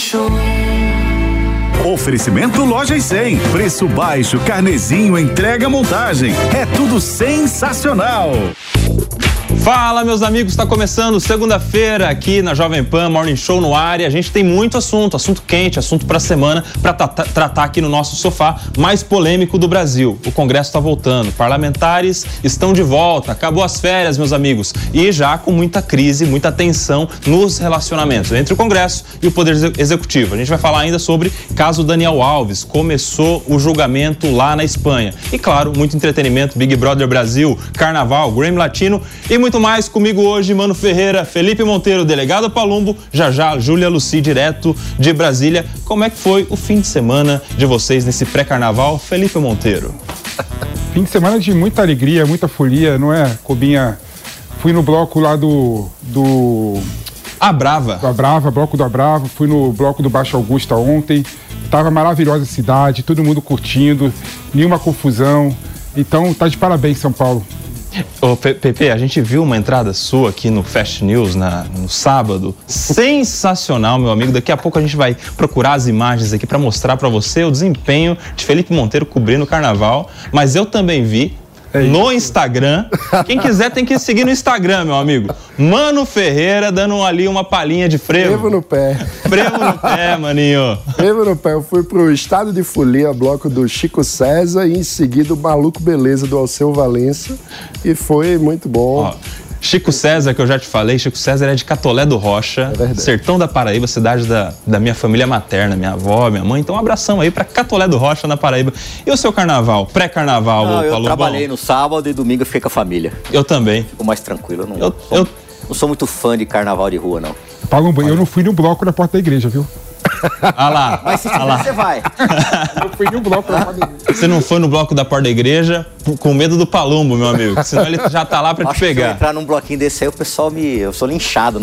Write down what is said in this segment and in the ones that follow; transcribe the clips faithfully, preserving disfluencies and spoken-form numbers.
Show. Oferecimento Lojas cem. Preço baixo, carnezinho, entrega, montagem. É tudo sensacional. Fala, meus amigos, está começando segunda-feira aqui na Jovem Pan Morning Show no ar e a gente tem muito assunto, assunto quente, assunto para a semana para tratar aqui no nosso sofá mais polêmico do Brasil. O Congresso está voltando, parlamentares estão de volta, acabou as férias, meus amigos, e já com muita crise, muita tensão nos relacionamentos entre o Congresso e o Poder Executivo. A gente vai falar ainda sobre caso Daniel Alves, começou o julgamento lá na Espanha. E claro, muito entretenimento, Big Brother Brasil, Carnaval, Grammy Latino e muito Muito mais comigo hoje, Mano Ferreira, Felipe Monteiro, delegado Palumbo, já já, Júlia Luci, direto de Brasília. Como é que foi o fim de semana de vocês nesse pré-carnaval, Felipe Monteiro? Fim de semana de muita alegria, muita folia, não é, Cobinha? Fui no bloco lá do... do... A Brava. Da Brava, bloco da Brava, fui no bloco do Baixo Augusta ontem, tava maravilhosa a cidade, todo mundo curtindo, nenhuma confusão, então tá de parabéns, São Paulo. Ô, Pepe, a gente viu uma entrada sua aqui no Fast News na, no sábado. Sensacional, meu amigo. Daqui a pouco a gente vai procurar as imagens aqui para mostrar para você o desempenho de Felipe Monteiro cobrindo o Carnaval. Mas eu também vi é no Instagram. Quem quiser tem que seguir no Instagram, meu amigo. Mano Ferreira dando ali uma palhinha de frevo. Frevo no pé. Frevo no pé, maninho. Frevo no pé. Eu fui pro Estado de Folia, bloco do Chico César e em seguida o Maluco Beleza do Alceu Valença. E foi muito bom. Ó, Chico César, que eu já te falei, Chico César é de Catolé do Rocha, é sertão da Paraíba, cidade da, da minha família materna, minha avó, minha mãe. Então um abração aí pra Catolé do Rocha, na Paraíba. E o seu carnaval, pré-carnaval? Não, eu Palumbo? trabalhei no sábado e domingo eu fiquei com a família. Eu também. Fico mais tranquilo. Eu não, eu, sou, eu... não sou muito fã de carnaval de rua, não. Palumbo, eu não fui no bloco na porta da igreja, viu? Ah lá. Mas se tiver, você vai. Eu fui no bloco da porta da igreja. Você não foi no bloco da porta da igreja com medo do Palumbo, meu amigo. Senão ele já tá lá pra Acho te pegar. Que se eu entrar num bloquinho desse aí, o pessoal me... Eu sou linchado. Não...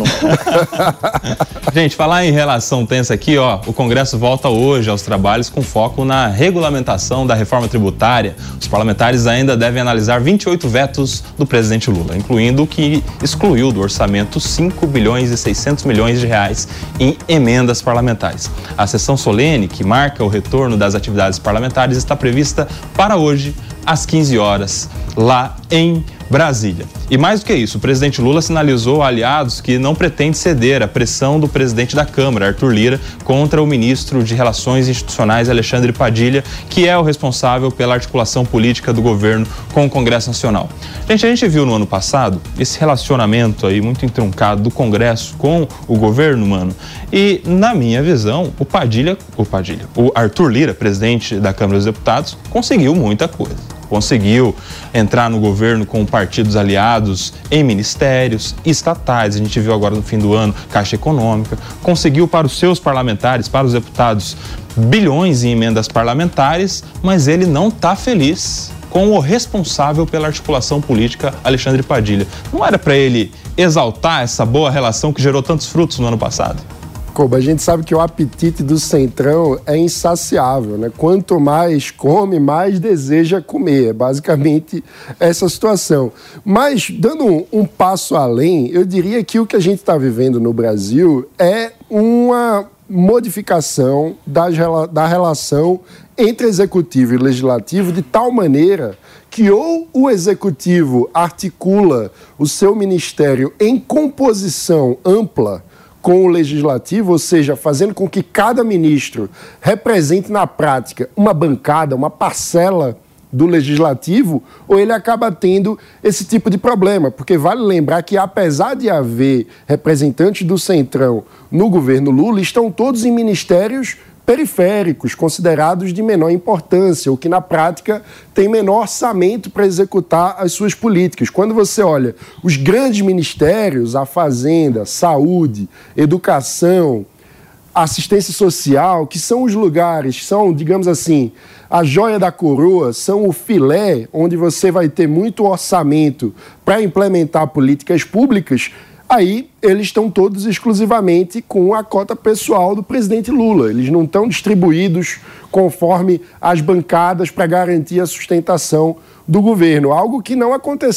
Gente, falar em relação tensa aqui, ó. O Congresso volta hoje aos trabalhos com foco na regulamentação da reforma tributária. Os parlamentares ainda devem analisar vinte e oito vetos do presidente Lula, incluindo o que excluiu do orçamento cinco bilhões e seiscentos milhões de reais em emendas parlamentares. A sessão solene, que marca o retorno das atividades parlamentares, está prevista para hoje, às quinze horas, lá em Brasília. E mais do que isso, o presidente Lula sinalizou a aliados que não pretende ceder à pressão do presidente da Câmara, Arthur Lira, contra o ministro de Relações Institucionais, Alexandre Padilha, que é o responsável pela articulação política do governo com o Congresso Nacional. Gente, a gente viu no ano passado esse relacionamento aí muito entroncado do Congresso com o governo, mano, e na minha visão, o Padilha, o Padilha, o Arthur Lira, presidente da Câmara dos Deputados, conseguiu muita coisa. Conseguiu entrar no governo com partidos aliados em ministérios estatais, a gente viu agora no fim do ano, Caixa Econômica, conseguiu para os seus parlamentares, para os deputados, bilhões em emendas parlamentares, mas ele não está feliz com o responsável pela articulação política, Alexandre Padilha. Não era para ele exaltar essa boa relação que gerou tantos frutos no ano passado? A gente sabe que o apetite do Centrão é insaciável, né? Quanto mais come, mais deseja comer. É basicamente essa situação. Mas, dando um, um passo além, eu diria que o que a gente está vivendo no Brasil é uma modificação das, da relação entre executivo e legislativo de tal maneira que ou o executivo articula o seu ministério em composição ampla com o legislativo, ou seja, fazendo com que cada ministro represente na prática uma bancada, uma parcela do legislativo, ou ele acaba tendo esse tipo de problema, porque vale lembrar que apesar de haver representantes do Centrão no governo Lula, estão todos em ministérios periféricos, considerados de menor importância, ou que na prática tem menor orçamento para executar as suas políticas. Quando você olha os grandes ministérios, a Fazenda, Saúde, Educação, Assistência Social, que são os lugares, são, digamos assim, a joia da coroa, são o filé onde você vai ter muito orçamento para implementar políticas públicas, aí eles estão todos exclusivamente com a cota pessoal do presidente Lula. Eles não estão distribuídos conforme as bancadas para garantir a sustentação do governo. Algo que não aconteceu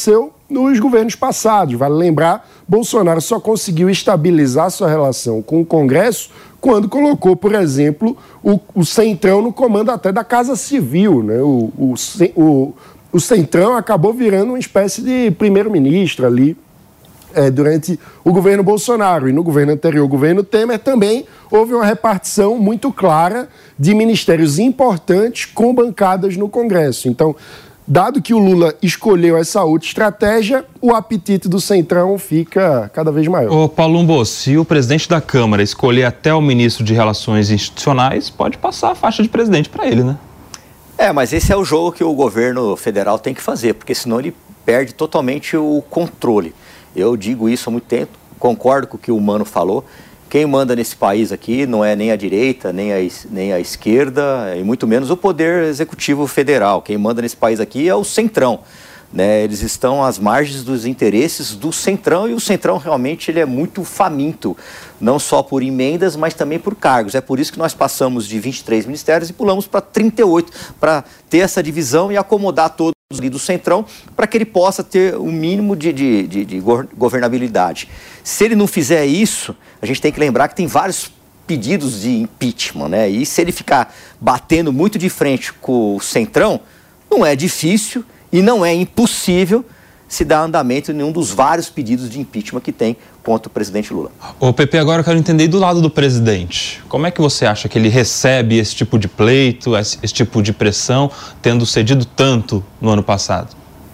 nos governos passados. Vale lembrar, Bolsonaro só conseguiu estabilizar sua relação com o Congresso quando colocou, por exemplo, o, o Centrão no comando até da Casa Civil, né? O, o, o, o Centrão acabou virando uma espécie de primeiro-ministro ali, É, durante o governo Bolsonaro. E no governo anterior, o governo Temer, também houve uma repartição muito clara de ministérios importantes com bancadas no Congresso. Então, dado que o Lula escolheu essa outra estratégia, o apetite do Centrão fica cada vez maior. Ô, Palumbo, se o presidente da Câmara escolher até o ministro de Relações Institucionais, pode passar a faixa de presidente para ele, né? É, mas esse é o jogo que o governo federal tem que fazer, porque senão ele perde totalmente o controle. Eu digo isso há muito tempo, concordo com o que o Mano falou. Quem manda nesse país aqui não é nem a direita, nem a, nem a esquerda, e muito menos o Poder Executivo Federal. Quem manda nesse país aqui é o Centrão, né? Eles estão às margens dos interesses do Centrão, e o Centrão realmente ele é muito faminto, não só por emendas, mas também por cargos. É por isso que nós passamos de vinte e três ministérios e pulamos para trinta e oito, para ter essa divisão e acomodar todos ali do Centrão, para que ele possa ter um mínimo de, de, de, de governabilidade. Se ele não fizer isso, a gente tem que lembrar que tem vários pedidos de impeachment, né? E se ele ficar batendo muito de frente com o Centrão, não é difícil e não é impossível se dar andamento em nenhum dos vários pedidos de impeachment que tem contra o presidente Lula. Ô, Pepe, agora eu quero entender do lado do presidente. Como é que você acha que ele recebe esse tipo de pleito, esse, esse tipo de pressão, tendo cedido tanto no ano passado?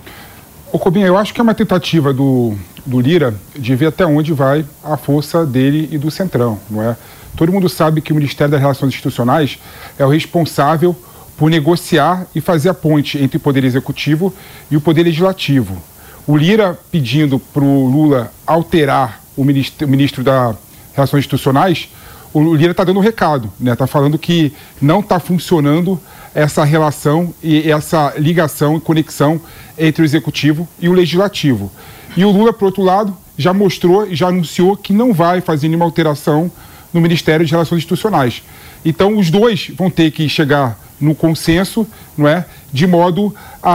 Ô, Cobinha, eu acho que é uma tentativa do, do Lira de ver até onde vai a força dele e do Centrão, não é? Todo mundo sabe que o Ministério das Relações Institucionais é o responsável por negociar e fazer a ponte entre o Poder Executivo e o Poder Legislativo. O Lira pedindo para o Lula alterar o ministro, o ministro das Relações Institucionais, o Lira está dando um recado, né? Está falando que não está funcionando essa relação e essa ligação e conexão entre o Executivo e o Legislativo. E o Lula, por outro lado, já mostrou e já anunciou que não vai fazer nenhuma alteração no Ministério de Relações Institucionais. Então, os dois vão ter que chegar no consenso, não é? De modo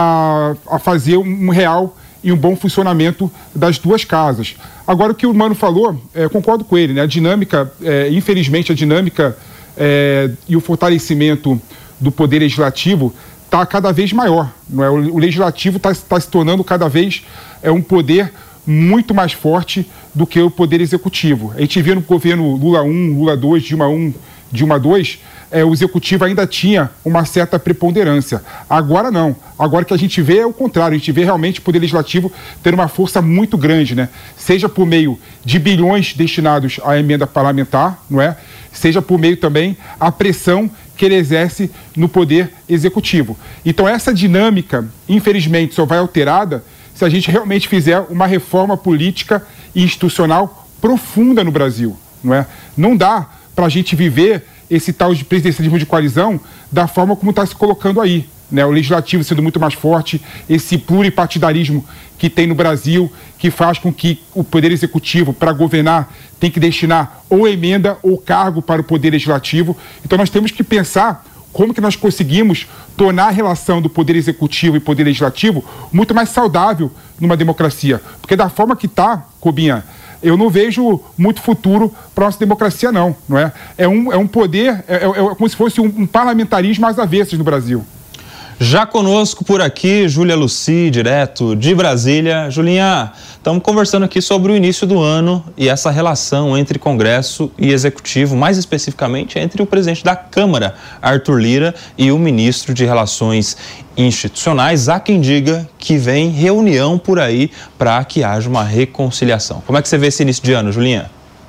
a, a fazer um real e um bom funcionamento das duas casas. Agora, o que o Mano falou, é, concordo com ele, né? A dinâmica, é, infelizmente, a dinâmica é, e o fortalecimento do Poder Legislativo está cada vez maior, não é? O, o Legislativo está tá se tornando cada vez é, um poder muito mais forte do que o Poder Executivo. A gente vê no governo Lula um, Lula dois, Dilma um, Dilma dois, é, o Executivo ainda tinha uma certa preponderância. Agora não. Agora que a gente vê é o contrário. A gente vê realmente o Poder Legislativo ter uma força muito grande, né? Seja por meio de bilhões destinados à emenda parlamentar, não é? Seja por meio também a pressão que ele exerce no Poder Executivo. Então essa dinâmica, infelizmente, só vai alterada se a gente realmente fizer uma reforma política e institucional profunda no Brasil, não é? Não dá para a gente viver esse tal de presidencialismo de coalizão da forma como está se colocando aí, né? O Legislativo sendo muito mais forte, esse pluripartidarismo que tem no Brasil, que faz com que o Poder Executivo, para governar, tem que destinar ou emenda ou cargo para o Poder Legislativo. Então nós temos que pensar como que nós conseguimos tornar a relação do Poder Executivo e Poder Legislativo muito mais saudável numa democracia. Porque da forma que está, Cobinha, eu não vejo muito futuro para a nossa democracia, não. não é? É, um, é um poder, é, é, é como se fosse um, um parlamentarismo às avessas no Brasil. Já conosco por aqui, Júlia Luci, direto de Brasília. Julinha, estamos conversando aqui sobre o início do ano e essa relação entre Congresso e Executivo, mais especificamente entre o presidente da Câmara, Arthur Lira, e o ministro de Relações Institucionais. Há quem diga que vem reunião por aí para que haja uma reconciliação. Como é que você vê esse início de ano, Julinha?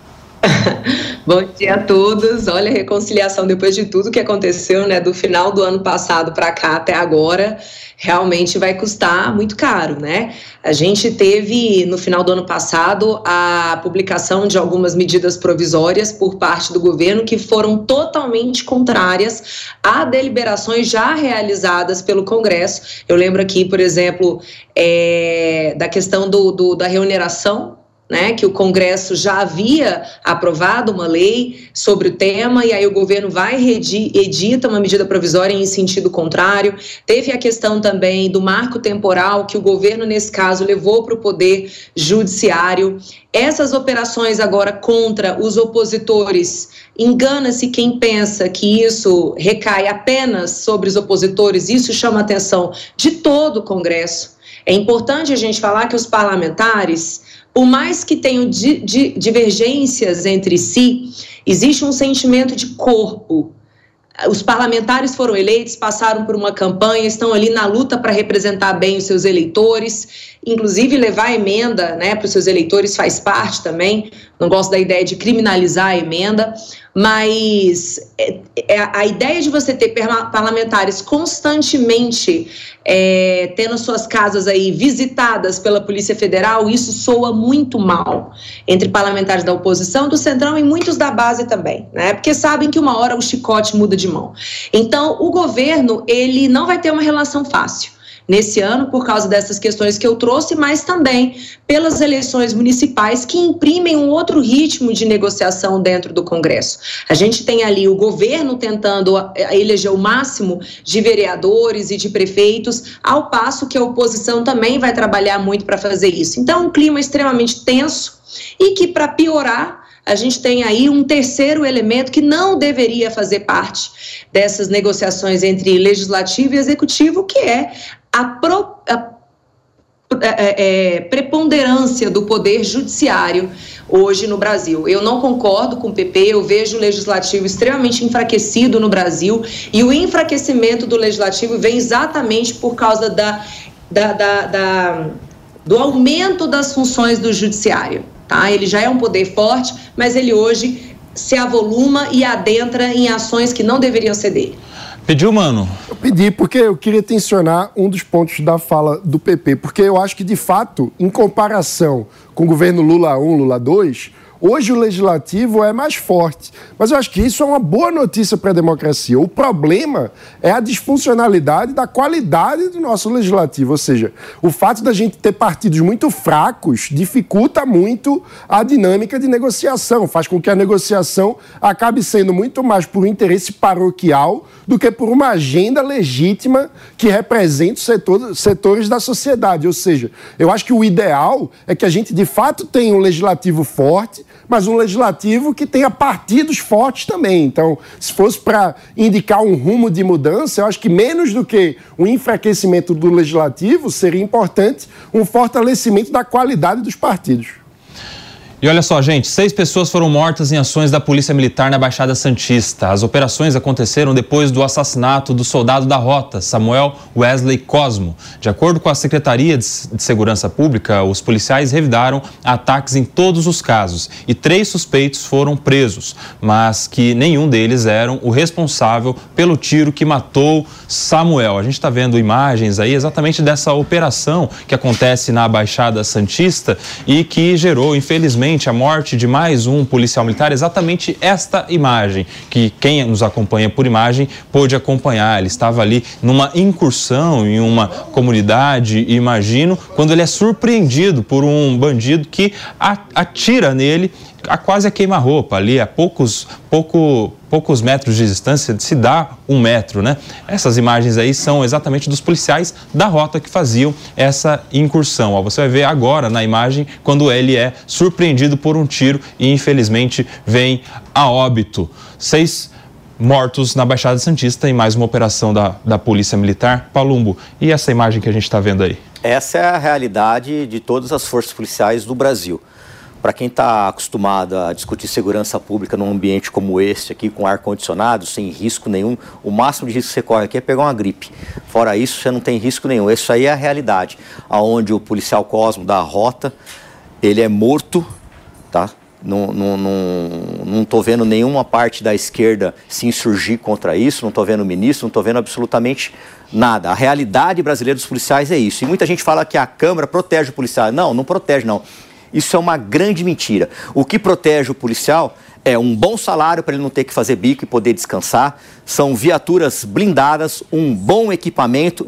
Bom dia a todos. Olha, a reconciliação depois de tudo que aconteceu, né, do final do ano passado para cá até agora, realmente vai custar muito caro, né? A gente teve no final do ano passado a publicação de algumas medidas provisórias por parte do governo que foram totalmente contrárias a deliberações já realizadas pelo Congresso. Eu lembro aqui, por exemplo, é, da questão do, do, da remuneração né, que o Congresso já havia aprovado uma lei sobre o tema, e aí o governo vai redi, edita uma medida provisória em sentido contrário. Teve a questão também do marco temporal, que o governo, nesse caso, levou para o Poder Judiciário. Essas operações agora contra os opositores, engana-se quem pensa que isso recai apenas sobre os opositores, isso chama a atenção de todo o Congresso. É importante a gente falar que os parlamentares, por mais que tenham di, di, divergências entre si, existe um sentimento de corpo. Os parlamentares foram eleitos, passaram por uma campanha, estão ali na luta para representar bem os seus eleitores, inclusive levar a emenda, né, para os seus eleitores faz parte também. Não gosto da ideia de criminalizar a emenda, mas é, é a ideia de você ter parlamentares constantemente é, tendo suas casas aí visitadas pela Polícia Federal, isso soa muito mal entre parlamentares da oposição, do Centrão e muitos da base também, né? Porque sabem que uma hora o chicote muda de mão. Então, o governo, ele não vai ter uma relação fácil nesse ano, por causa dessas questões que eu trouxe, mas também pelas eleições municipais que imprimem um outro ritmo de negociação dentro do Congresso. A gente tem ali o governo tentando eleger o máximo de vereadores e de prefeitos, ao passo que a oposição também vai trabalhar muito para fazer isso. Então, um clima extremamente tenso e que, para piorar, a gente tem aí um terceiro elemento que não deveria fazer parte dessas negociações entre legislativo e executivo, que é a, pro, a é, é, preponderância do poder judiciário hoje no Brasil. Eu não concordo com o P P, eu vejo o legislativo extremamente enfraquecido no Brasil, e o enfraquecimento do legislativo vem exatamente por causa da, da, da, da, do aumento das funções do judiciário. Tá? Ele já é um poder forte, mas ele hoje se avoluma e adentra em ações que não deveriam ser dele. Pediu, mano? Eu pedi porque eu queria tensionar um dos pontos da fala do P P, porque eu acho que, de fato, em comparação com o governo Lula um, Lula dois, hoje o legislativo é mais forte. Mas eu acho que isso é uma boa notícia para a democracia. O problema é a disfuncionalidade da qualidade do nosso legislativo. Ou seja, o fato da gente ter partidos muito fracos dificulta muito a dinâmica de negociação. Faz com que a negociação acabe sendo muito mais por interesse paroquial do que por uma agenda legítima que represente os setor, setores da sociedade. Ou seja, eu acho que o ideal é que a gente, de fato, tenha um legislativo forte, mas um legislativo que tenha partidos fortes também. Então, se fosse para indicar um rumo de mudança, eu acho que menos do que o enfraquecimento do legislativo, seria importante um fortalecimento da qualidade dos partidos. E olha só, gente, seis pessoas foram mortas em ações da Polícia Militar na Baixada Santista. As operações aconteceram depois do assassinato do soldado da Rota, Samuel Wesley Cosmo. De acordo com a Secretaria de Segurança Pública, os policiais revidaram ataques em todos os casos e três suspeitos foram presos, mas que nenhum deles eram o responsável pelo tiro que matou Samuel. A gente está vendo imagens aí exatamente dessa operação que acontece na Baixada Santista e que gerou, infelizmente, a morte de mais um policial militar. Exatamente esta imagem que quem nos acompanha por imagem pôde acompanhar. Ele estava ali numa incursão em uma comunidade, imagino, quando ele é surpreendido por um bandido que atira nele a quase a queima-roupa, ali a poucos, pouco, poucos metros de distância, se dá um metro, né? Essas imagens aí são exatamente dos policiais da Rota que faziam essa incursão. Ó, você vai ver agora na imagem quando ele é surpreendido por um tiro e infelizmente vem a óbito. Seis mortos na Baixada Santista em mais uma operação da, da Polícia Militar. Palumbo, e essa imagem que a gente está vendo aí? Essa é a realidade de todas as forças policiais do Brasil. Para quem está acostumado a discutir segurança pública num ambiente como este aqui, com ar-condicionado, sem risco nenhum, o máximo de risco que você corre aqui é pegar uma gripe. Fora isso, você não tem risco nenhum. Isso aí é a realidade, onde o policial Cosmo da Rota, ele é morto, tá? Não, não, não, não estou vendo nenhuma parte da esquerda se insurgir contra isso, não estou vendo o ministro, não estou vendo absolutamente nada. A realidade brasileira dos policiais é isso. E muita gente fala que a Câmara protege o policial. Não, não protege, não. Isso é uma grande mentira. O que protege o policial é um bom salário para ele não ter que fazer bico e poder descansar, são viaturas blindadas, um bom equipamento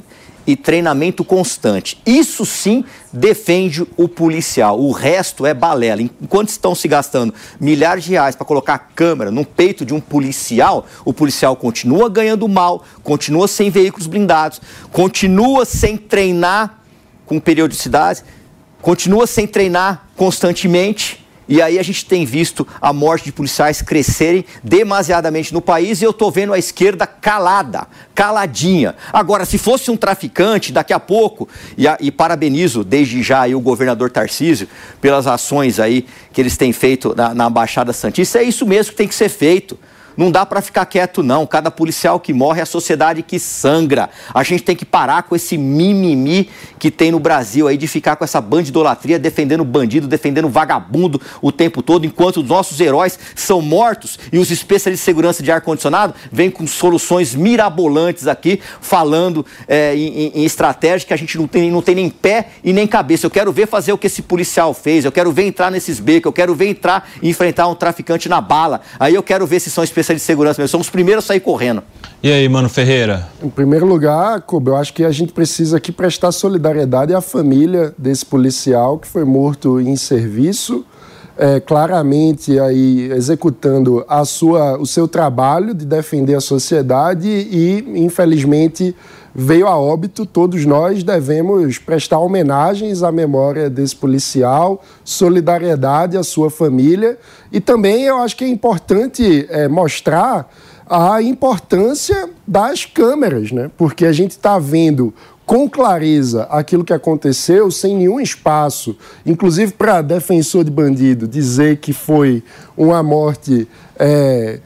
e treinamento constante. Isso sim defende o policial. O resto é balela. Enquanto estão se gastando milhares de reais para colocar câmera no peito de um policial, o policial continua ganhando mal, continua sem veículos blindados, continua sem treinar com periodicidade, continua sem treinar constantemente. E aí a gente tem visto a morte de policiais crescerem demasiadamente no país e eu tô vendo a esquerda calada, caladinha. Agora, se fosse um traficante, daqui a pouco, e, a, e parabenizo desde já aí o governador Tarcísio pelas ações aí que eles têm feito na, na Baixada Santista, é isso mesmo que tem que ser feito. Não dá para ficar quieto, não. Cada policial que morre é a sociedade que sangra. A gente tem que parar com esse mimimi que tem no Brasil aí de ficar com essa bandidolatria, defendendo bandido, defendendo vagabundo o tempo todo, enquanto os nossos heróis são mortos e os especialistas de segurança de ar-condicionado vêm com soluções mirabolantes aqui, falando é, em, em estratégia que a gente não tem, não tem nem pé e nem cabeça. Eu quero ver fazer o que esse policial fez, eu quero ver entrar nesses becos, eu quero ver entrar e enfrentar um traficante na bala. Aí eu quero ver se são especialistas de segurança mesmo. Somos os primeiros a sair correndo. E aí, Mano Ferreira? Em primeiro lugar, Kobe, eu acho que a gente precisa aqui prestar solidariedade à família desse policial que foi morto em serviço, é, claramente aí executando a sua, o seu trabalho de defender a sociedade e, infelizmente, veio a óbito. Todos nós devemos prestar homenagens à memória desse policial, solidariedade à sua família e também eu acho que é importante é, mostrar a importância das câmeras, né? Porque a gente está vendo com clareza aquilo que aconteceu, sem nenhum espaço, inclusive para defensor de bandido dizer que foi uma morte... É,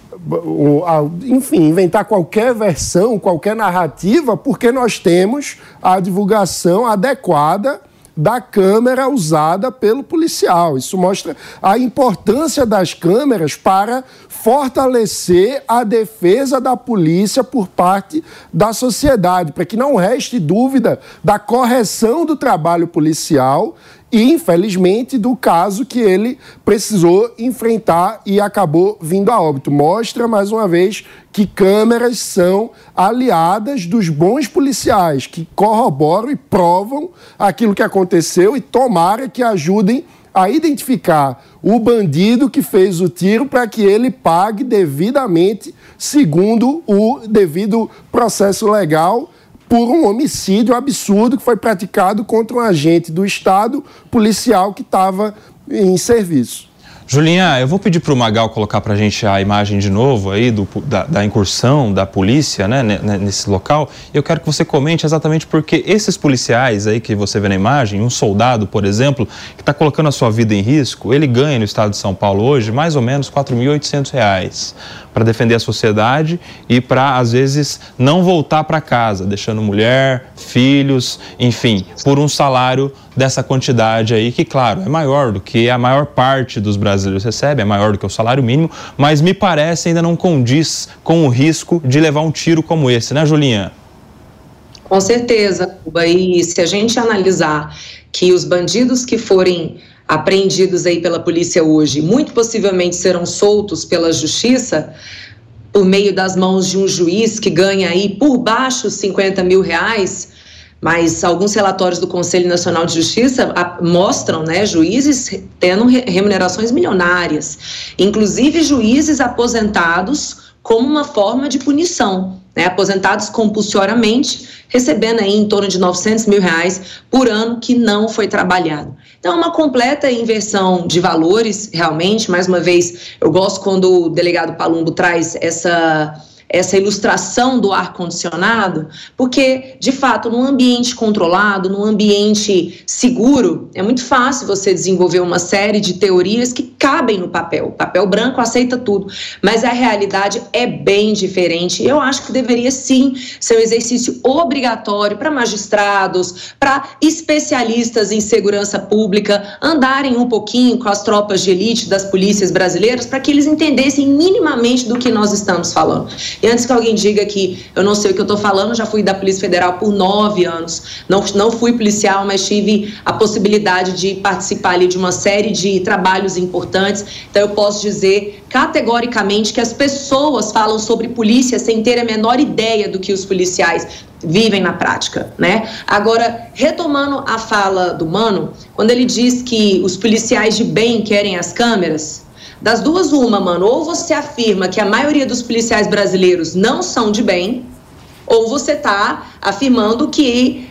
enfim, inventar qualquer versão, qualquer narrativa, porque nós temos a divulgação adequada da câmera usada pelo policial. Isso mostra a importância das câmeras para fortalecer a defesa da polícia por parte da sociedade, para que não reste dúvida da correção do trabalho policial e, infelizmente, do caso que ele precisou enfrentar e acabou vindo a óbito. Mostra, mais uma vez, que câmeras são aliadas dos bons policiais, que corroboram e provam aquilo que aconteceu e tomara que ajudem a identificar o bandido que fez o tiro para que ele pague devidamente, segundo o devido processo legal, por um homicídio absurdo que foi praticado contra um agente do Estado policial que estava em serviço. Julinha, eu vou pedir para o Magal colocar para a gente a imagem de novo aí do, da, da incursão da polícia, né, nesse local. Eu quero que você comente exatamente porque esses policiais aí que você vê na imagem, um soldado, por exemplo, que está colocando a sua vida em risco, ele ganha no estado de São Paulo hoje mais ou menos quatro mil e oitocentos reais para defender a sociedade e para, às vezes, não voltar para casa, deixando mulher, filhos, enfim, por um salário dessa quantidade aí, que, claro, é maior do que a maior parte dos brasileiros recebe, é maior do que o salário mínimo, mas me parece ainda não condiz com o risco de levar um tiro como esse, né, Julinha? Com certeza, Cuba. E se a gente analisar que os bandidos que forem apreendidos aí pela polícia hoje, muito possivelmente serão soltos pela justiça por meio das mãos de um juiz que ganha aí por baixo cinquenta mil reais, mas alguns relatórios do Conselho Nacional de Justiça mostram, né, juízes tendo remunerações milionárias, inclusive juízes aposentados como uma forma de punição, né, aposentados compulsoriamente, recebendo aí em torno de novecentos mil reais por ano que não foi trabalhado. Então, é uma completa inversão de valores, realmente. Mais uma vez, eu gosto quando o delegado Palumbo traz essa, essa ilustração do ar-condicionado, porque, de fato, num ambiente controlado, num ambiente seguro, é muito fácil você desenvolver uma série de teorias que cabem no papel. O papel branco aceita tudo, mas a realidade é bem diferente. Eu acho que deveria, sim, ser um exercício obrigatório para magistrados, para especialistas em segurança pública, andarem um pouquinho com as tropas de elite das polícias brasileiras para que eles entendessem minimamente do que nós estamos falando. E antes que alguém diga que eu não sei o que eu estou falando, já fui da Polícia Federal por nove anos. Não, não fui policial, mas tive a possibilidade de participar ali de uma série de trabalhos importantes importantes. Então eu posso dizer categoricamente que as pessoas falam sobre polícia sem ter a menor ideia do que os policiais vivem na prática, né? Agora, retomando a fala do Mano, quando ele diz que os policiais de bem querem as câmeras, das duas uma, mano, ou você afirma que a maioria dos policiais brasileiros não são de bem, ou você está afirmando que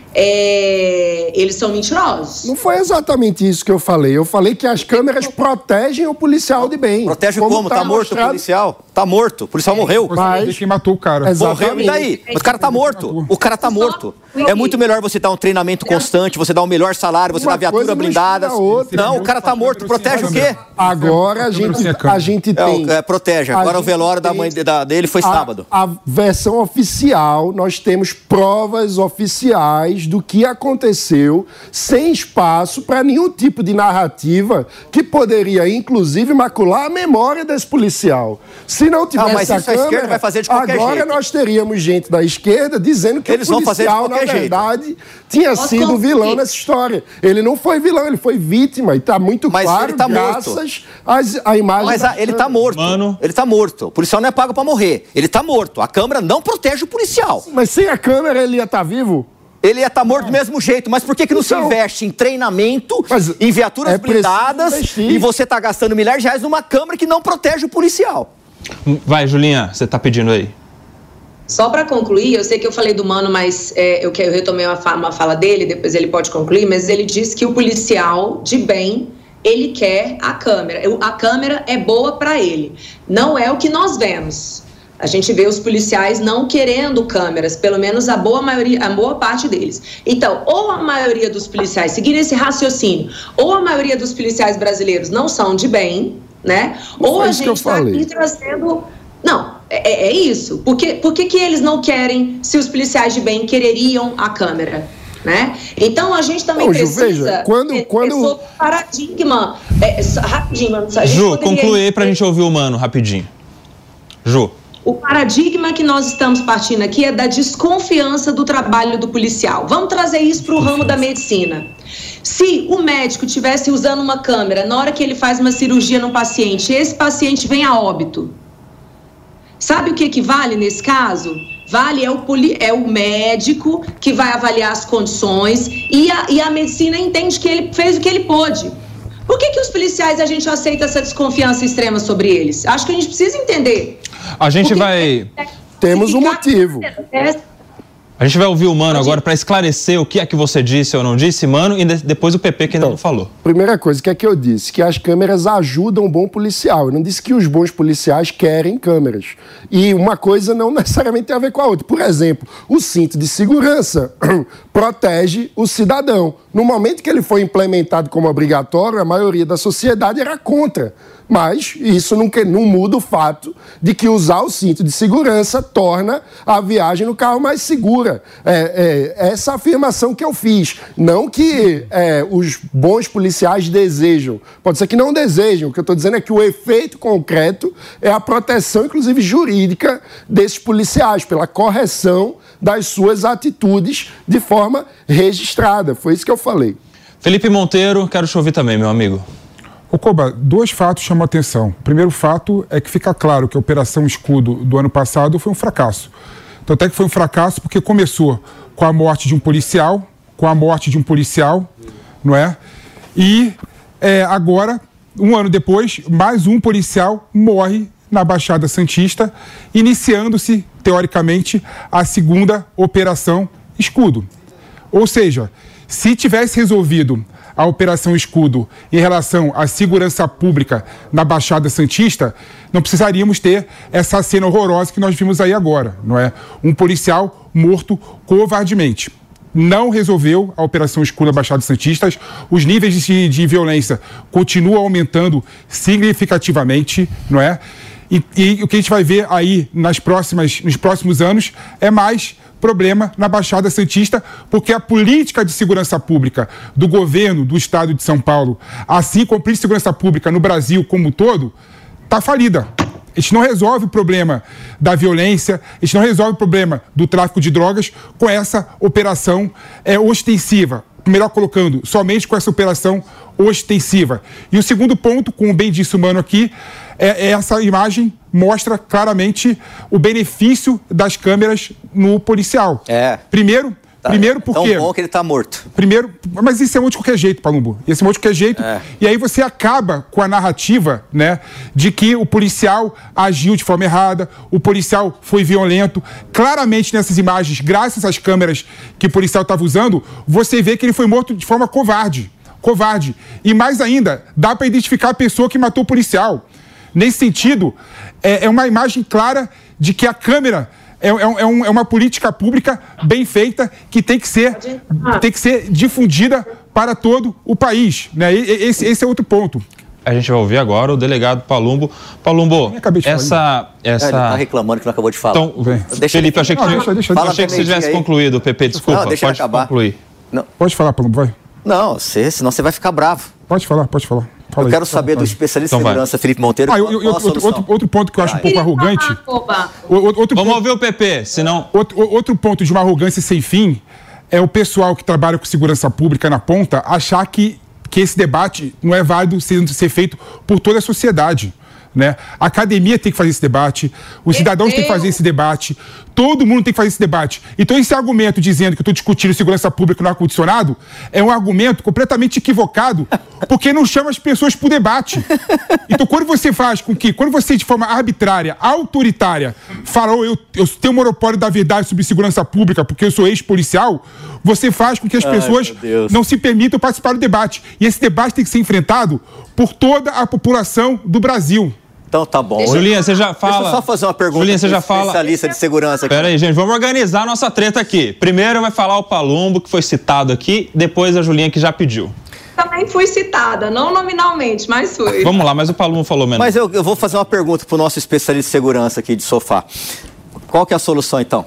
é, eles são mentirosos. Não foi exatamente isso que eu falei. Eu falei que as câmeras protegem o policial de bem. Protege como? como? Tá, tá morto mostrado... o policial? Tá morto. O policial é. morreu. Mas... quem matou o cara. Morreu, e daí? Mas o cara tá morto. O cara tá morto. É muito melhor você dar um treinamento constante, você dar um melhor salário, você Uma dar viatura blindada. Não, o cara tá morto. Protege o quê? Agora a gente, a gente tem... É, é, protege. Agora o velório da mãe da, dele foi a, sábado. A versão oficial, nós temos provas oficiais do que aconteceu, sem espaço para nenhum tipo de narrativa que poderia, inclusive, macular a memória desse policial. Se não tivesse ah, mas a isso câmera, a esquerda vai fazer de qualquer agora jeito. nós teríamos gente da esquerda dizendo que Eles o policial, na verdade, jeito. tinha Posso sido conseguir. vilão nessa história. Ele não foi vilão, ele foi vítima. E está muito mas claro, ele tá graças às, à imagem... Mas a, ele está morto. Mano. Ele está morto. O policial não é pago para morrer. Ele está morto. A câmera não protege o policial. Mas sem a câmera ele ia estar tá vivo? Ele ia estar morto do mesmo jeito, mas por que, que não então, se investe em treinamento, em viaturas é blindadas, e você está gastando milhares de reais numa câmera que não protege o policial? Vai, Julinha, você está pedindo aí. Só para concluir, eu sei que eu falei do Mano, mas é, eu, eu retomei uma fala, uma fala dele, depois ele pode concluir, mas ele disse que o policial de bem, ele quer a câmera. A câmera é boa para ele. Não é o que nós vemos. A gente vê os policiais não querendo câmeras, pelo menos a boa maioria, a boa parte deles. Então, ou a maioria dos policiais, seguindo esse raciocínio, ou a maioria dos policiais brasileiros não são de bem, né? Não ou a gente está aqui trazendo... Não, é, é isso. Por que, por que que eles não querem, se os policiais de bem quereriam a câmera? Né? Então a gente também não, precisa Ju, veja, quando, é, quando... sobre o paradigma. É, rapidinho, mano. Ju, poderia... conclui aí pra gente ouvir o Mano, rapidinho. Ju. O paradigma que nós estamos partindo aqui é da desconfiança do trabalho do policial. Vamos trazer isso para o ramo da medicina. Se o médico estivesse usando uma câmera na hora que ele faz uma cirurgia no paciente, esse paciente vem a óbito. Sabe o que equivale nesse caso? Vale é o, poli, é o médico que vai avaliar as condições e a, e a medicina entende que ele fez o que ele pôde. Por que que os policiais, a gente aceita essa desconfiança extrema sobre eles? Acho que a gente precisa entender. A gente vai... Temos um motivo. A gente vai ouvir o Mano agora para esclarecer o que é que você disse ou não disse, Mano, e de, depois o P P que ainda então, não falou. Primeira coisa, o que é que eu disse? Que as câmeras ajudam o bom policial. Eu não disse que os bons policiais querem câmeras. E uma coisa não necessariamente tem a ver com a outra. Por exemplo, o cinto de segurança protege o cidadão. No momento que ele foi implementado como obrigatório, a maioria da sociedade era contra. Mas isso não, não muda o fato de que usar o cinto de segurança torna a viagem no carro mais segura. É, é essa afirmação que eu fiz. Não que é, os bons policiais desejam. Pode ser que não desejam. O que eu estou dizendo é que o efeito concreto é a proteção, inclusive jurídica, desses policiais, pela correção das suas atitudes de forma registrada. Foi isso que eu falei. Felipe Monteiro, quero te ouvir também, meu amigo. Ô Koba, dois fatos chamam a atenção. O primeiro fato é que fica claro que a Operação Escudo do ano passado foi um fracasso. Tanto é que foi um fracasso porque começou com a morte de um policial, com a morte de um policial, não é? E é, agora, um ano depois, mais um policial morre na Baixada Santista, iniciando-se, teoricamente, a segunda Operação Escudo. Ou seja, se tivesse resolvido a Operação Escudo em relação à segurança pública na Baixada Santista, não precisaríamos ter essa cena horrorosa que nós vimos aí agora, não é? Um policial morto covardemente. Não resolveu a Operação Escudo na Baixada Santista. Os níveis de, de violência continuam aumentando significativamente, não é? E, e o que a gente vai ver aí nas próximas, nos próximos anos é mais problema na Baixada Santista, porque a política de segurança pública do governo do estado de São Paulo, assim como a política de segurança pública no Brasil como um todo, está falida. A gente não resolve o problema da violência, a gente não resolve o problema do tráfico de drogas com essa operação é, ostensiva. melhor colocando, somente com essa operação ostensiva. E o segundo ponto, como bem disse o Mano aqui, é, é essa imagem mostra claramente o benefício das câmeras no policial. É. Primeiro, tá, primeiro porque... Tão bom que ele está morto. Primeiro, mas isso é um de qualquer jeito, Palumbo. Esse é um de qualquer jeito. É. E aí você acaba com a narrativa, né, de que o policial agiu de forma errada, o policial foi violento. Claramente nessas imagens, graças às câmeras que o policial estava usando, você vê que ele foi morto de forma covarde. Covarde. E mais ainda, dá para identificar a pessoa que matou o policial. Nesse sentido, é, é uma imagem clara de que a câmera é, é, é, um, é uma política pública bem feita que tem que ser, tem que ser difundida para todo o país, né? Esse, esse é outro ponto. A gente vai ouvir agora o delegado Palumbo. Palumbo, de essa... essa... É, ele está reclamando que não acabou de falar. Então, deixa Felipe, eu achei que, não, deixa, deixa, deixa, achei que você tivesse concluído, o P P, desculpa, não, deixa pode acabar. concluir. Não. Pode falar, Palumbo, vai. Não, você, senão você vai ficar bravo. Pode falar, pode falar. Fala eu aí, quero saber fala, do especialista então em segurança, vai. Felipe Monteiro. Ah, eu, eu, outro, outro, outro ponto que eu acho vai. um pouco arrogante. Outro, outro Vamos ponto, ouvir o P P, senão... Outro, outro ponto de uma arrogância sem fim é o pessoal que trabalha com segurança pública na ponta achar que, que esse debate não é válido sendo ser feito por toda a sociedade. Né? A academia tem que fazer esse debate, os cidadãos têm que fazer esse debate, todo mundo tem que fazer esse debate. Então esse argumento dizendo que eu estou discutindo segurança pública no ar-condicionado é um argumento completamente equivocado, porque não chama as pessoas para o debate. Então quando você faz com que, quando você de forma arbitrária, autoritária, fala, oh, eu, eu tenho o monopólio da verdade sobre segurança pública porque eu sou ex-policial, você faz com que as Ai, pessoas não se permitam participar do debate. E esse debate tem que ser enfrentado por toda a população do Brasil. Então tá bom. Julinha, você já fala... Deixa eu só fazer uma pergunta. Julinha, você já fala... especialista de segurança aqui. Pera aí, gente, vamos organizar a nossa treta aqui. Primeiro vai falar o Palumbo, que foi citado aqui, depois a Julinha, que já pediu. Também fui citada, não nominalmente, mas fui. Vamos lá, mas o Palumbo falou menos. Mas eu, eu vou fazer uma pergunta pro nosso especialista de segurança aqui de sofá. Qual que é a solução, então?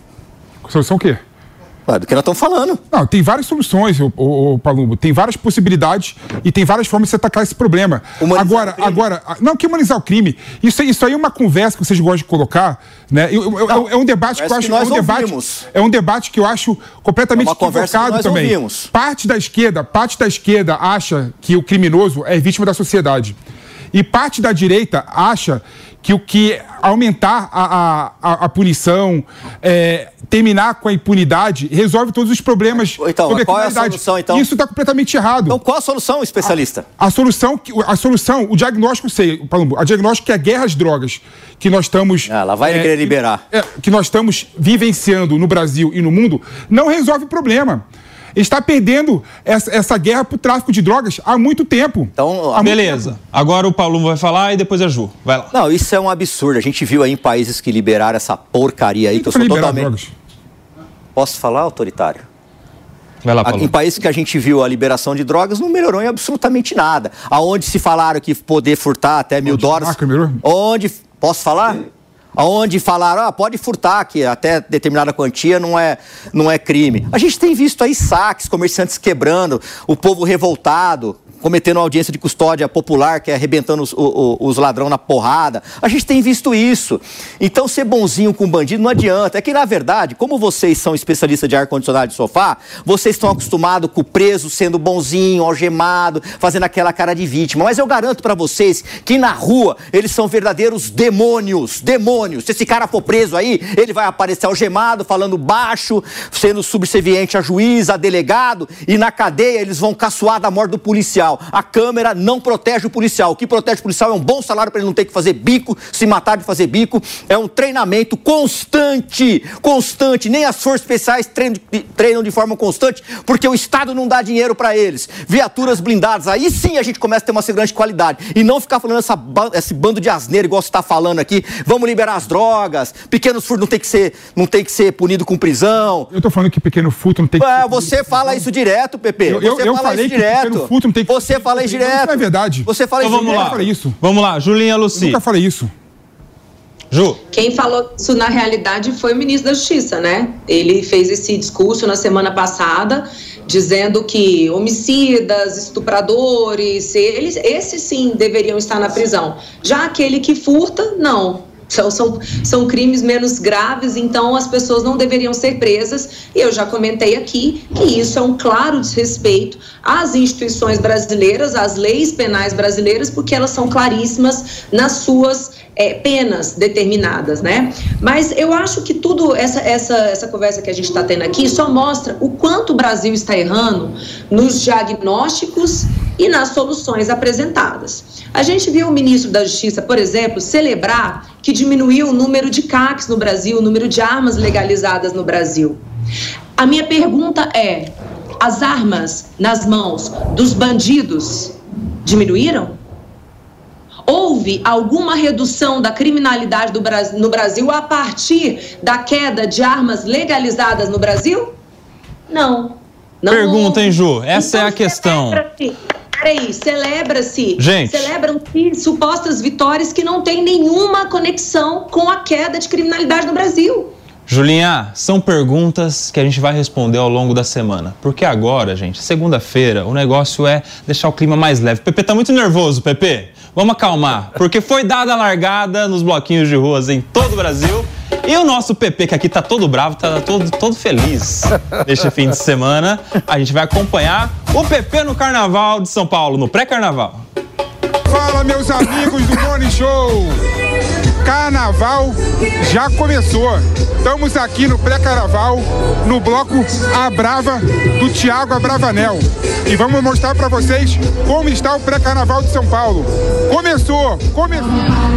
Solução o quê? Do que nós estamos falando. Não, tem várias soluções, o, o, o Palumbo. Tem várias possibilidades e tem várias formas de você atacar esse problema. Humanizar agora, agora, não, que humanizar o crime. Isso, isso aí é uma conversa que vocês gostam de colocar, né? Eu, eu, não, é um debate que eu acho que nós é um debate, é um debate que eu acho completamente é equivocado também. Ouvimos. Parte da esquerda, parte da esquerda acha que o criminoso é vítima da sociedade. E parte da direita acha que o que aumentar a, a, a punição, é, terminar com a impunidade, resolve todos os problemas. Então, sobre a qual é a solução, então? Isso está completamente errado. Então, qual a solução, especialista? A, a solução, a solução, o diagnóstico, sei, Palumbo, a diagnóstico que é a guerra às drogas que nós estamos... Ah, lá vai ele é, querer liberar. É, que nós estamos vivenciando no Brasil e no mundo, não resolve o problema. Está perdendo essa, essa guerra para o tráfico de drogas há muito tempo. Então, há beleza. Muito tempo. Agora o Palumbo vai falar e depois a Ju. Vai lá. Não, isso é um absurdo. A gente viu aí em países que liberaram essa porcaria aí, que eu sou totalmente... Drogas. Posso falar, autoritário? Vai lá, Palumbo. Em países que a gente viu a liberação de drogas, não melhorou em absolutamente nada. Aonde se falaram que poder furtar até mil dólares... Onde... Posso falar? Onde falaram, ah, pode furtar, que até determinada quantia não é, não é crime. A gente tem visto aí saques, comerciantes quebrando, o povo revoltado, cometendo audiência de custódia popular, que é arrebentando os, os, os ladrões na porrada. A gente tem visto isso. Então, ser bonzinho com bandido não adianta. É que, na verdade, como vocês são especialistas de ar-condicionado de sofá, vocês estão acostumados com o preso sendo bonzinho, algemado, fazendo aquela cara de vítima. Mas eu garanto pra vocês que na rua eles são verdadeiros demônios. Demônios. Se esse cara for preso aí, ele vai aparecer algemado, falando baixo, sendo subserviente a juiz, a delegado, e na cadeia eles vão caçoar da morte do policial. A câmera não protege o policial. O que protege o policial é um bom salário para ele não ter que fazer bico, se matar de fazer bico. É um treinamento constante, constante. Nem as forças especiais treinam, treinam de forma constante, porque o Estado não dá dinheiro para eles. Viaturas blindadas, aí sim a gente começa a ter uma segurança de qualidade. E não ficar falando essa, esse bando de asneiro, igual você está falando aqui. Vamos liberar as drogas, pequenos furtos não tem que ser, não tem que ser punido com prisão. Eu tô falando que pequeno furto não tem que é, ser... Você fala isso direto, Pepe. Eu, eu, você eu fala falei isso que direto. pequeno furto não tem que... Você fala isso direto. Isso não é verdade. Você fala então isso vamos direto. lá. Isso. Vamos lá, Julinha Luci. Eu nunca falei isso. Ju. Quem falou isso na realidade foi o ministro da Justiça, né? Ele fez esse discurso na semana passada, dizendo que homicidas, estupradores, eles, esses sim deveriam estar na prisão. Já aquele que furta, não. São, são, são crimes menos graves, então as pessoas não deveriam ser presas, e eu já comentei aqui que isso é um claro desrespeito às instituições brasileiras, às leis penais brasileiras, porque elas são claríssimas nas suas é, penas determinadas, né? Mas eu acho que tudo, essa, essa, essa conversa que a gente está tendo aqui só mostra o quanto o Brasil está errando nos diagnósticos e nas soluções apresentadas. A gente viu o ministro da Justiça, por exemplo, celebrar que diminuiu o número de C A Cs no Brasil, o número de armas legalizadas no Brasil. A minha pergunta é, as armas nas mãos dos bandidos diminuíram? Houve alguma redução da criminalidade do Brasil, no Brasil a partir da queda de armas legalizadas no Brasil? Não. Não Pergunta, hein, Ju? Essa então, é a questão. Peraí, celebra-se, Gente. celebram-se supostas vitórias que não têm nenhuma conexão com a queda de criminalidade no Brasil. Julinha, são perguntas que a gente vai responder ao longo da semana. Porque agora, gente, segunda-feira, o negócio é deixar o clima mais leve. Pepe tá muito nervoso, Pepe. Vamos acalmar, porque foi dada a largada nos bloquinhos de ruas em todo o Brasil. E o nosso Pepe, que aqui tá todo bravo, tá todo, todo feliz neste fim de semana. A gente vai acompanhar o Pepe no Carnaval de São Paulo, no pré-carnaval. Fala, meus amigos do Morning Show! Carnaval já começou. Estamos aqui no pré-carnaval, no bloco A Brava, do Thiago Abravanel. E vamos mostrar para vocês como está o pré-carnaval de São Paulo. Começou! Começou!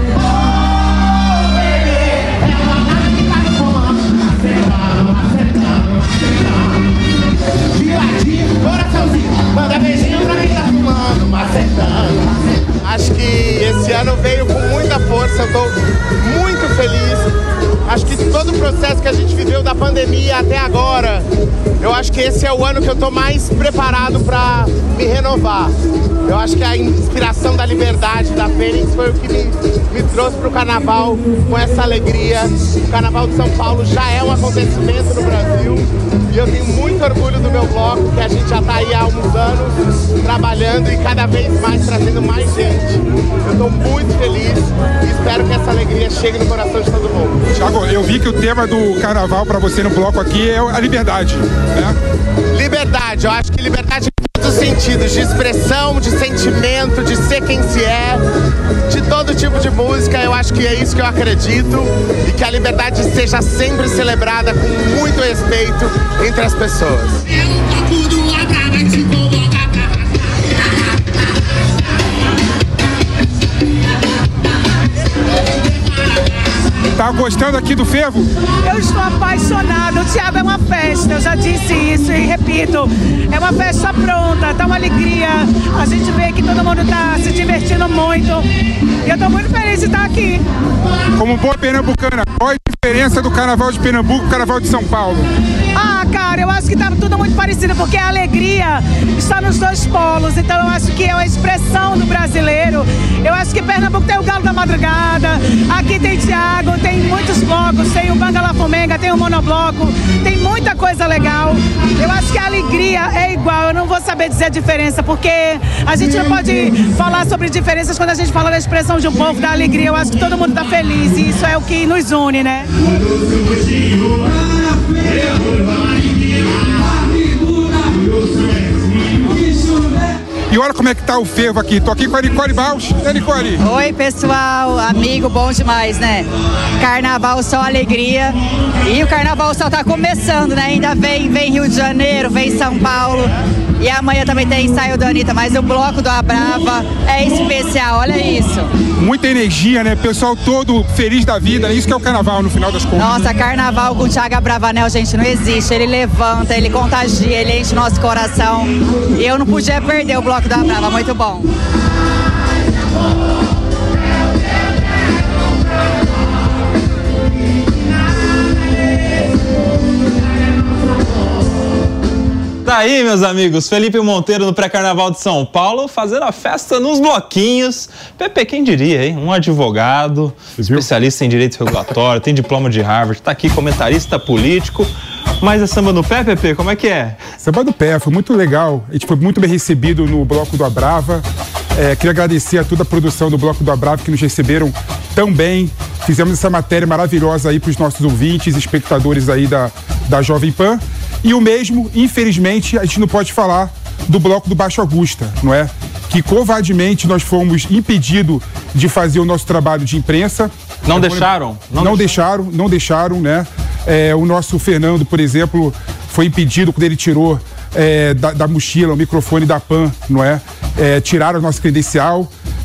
Manda beijinho pra quem tá fumando, macetando. Acho que esse ano veio com muita força, eu tô muito feliz. Acho que todo o processo que a gente viveu da pandemia até agora, eu acho que esse é o ano que eu tô mais preparado pra me renovar. Eu acho que a inspiração da liberdade da Fênix foi o que me, me trouxe pro carnaval com essa alegria. O Carnaval de São Paulo já é um acontecimento no Brasil e eu tenho muito orgulho do meu bloco, que a gente já tá aí há alguns anos trabalhando e cada vez mais trazendo mais gente. Eu tô muito feliz e espero que essa alegria chegue no coração de todo mundo. Thiago, eu vi que o tema do carnaval para você no bloco aqui é a liberdade, né? Liberdade, eu acho que liberdade em todos os sentidos, de expressão, de sentimento, de ser quem se é, de todo tipo de música. Eu acho que é isso que eu acredito e que a liberdade seja sempre celebrada com muito respeito entre as pessoas. Tá gostando aqui do fervo? Eu estou apaixonada. O Thiago é uma festa, eu já disse isso e repito. É uma festa pronta, tá uma alegria. A gente vê que todo mundo tá se divertindo muito. E eu tô muito feliz de estar aqui. Como boa pernambucana, qual é a diferença do Carnaval de Pernambuco e do Carnaval de São Paulo? Ah, cara, eu acho que tá tudo muito parecido, porque a alegria está nos dois polos. Então eu acho que é uma expressão do brasileiro. Eu acho que Pernambuco tem o Galo da Madrugada, aqui tem Thiago, tem muitos blocos, tem o Banga La Fomenga, tem o Monobloco, tem muita coisa legal. Eu acho que a alegria é igual, eu não vou saber dizer a diferença, porque a gente não pode falar sobre diferenças quando a gente fala da expressão de um povo, da alegria. Eu acho que todo mundo tá feliz e isso é o que nos une, né? E olha como é que tá o fervo aqui. Tô aqui com a Nicole Baus. E a Nicole? Oi, pessoal. Amigo, bom demais, né? Carnaval só alegria. E o carnaval só tá começando, né? Ainda vem, vem Rio de Janeiro, vem São Paulo. E amanhã também tem ensaio da Anitta, mas o bloco do A Brava é especial, olha isso. Muita energia, né? Pessoal todo feliz da vida, isso que é o carnaval no final das contas. Nossa, carnaval com o Thiago Abravanel, gente, não existe. Ele levanta, ele contagia, ele enche nosso coração. E eu não podia perder o bloco do A Brava, muito bom. Tá aí, meus amigos, Felipe Monteiro no pré-carnaval de São Paulo, fazendo a festa nos bloquinhos. Pepe, quem diria, hein? Um advogado, especialista em direito regulatório, tem diploma de Harvard, tá aqui comentarista político. Mas é samba no pé, Pepe? Como é que é? Samba no pé, foi muito legal. A gente foi muito bem recebido no Bloco do A Brava. É, queria agradecer a toda a produção do Bloco do A Brava que nos receberam tão bem. Fizemos essa matéria maravilhosa aí para os nossos ouvintes, espectadores aí da, da Jovem Pan. E o mesmo, infelizmente, a gente não pode falar do Bloco do Baixo Augusta, não é? Que covardemente nós fomos impedidos de fazer o nosso trabalho de imprensa. Não deixaram? Não, não deixaram, não deixaram, né? É, o nosso Fernando, por exemplo, foi impedido quando ele tirou é, da, da mochila o microfone da Pan, não é? É, tiraram a nossa credencial.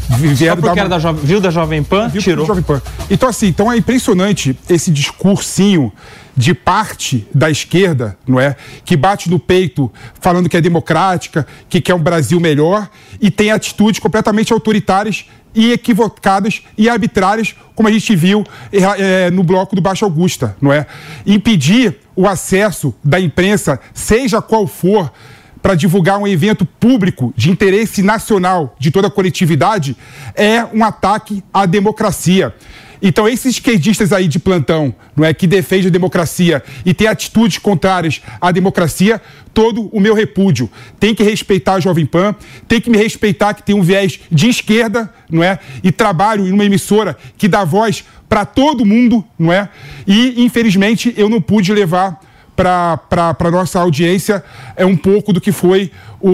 Só porque era da jo... viu da Jovem Pan, viu tirou. Jovem Pan. Então, assim, então é impressionante esse discursinho de parte da esquerda, não é? Que bate no peito falando que é democrática, que quer um Brasil melhor e tem atitudes completamente autoritárias e equivocadas e arbitrárias, como a gente viu é, no Bloco do Baixo Augusta, não é? Impedir o acesso da imprensa, seja qual for, para divulgar um evento público de interesse nacional de toda a coletividade, é um ataque à democracia. Então, esses esquerdistas aí de plantão, não é, que defendem a democracia e têm atitudes contrárias à democracia, todo o meu repúdio. Tem que respeitar a Jovem Pan, tem que me respeitar que tem um viés de esquerda, não é? E trabalho em uma emissora que dá voz para todo mundo, não é? E, infelizmente, eu não pude levar para a nossa audiência é um pouco do que foi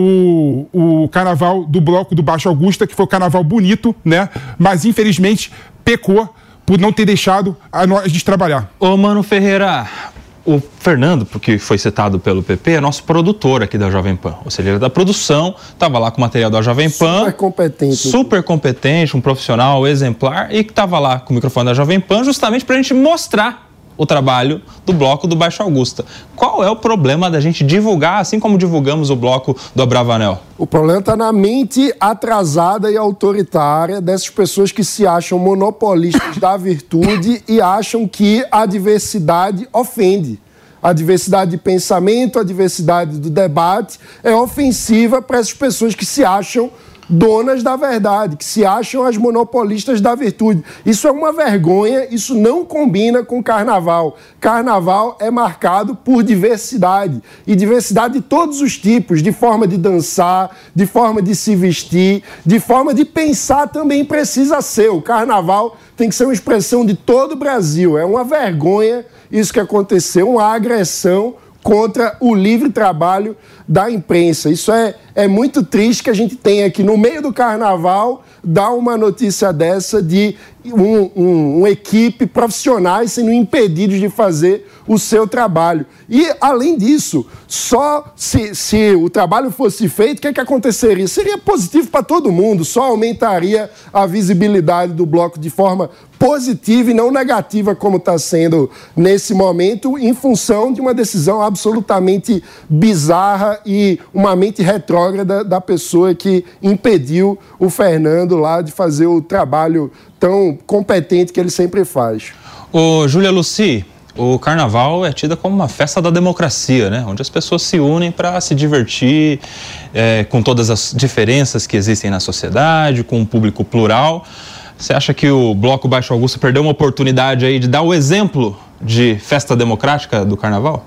o, o carnaval do Bloco do Baixo Augusta, que foi um carnaval bonito, né? Mas, infelizmente, pecou por não ter deixado a gente trabalhar. Ô, Mano Ferreira, o Fernando, porque foi citado pelo P P, é nosso produtor aqui da Jovem Pan. Ou seja, ele é da produção, estava lá com o material da Jovem Pan. Super competente. Super competente, um profissional exemplar, e que estava lá com o microfone da Jovem Pan justamente para a gente mostrar o trabalho do Bloco do Baixo Augusta. Qual é o problema da gente divulgar, assim como divulgamos o Bloco do Abravanel? O problema está na mente atrasada e autoritária dessas pessoas que se acham monopolistas da virtude e acham que a diversidade ofende. A diversidade de pensamento, a diversidade do debate é ofensiva para essas pessoas que se acham donas da verdade, que se acham as monopolistas da virtude. Isso é uma vergonha, isso não combina com carnaval. Carnaval é marcado por diversidade, e diversidade de todos os tipos, de forma de dançar, de forma de se vestir, de forma de pensar também precisa ser. O carnaval tem que ser uma expressão de todo o Brasil. É uma vergonha isso que aconteceu, uma agressão contra o livre trabalho da imprensa. Isso é, é muito triste que a gente tenha aqui no meio do carnaval dar uma notícia dessa de um, um, uma equipe profissionais sendo impedidos de fazer o seu trabalho. E, além disso, só se, se o trabalho fosse feito, o que é que aconteceria? Seria positivo para todo mundo, só aumentaria a visibilidade do bloco de forma positiva e não negativa, como está sendo nesse momento, em função de uma decisão absolutamente bizarra e uma mente retrógrada da pessoa que impediu o Fernando lá de fazer o trabalho tão competente que ele sempre faz. Ô, Júlia Luci, o carnaval é tido como uma festa da democracia, né? Onde as pessoas se unem para se divertir, é, com todas as diferenças que existem na sociedade, com um público plural. Você acha que o Bloco Baixo Augusta perdeu uma oportunidade aí de dar o exemplo de festa democrática do carnaval?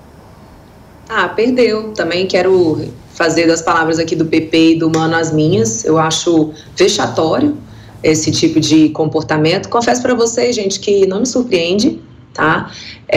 Ah, perdeu. Também quero fazer das palavras aqui do P P e do Mano as minhas. Eu acho vexatório esse tipo de comportamento. Confesso para vocês, gente, que não me surpreende, tá?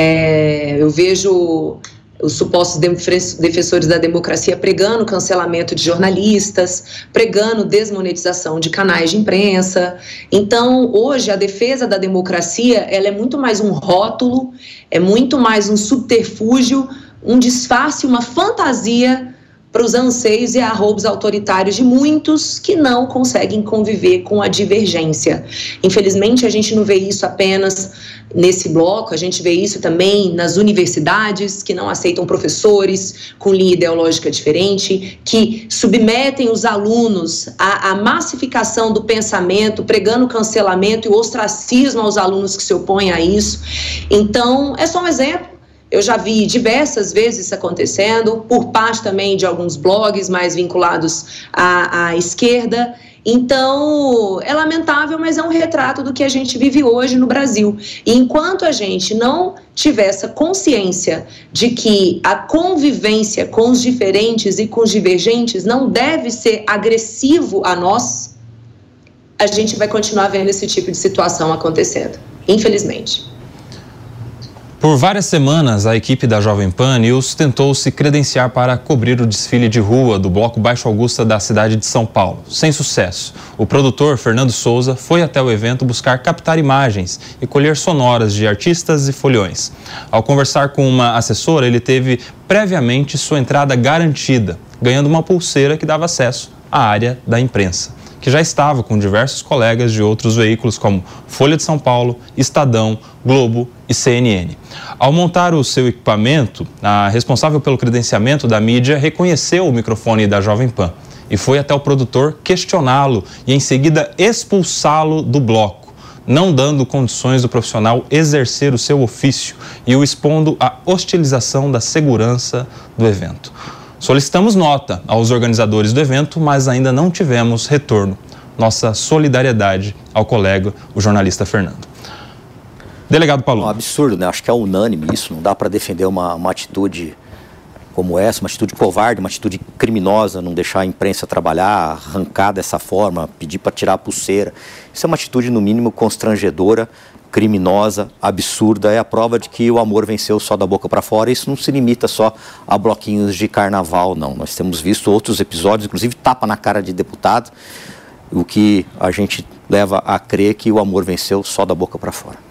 É, eu vejo os supostos defensores da democracia pregando cancelamento de jornalistas, pregando desmonetização de canais de imprensa. Então, hoje, a defesa da democracia, ela é muito mais um rótulo, é muito mais um subterfúgio, um disfarce, uma fantasia para os anseios e arroubos autoritários de muitos que não conseguem conviver com a divergência. Infelizmente, a gente não vê isso apenas nesse bloco, a gente vê isso também nas universidades, que não aceitam professores com linha ideológica diferente, que submetem os alunos à, à massificação do pensamento, pregando cancelamento e o ostracismo aos alunos que se opõem a isso. Então, é só um exemplo. Eu já vi diversas vezes isso acontecendo, por parte também de alguns blogs mais vinculados à, à esquerda. Então, é lamentável, mas é um retrato do que a gente vive hoje no Brasil. E enquanto a gente não tiver essa consciência de que a convivência com os diferentes e com os divergentes não deve ser agressivo a nós, a gente vai continuar vendo esse tipo de situação acontecendo. infelizmente. Por várias semanas, a equipe da Jovem Pan News tentou se credenciar para cobrir o desfile de rua do Bloco Baixo Augusta da cidade de São Paulo. Sem sucesso. O produtor, Fernando Souza, foi até o evento buscar captar imagens e colher sonoras de artistas e foliões. Ao conversar com uma assessora, ele teve previamente sua entrada garantida, ganhando uma pulseira que dava acesso à área da imprensa, que já estava com diversos colegas de outros veículos como Folha de São Paulo, Estadão, Globo e C N N. Ao montar o seu equipamento, a responsável pelo credenciamento da mídia reconheceu o microfone da Jovem Pan e foi até o produtor questioná-lo e em seguida expulsá-lo do bloco, não dando condições do profissional exercer o seu ofício e o expondo à hostilização da segurança do evento. Solicitamos nota aos organizadores do evento, mas ainda não tivemos retorno. Nossa solidariedade ao colega, o jornalista Fernando. Delegado Paulo. É um absurdo, né? Acho que é unânime isso. Não dá para defender uma, uma atitude como essa, uma atitude covarde, uma atitude criminosa, não deixar a imprensa trabalhar, arrancar dessa forma, pedir para tirar a pulseira. Isso é uma atitude, no mínimo, constrangedora, criminosa, absurda. É a prova de que o amor venceu só da boca para fora. Isso não se limita só a bloquinhos de carnaval, não. Nós temos visto outros episódios, inclusive tapa na cara de deputado, o que a gente leva a crer que o amor venceu só da boca para fora.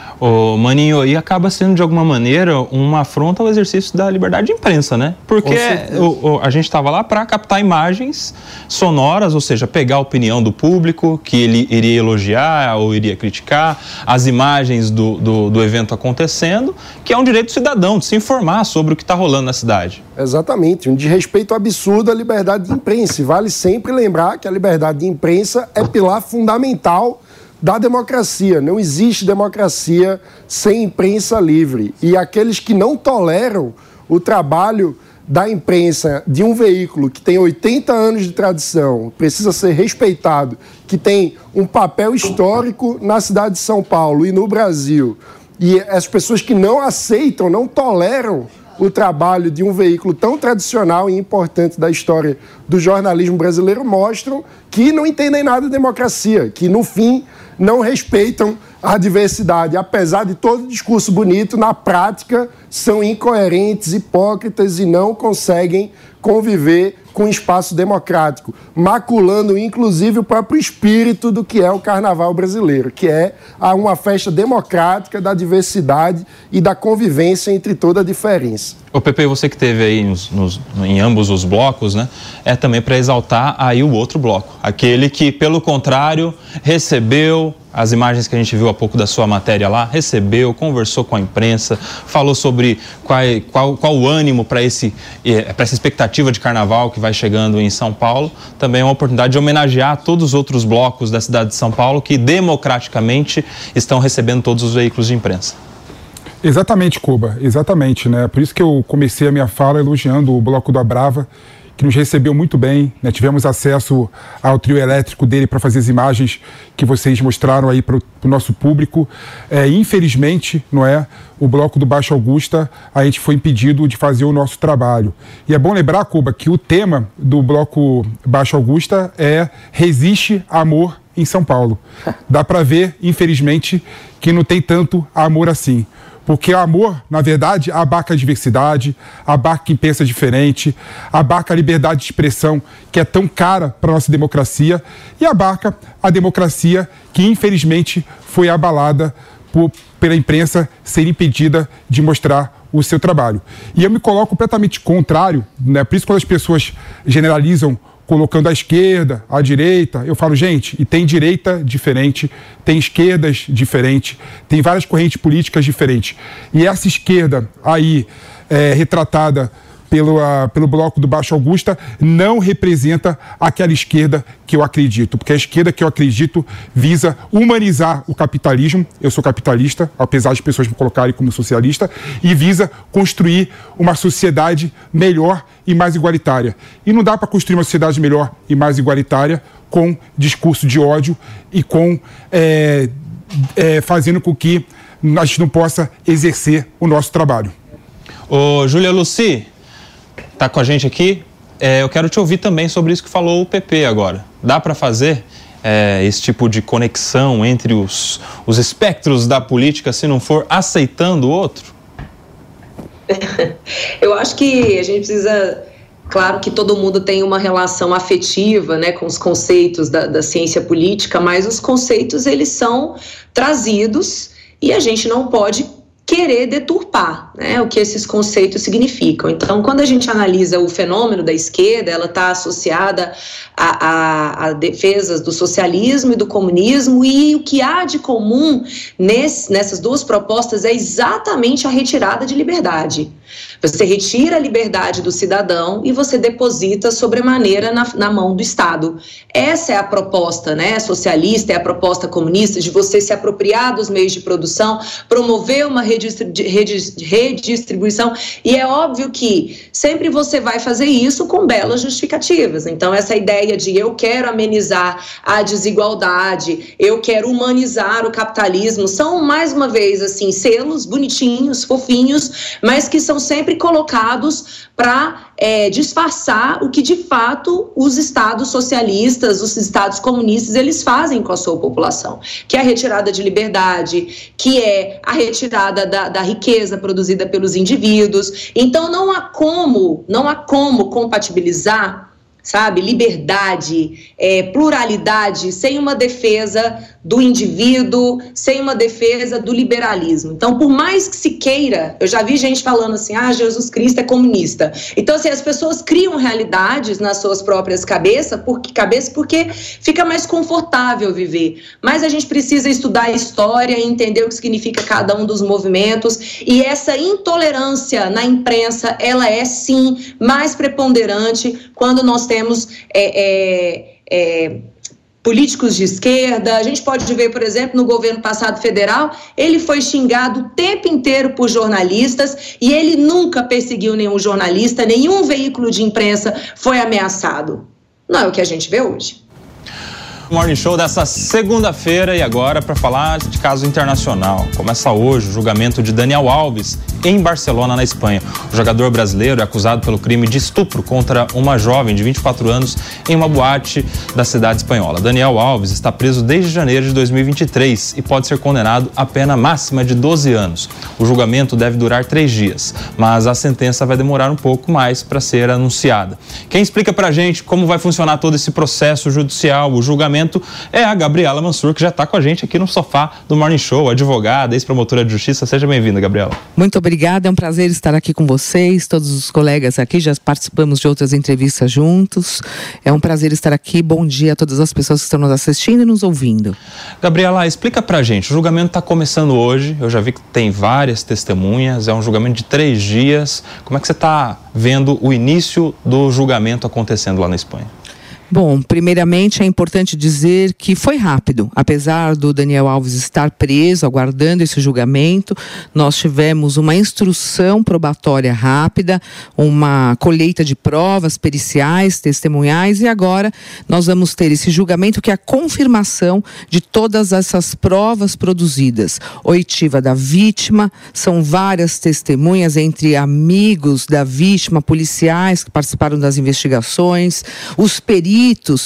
Ô, Maninho, e acaba sendo de alguma maneira uma afronta ao exercício da liberdade de imprensa, né? Porque o, o, a gente estava lá para captar imagens sonoras, ou seja, pegar a opinião do público, que ele iria elogiar ou iria criticar, as imagens do, do, do evento acontecendo, que é um direito do cidadão de se informar sobre o que está rolando na cidade. Exatamente, um desrespeito absurdo à liberdade de imprensa. E vale sempre lembrar que a liberdade de imprensa é pilar fundamental da democracia. Não existe democracia sem imprensa livre. E aqueles que não toleram o trabalho da imprensa de um veículo que tem oitenta anos de tradição, precisa ser respeitado, que tem um papel histórico na cidade de São Paulo e no Brasil, e as pessoas que não aceitam, não toleram o trabalho de um veículo tão tradicional e importante da história do jornalismo brasileiro, mostram que não entendem nada de democracia, que no fim não respeitam a diversidade. Apesar de todo discurso bonito, na prática são incoerentes, hipócritas e não conseguem conviver com o espaço democrático, maculando inclusive o próprio espírito do que é o carnaval brasileiro, que é uma festa democrática da diversidade e da convivência entre toda a diferença. O Pepe, você que teve aí nos, nos, em ambos os blocos, né, é também para exaltar aí o outro bloco, aquele que, pelo contrário, recebeu as imagens que a gente viu há pouco da sua matéria lá, recebeu, conversou com a imprensa, falou sobre qual, qual, qual o ânimo para esse, para essa expectativa de carnaval que vai chegando em São Paulo. Também é uma oportunidade de homenagear todos os outros blocos da cidade de São Paulo que democraticamente estão recebendo todos os veículos de imprensa. Exatamente, Cuba, exatamente, né? Por isso que eu comecei a minha fala elogiando o Bloco do Abrava, que nos recebeu muito bem, né? Tivemos acesso ao trio elétrico dele para fazer as imagens que vocês mostraram aí para o nosso público. É, infelizmente, não é, o Bloco do Baixo Augusta, a gente foi impedido de fazer o nosso trabalho. E é bom lembrar, Cuba, que o tema do Bloco Baixo Augusta é Resiste Amor em São Paulo. Dá para ver, infelizmente, que não tem tanto amor assim. Porque o amor, na verdade, abarca a diversidade, abarca quem pensa diferente, abarca a liberdade de expressão, que é tão cara para a nossa democracia, e abarca a democracia que, infelizmente, foi abalada por, pela imprensa ser impedida de mostrar o seu trabalho. E eu me coloco completamente contrário, né? Por isso, quando as pessoas generalizam colocando a esquerda, a direita, eu falo, gente, e tem direita diferente, tem esquerdas diferentes, tem várias correntes políticas diferentes. E essa esquerda aí, é, retratada pelo, a, pelo Bloco do Baixo Augusta, não representa aquela esquerda que eu acredito, porque a esquerda que eu acredito visa humanizar o capitalismo, eu sou capitalista, apesar de pessoas me colocarem como socialista, e visa construir uma sociedade melhor e mais igualitária. E não dá para construir uma sociedade melhor e mais igualitária com discurso de ódio e com é, é, fazendo com que a gente não possa exercer o nosso trabalho. Ô, Júlia Luci, tá com a gente aqui? é, eu quero te ouvir também sobre isso que falou o P P agora. Dá para fazer é, esse tipo de conexão entre os, os espectros da política se não for aceitando o outro? Eu acho que a gente precisa... Claro que todo mundo tem uma relação afetiva, né, com os conceitos da, da ciência política, mas os conceitos, eles são trazidos e a gente não pode querer deturpar, né, o que esses conceitos significam. Então, quando a gente analisa o fenômeno da esquerda, ela está associada a, a, a defesas do socialismo e do comunismo, e o que há de comum nesse, nessas duas propostas é exatamente a retirada de liberdade. Você retira a liberdade do cidadão e você deposita sobremaneira na, na mão do Estado. Essa é a proposta, né, socialista, é a proposta comunista de você se apropriar dos meios de produção, promover uma redistribuição, e é óbvio que sempre você vai fazer isso com belas justificativas. Então, essa ideia de eu quero amenizar a desigualdade, eu quero humanizar o capitalismo, são, mais uma vez, assim, selos bonitinhos, fofinhos, mas que são sempre colocados para é, disfarçar o que de fato os estados socialistas, os estados comunistas, eles fazem com a sua população, que é a retirada de liberdade, que é a retirada da, da riqueza produzida pelos indivíduos. Então não há como, não há como compatibilizar, sabe, liberdade, é, pluralidade, sem uma defesa do indivíduo, sem uma defesa do liberalismo. Então, por mais que se queira, eu já vi gente falando assim, ah, Jesus Cristo é comunista. Então, assim, as pessoas criam realidades nas suas próprias cabeças, porque, cabeça, porque fica mais confortável viver. Mas a gente precisa estudar a história e entender o que significa cada um dos movimentos, e essa intolerância na imprensa, ela é, sim, mais preponderante quando nós temos... É, é, é, políticos de esquerda. A gente pode ver, por exemplo, no governo passado federal, ele foi xingado o tempo inteiro por jornalistas e ele nunca perseguiu nenhum jornalista, nenhum veículo de imprensa foi ameaçado. Não é o que a gente vê hoje. Morning Show dessa segunda-feira, e agora para falar de caso internacional. Começa hoje o julgamento de Daniel Alves em Barcelona, na Espanha. O jogador brasileiro é acusado pelo crime de estupro contra uma jovem de vinte e quatro anos em uma boate da cidade espanhola. Daniel Alves está preso desde janeiro de dois mil e vinte e três e pode ser condenado à pena máxima de doze anos. O julgamento deve durar três dias, mas a sentença vai demorar um pouco mais para ser anunciada. Quem explica para a gente como vai funcionar todo esse processo judicial, o julgamento, é a Gabriela Mansur, que já está com a gente aqui no sofá do Morning Show, advogada, ex-promotora de justiça. Seja bem-vinda, Gabriela. Muito obrigada, é um prazer estar aqui com vocês, todos os colegas aqui, já participamos de outras entrevistas juntos. É um prazer estar aqui, bom dia a todas as pessoas que estão nos assistindo e nos ouvindo. Gabriela, explica pra gente, o julgamento está começando hoje, eu já vi que tem várias testemunhas, é um julgamento de três dias. Como é que você está vendo o início do julgamento acontecendo lá na Espanha? Bom, primeiramente é importante dizer que foi rápido. Apesar do Daniel Alves estar preso, aguardando esse julgamento, nós tivemos uma instrução probatória rápida, uma colheita de provas periciais, testemunhais, e agora nós vamos ter esse julgamento que é a confirmação de todas essas provas produzidas. Oitiva da vítima, são várias testemunhas entre amigos da vítima, policiais que participaram das investigações, os peritos,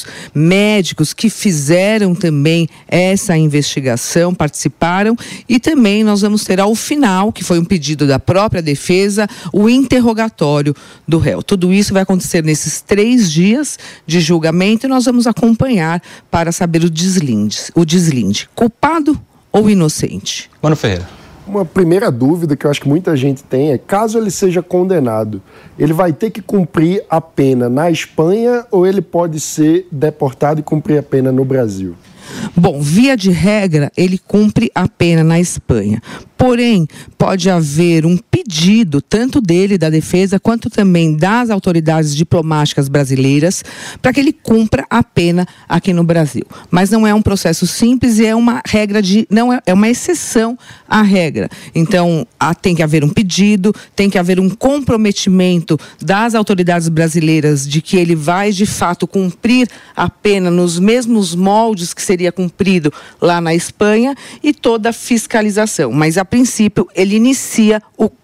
médicos que fizeram também essa investigação, participaram, e também nós vamos ter ao final, que foi um pedido da própria defesa, o interrogatório do réu. Tudo isso vai acontecer nesses três dias de julgamento e nós vamos acompanhar para saber o deslinde, o deslinde, culpado ou inocente. Mano Ferreira. Uma primeira dúvida que eu acho que muita gente tem é, caso ele seja condenado, ele vai ter que cumprir a pena na Espanha ou ele pode ser deportado e cumprir a pena no Brasil? Bom, via de regra, ele cumpre a pena na Espanha. Porém, pode haver um pedido, tanto dele, da defesa, quanto também das autoridades diplomáticas brasileiras, para que ele cumpra a pena aqui no Brasil. Mas não é um processo simples e é uma regra de... não é, é uma exceção à regra. Então, há, tem que haver um pedido, tem que haver um comprometimento das autoridades brasileiras de que ele vai, de fato, cumprir a pena nos mesmos moldes que seria cumprido lá na Espanha, e toda a fiscalização. Mas, a princípio, ele inicia o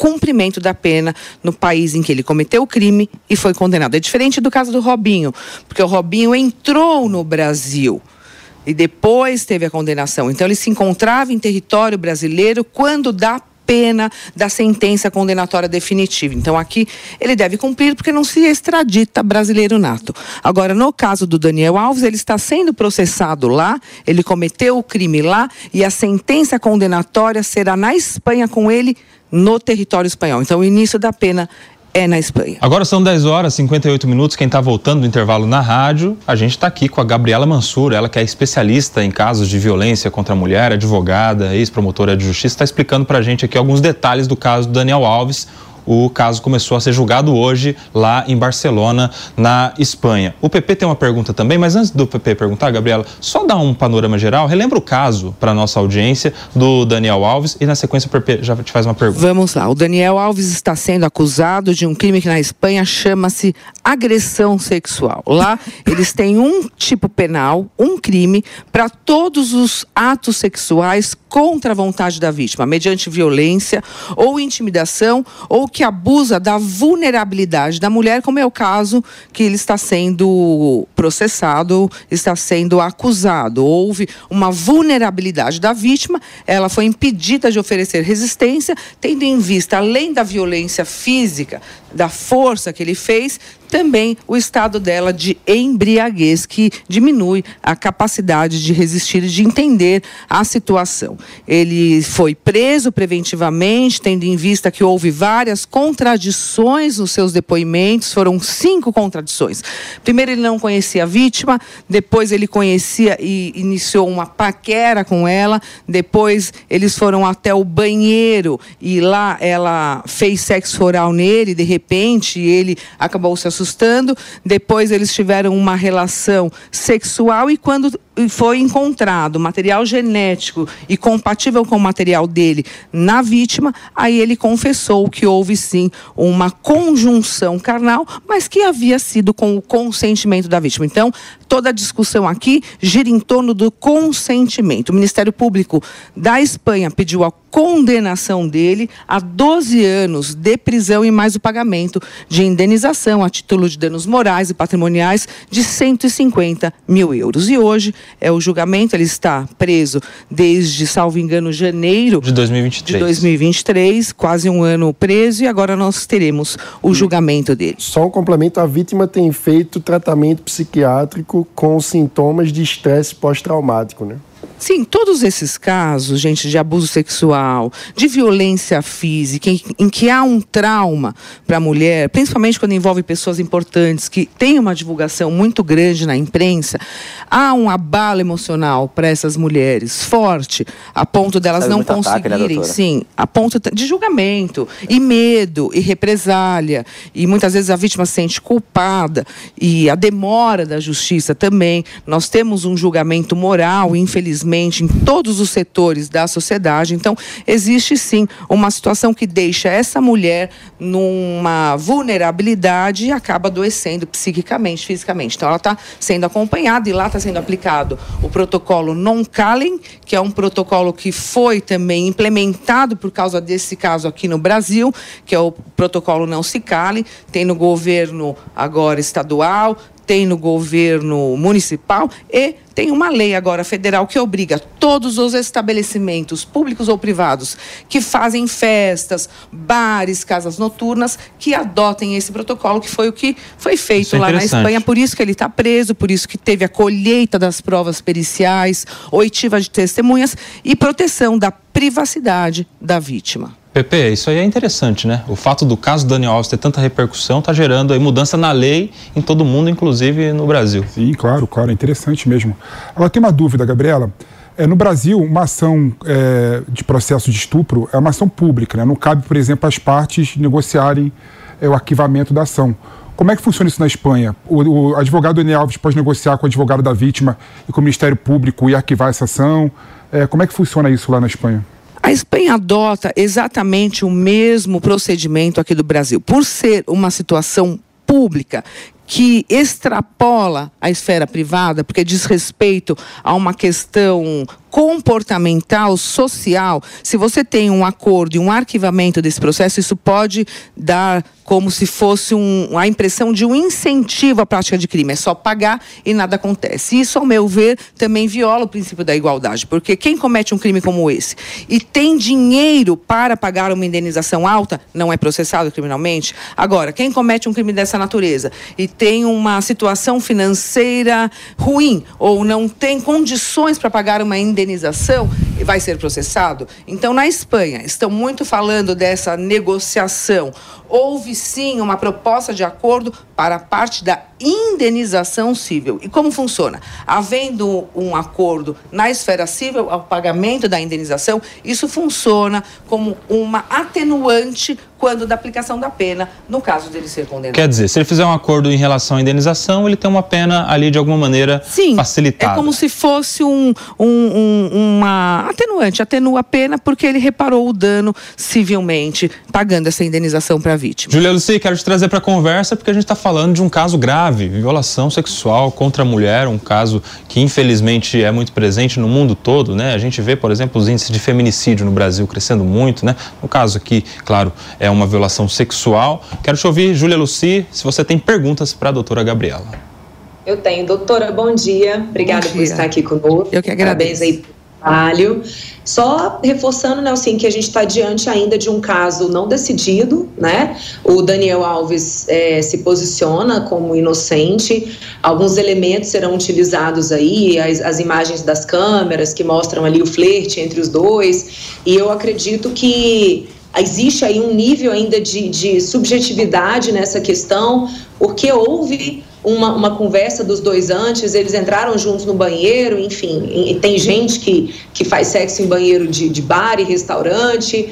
cumprimento da pena no país em que ele cometeu o crime e foi condenado. É diferente do caso do Robinho, porque o Robinho entrou no Brasil e depois teve a condenação. Então ele se encontrava em território brasileiro quando da pena da sentença condenatória definitiva. Então aqui ele deve cumprir porque não se extradita brasileiro nato. Agora, no caso do Daniel Alves, ele está sendo processado lá, ele cometeu o crime lá e a sentença condenatória será na Espanha com ele no território espanhol. Então o início da pena é na Espanha. Agora são dez horas e cinquenta e oito minutos. Quem está voltando do intervalo na rádio, a gente está aqui com a Gabriela Mansur, ela que é especialista em casos de violência contra a mulher, advogada, ex-promotora de justiça, está explicando para a gente aqui alguns detalhes do caso do Daniel Alves. O caso começou a ser julgado hoje lá em Barcelona, na Espanha. O P P tem uma pergunta também, mas antes do P P perguntar, Gabriela, só dá um panorama geral, relembra o caso para a nossa audiência do Daniel Alves e na sequência o P P já te faz uma pergunta. Vamos lá, o Daniel Alves está sendo acusado de um crime que na Espanha chama-se agressão sexual. Lá eles têm um tipo penal, um crime para todos os atos sexuais contra a vontade da vítima, mediante violência ou intimidação ou que abusa da vulnerabilidade da mulher, como é o caso que ele está sendo processado, está sendo acusado. Houve uma vulnerabilidade da vítima, ela foi impedida de oferecer resistência, tendo em vista, além da violência física, da força que ele fez, também o estado dela de embriaguez, que diminui a capacidade de resistir e de entender a situação. Ele foi preso preventivamente, tendo em vista que houve várias contradições nos seus depoimentos, foram cinco contradições. Primeiro, ele não conhecia a vítima, depois ele conhecia e iniciou uma paquera com ela, depois eles foram até o banheiro e lá ela fez sexo oral nele, de repente ele acabou se assustando, depois eles tiveram uma relação sexual e quando foi encontrado material genético e compatível com o material dele na vítima, aí ele confessou que houve sim uma conjunção carnal, mas que havia sido com o consentimento da vítima. Então, toda a discussão aqui gira em torno do consentimento. O Ministério Público da Espanha pediu a condenação dele a doze anos de prisão e mais o pagamento de indenização a título de danos morais e patrimoniais de cento e cinquenta mil euros. E hoje é o julgamento, ele está preso desde, salvo engano, janeiro de dois mil e vinte e três. De dois mil e vinte e três, quase um ano preso, e agora nós teremos o julgamento dele. Só um complemento, a vítima tem feito tratamento psiquiátrico com sintomas de estresse pós-traumático, né? Sim, todos esses casos, gente, de abuso sexual, de violência física, em, em que há um trauma para a mulher, principalmente quando envolve pessoas importantes, que tem uma divulgação muito grande na imprensa, há um abalo emocional para essas mulheres forte, a ponto delas Sabe não conseguirem, ataque, né, sim, a ponto de julgamento, e medo, e represália, e muitas vezes a vítima se sente culpada, e a demora da justiça também. Nós temos um julgamento moral, infelizmente, em todos os setores da sociedade. Então, existe sim uma situação que deixa essa mulher numa vulnerabilidade e acaba adoecendo psiquicamente, fisicamente. Então, ela está sendo acompanhada e lá está sendo aplicado o protocolo Non-Calem, que é um protocolo que foi também implementado por causa desse caso aqui no Brasil, que é o protocolo Não Se Calem, tem no governo agora estadual, tem no governo municipal e tem uma lei agora federal que obriga todos os estabelecimentos públicos ou privados que fazem festas, bares, casas noturnas, que adotem esse protocolo, que foi o que foi feito lá na Espanha. Por isso que ele está preso, por isso que teve a colheita das provas periciais, oitiva de testemunhas e proteção da privacidade da vítima. Pepe, isso aí é interessante, né? O fato do caso Daniel Alves ter tanta repercussão está gerando aí mudança na lei em todo mundo, inclusive no Brasil. Sim, claro, claro, é interessante mesmo. Agora, tem uma dúvida, Gabriela. É, no Brasil, uma ação é, de processo de estupro é uma ação pública, né? Não cabe, por exemplo, às partes negociarem é, o arquivamento da ação. Como é que funciona isso na Espanha? O, o advogado Daniel Alves pode negociar com o advogado da vítima e com o Ministério Público e arquivar essa ação? É, como é que funciona isso lá na Espanha? A Espanha adota exatamente o mesmo procedimento aqui do Brasil. Por ser uma situação pública que extrapola a esfera privada, porque diz respeito a uma questão comportamental, social. Se você tem um acordo e um arquivamento desse processo, isso pode dar como se fosse um, a impressão de um incentivo à prática de crime. É só pagar e nada acontece. Isso, ao meu ver, também viola o princípio da igualdade, porque quem comete um crime como esse e tem dinheiro para pagar uma indenização alta, não é processado criminalmente. Agora, quem comete um crime dessa natureza e tem uma situação financeira ruim ou não tem condições para pagar uma indenização, vai ser processado. Então, na Espanha, estão muito falando dessa negociação. Houve sim uma proposta de acordo para a parte da indenização civil. E como funciona? Havendo um acordo na esfera civil ao pagamento da indenização, isso funciona como uma atenuante quando da aplicação da pena, no caso dele ser condenado. Quer dizer, se ele fizer um acordo em relação à indenização, ele tem uma pena ali de alguma maneira Sim, facilitada. É como se fosse um, um, um, uma atenuante, atenua a pena porque ele reparou o dano civilmente, pagando essa indenização para a vítima. Júlia Lucy, quero te trazer para a conversa porque a gente está falando de um caso grave, violação sexual contra a mulher, um caso que infelizmente é muito presente no mundo todo, né? A gente vê, por exemplo, os índices de feminicídio no Brasil crescendo muito, né? No caso aqui, claro, é uma violação sexual. Quero te ouvir, Júlia Lucy, se você tem perguntas para a doutora Gabriela. Eu tenho. Doutora, bom dia. Obrigada por estar aqui conosco. Eu que agradeço. Parabéns aí pelo trabalho. Só reforçando, Nelson, que a gente está diante ainda de um caso não decidido, né? O Daniel Alves é, se posiciona como inocente, alguns elementos serão utilizados aí, as, as imagens das câmeras que mostram ali o flerte entre os dois, e eu acredito que existe aí um nível ainda de, de subjetividade nessa questão, porque houve uma, uma conversa dos dois antes, eles entraram juntos no banheiro, enfim, e tem gente que, que faz sexo em banheiro de, de bar e restaurante,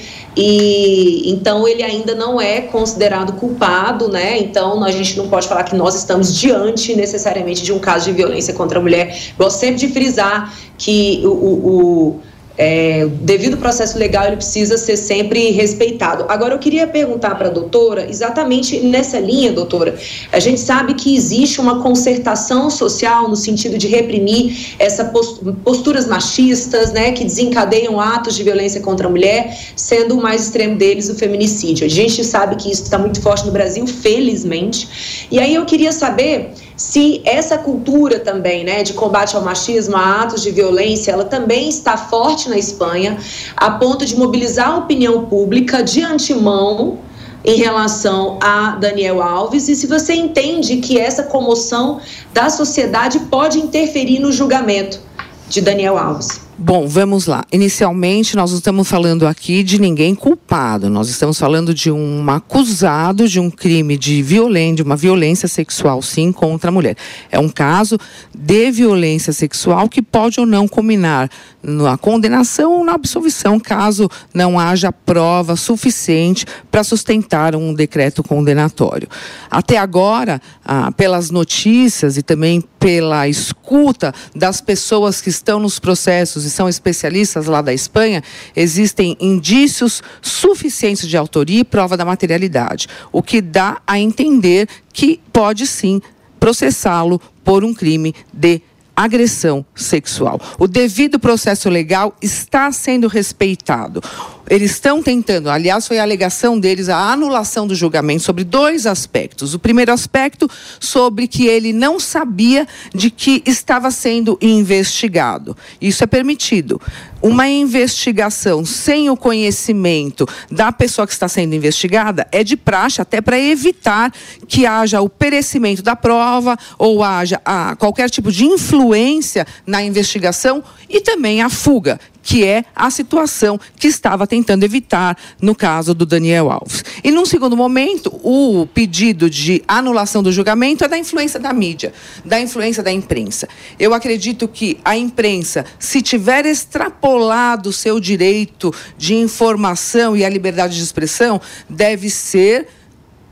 e então ele ainda não é considerado culpado, né? Então a gente não pode falar que nós estamos diante necessariamente de um caso de violência contra a mulher. Gosto sempre de frisar que o, o, o É, devido ao processo legal, ele precisa ser sempre respeitado. Agora, eu queria perguntar para a doutora, exatamente nessa linha, doutora, a gente sabe que existe uma concertação social no sentido de reprimir essas posturas machistas, né, que desencadeiam atos de violência contra a mulher, sendo o mais extremo deles o feminicídio. A gente sabe que isso está muito forte no Brasil, felizmente. E aí eu queria saber se essa cultura também, né, de combate ao machismo, a atos de violência, ela também está forte na Espanha, a ponto de mobilizar a opinião pública de antemão em relação a Daniel Alves, e se você entende que essa comoção da sociedade pode interferir no julgamento de Daniel Alves. Bom, vamos lá. Inicialmente, nós não estamos falando aqui de ninguém culpado. Nós estamos falando de um acusado de um crime de violência, de uma violência sexual, sim, contra a mulher. É um caso de violência sexual que pode ou não culminar na condenação ou na absolvição, caso não haja prova suficiente para sustentar um decreto condenatório. Até agora, ah, pelas notícias e também pela escuta das pessoas que estão nos processos e são especialistas lá da Espanha, existem indícios suficientes de autoria e prova da materialidade, o que dá a entender que pode sim processá-lo por um crime de agressão sexual. O devido processo legal está sendo respeitado. Eles estão tentando, aliás, foi a alegação deles, a anulação do julgamento sobre dois aspectos. O primeiro aspecto, sobre que ele não sabia de que estava sendo investigado. Isso é permitido. Uma investigação sem o conhecimento da pessoa que está sendo investigada é de praxe, até para evitar que haja o perecimento da prova ou haja a, qualquer tipo de influência na investigação e também a fuga, que é a situação que estava tentando evitar no caso do Daniel Alves. E num segundo momento, o pedido de anulação do julgamento é da influência da mídia, da influência da imprensa. Eu acredito que a imprensa, se tiver extrapolado o seu direito de informação e a liberdade de expressão, deve ser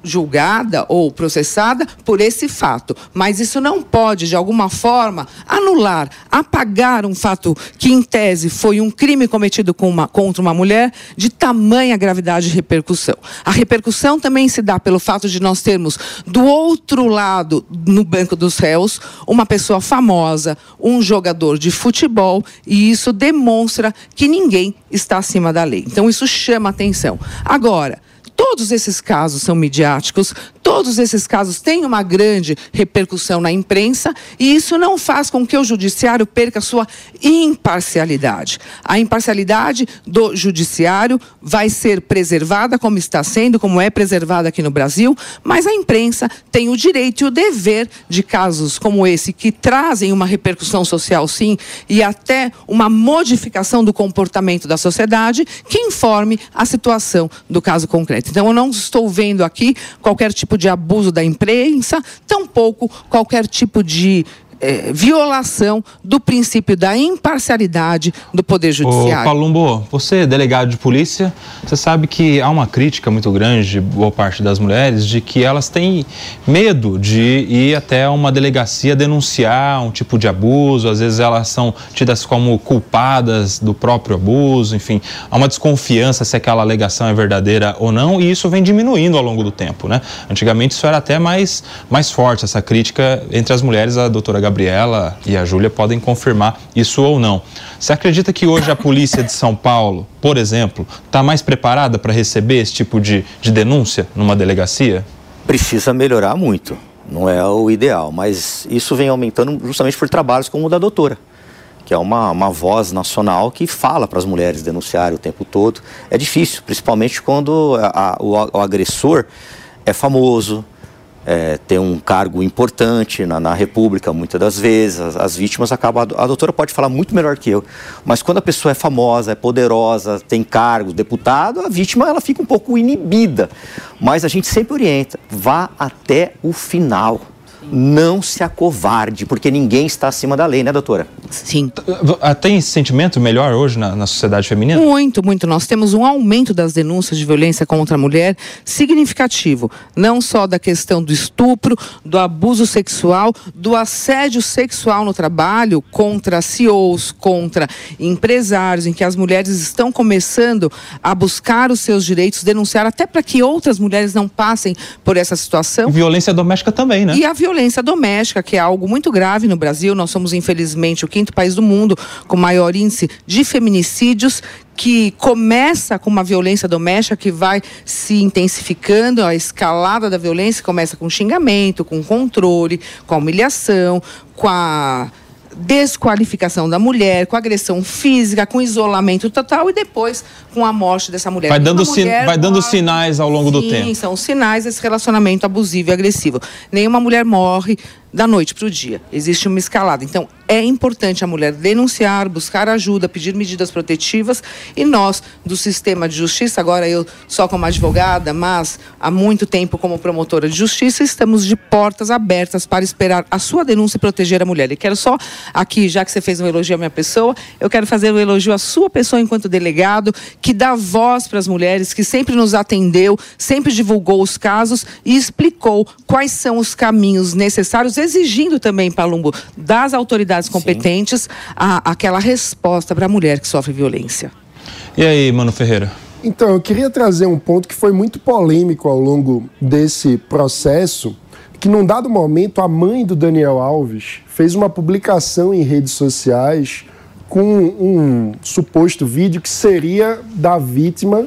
julgada ou processada por esse fato, mas isso não pode, de alguma forma, anular, apagar um fato que, em tese, foi um crime cometido com uma, contra uma mulher de tamanha gravidade e repercussão. A repercussão também se dá pelo fato de nós termos, do outro lado, no banco dos réus, uma pessoa famosa, um jogador de futebol, e isso demonstra que ninguém está acima da lei. Então, isso chama atenção. Agora, todos esses casos são midiáticos, todos esses casos têm uma grande repercussão na imprensa, e isso não faz com que o judiciário perca sua imparcialidade. A imparcialidade do judiciário vai ser preservada, como está sendo, como é preservada aqui no Brasil, mas a imprensa tem o direito e o dever de casos como esse, que trazem uma repercussão social, sim, e até uma modificação do comportamento da sociedade, que informe a situação do caso concreto. Então, eu não estou vendo aqui qualquer tipo de abuso da imprensa, tampouco qualquer tipo de é, violação do princípio da imparcialidade do Poder Judiciário. Ô, Palumbo, você é delegado de polícia, você sabe que há uma crítica muito grande de boa parte das mulheres de que elas têm medo de ir até uma delegacia denunciar um tipo de abuso, às vezes elas são tidas como culpadas do próprio abuso, enfim, há uma desconfiança se aquela alegação é verdadeira ou não, e isso vem diminuindo ao longo do tempo, né? Antigamente isso era até mais, mais forte, essa crítica entre as mulheres. A doutora Gabriela e a Júlia podem confirmar isso ou não. Você acredita que hoje a polícia de São Paulo, por exemplo, está mais preparada para receber esse tipo de, de denúncia numa delegacia? Precisa melhorar muito, não é o ideal, mas isso vem aumentando justamente por trabalhos como o da doutora, que é uma, uma voz nacional que fala para as mulheres denunciarem o tempo todo. É difícil, principalmente quando a, a, o, o agressor é famoso, É, tem um cargo importante na, na República, muitas das vezes, as, as vítimas acabam, a, a doutora pode falar muito melhor que eu, mas quando a pessoa é famosa, é poderosa, tem cargo, deputado, a vítima ela fica um pouco inibida, mas a gente sempre orienta, vá até o final. Não se acovarde, porque ninguém está acima da lei, né, doutora? Sim. Tem esse sentimento melhor hoje na, na sociedade feminina? Muito, muito. Nós temos um aumento das denúncias de violência contra a mulher significativo. Não só da questão do estupro, do abuso sexual, do assédio sexual no trabalho contra C E Os, contra empresários, em que as mulheres estão começando a buscar os seus direitos, denunciar até para que outras mulheres não passem por essa situação. E violência doméstica também, né? E a violência doméstica, que é algo muito grave no Brasil. Nós somos, infelizmente, o quinto país do mundo com maior índice de feminicídios, que começa com uma violência doméstica que vai se intensificando. A escalada da violência começa com xingamento, com controle, com a humilhação, com a desqualificação da mulher, com agressão física, com isolamento total e depois com a morte dessa mulher. Vai dando, sin vai dando morre... sinais ao longo Sim, do tempo. Sim, são sinais desse relacionamento abusivo e agressivo. Nenhuma mulher morre da noite para o dia. Existe uma escalada. Então, é importante a mulher denunciar, buscar ajuda, pedir medidas protetivas, e nós, do sistema de justiça, agora eu só como advogada, mas há muito tempo como promotora de justiça, estamos de portas abertas para esperar a sua denúncia e proteger a mulher. E quero só aqui, já que você fez um elogio à minha pessoa, eu quero fazer um elogio à sua pessoa enquanto delegado, que dá voz para as mulheres, que sempre nos atendeu, sempre divulgou os casos e explicou quais são os caminhos necessários, exigindo também, Palumbo, das autoridades competentes a, aquela resposta para a mulher que sofre violência. E aí, Mano Ferreira? Então, eu queria trazer um ponto que foi muito polêmico ao longo desse processo, que num dado momento a mãe do Daniel Alves fez uma publicação em redes sociais com um suposto vídeo que seria da vítima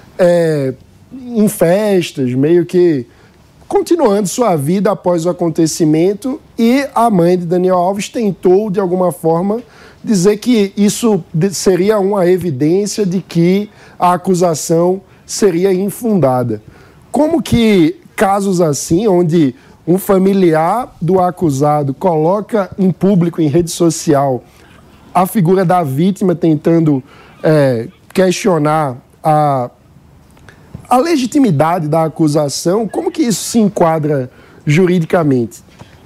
é, em festas, meio que continuando sua vida após o acontecimento, e a mãe de Daniel Alves tentou, de alguma forma, dizer que isso seria uma evidência de que a acusação seria infundada. Como que casos assim, onde um familiar do acusado coloca em público, em rede social, a figura da vítima tentando é, questionar a a legitimidade da acusação, como que isso se enquadra juridicamente?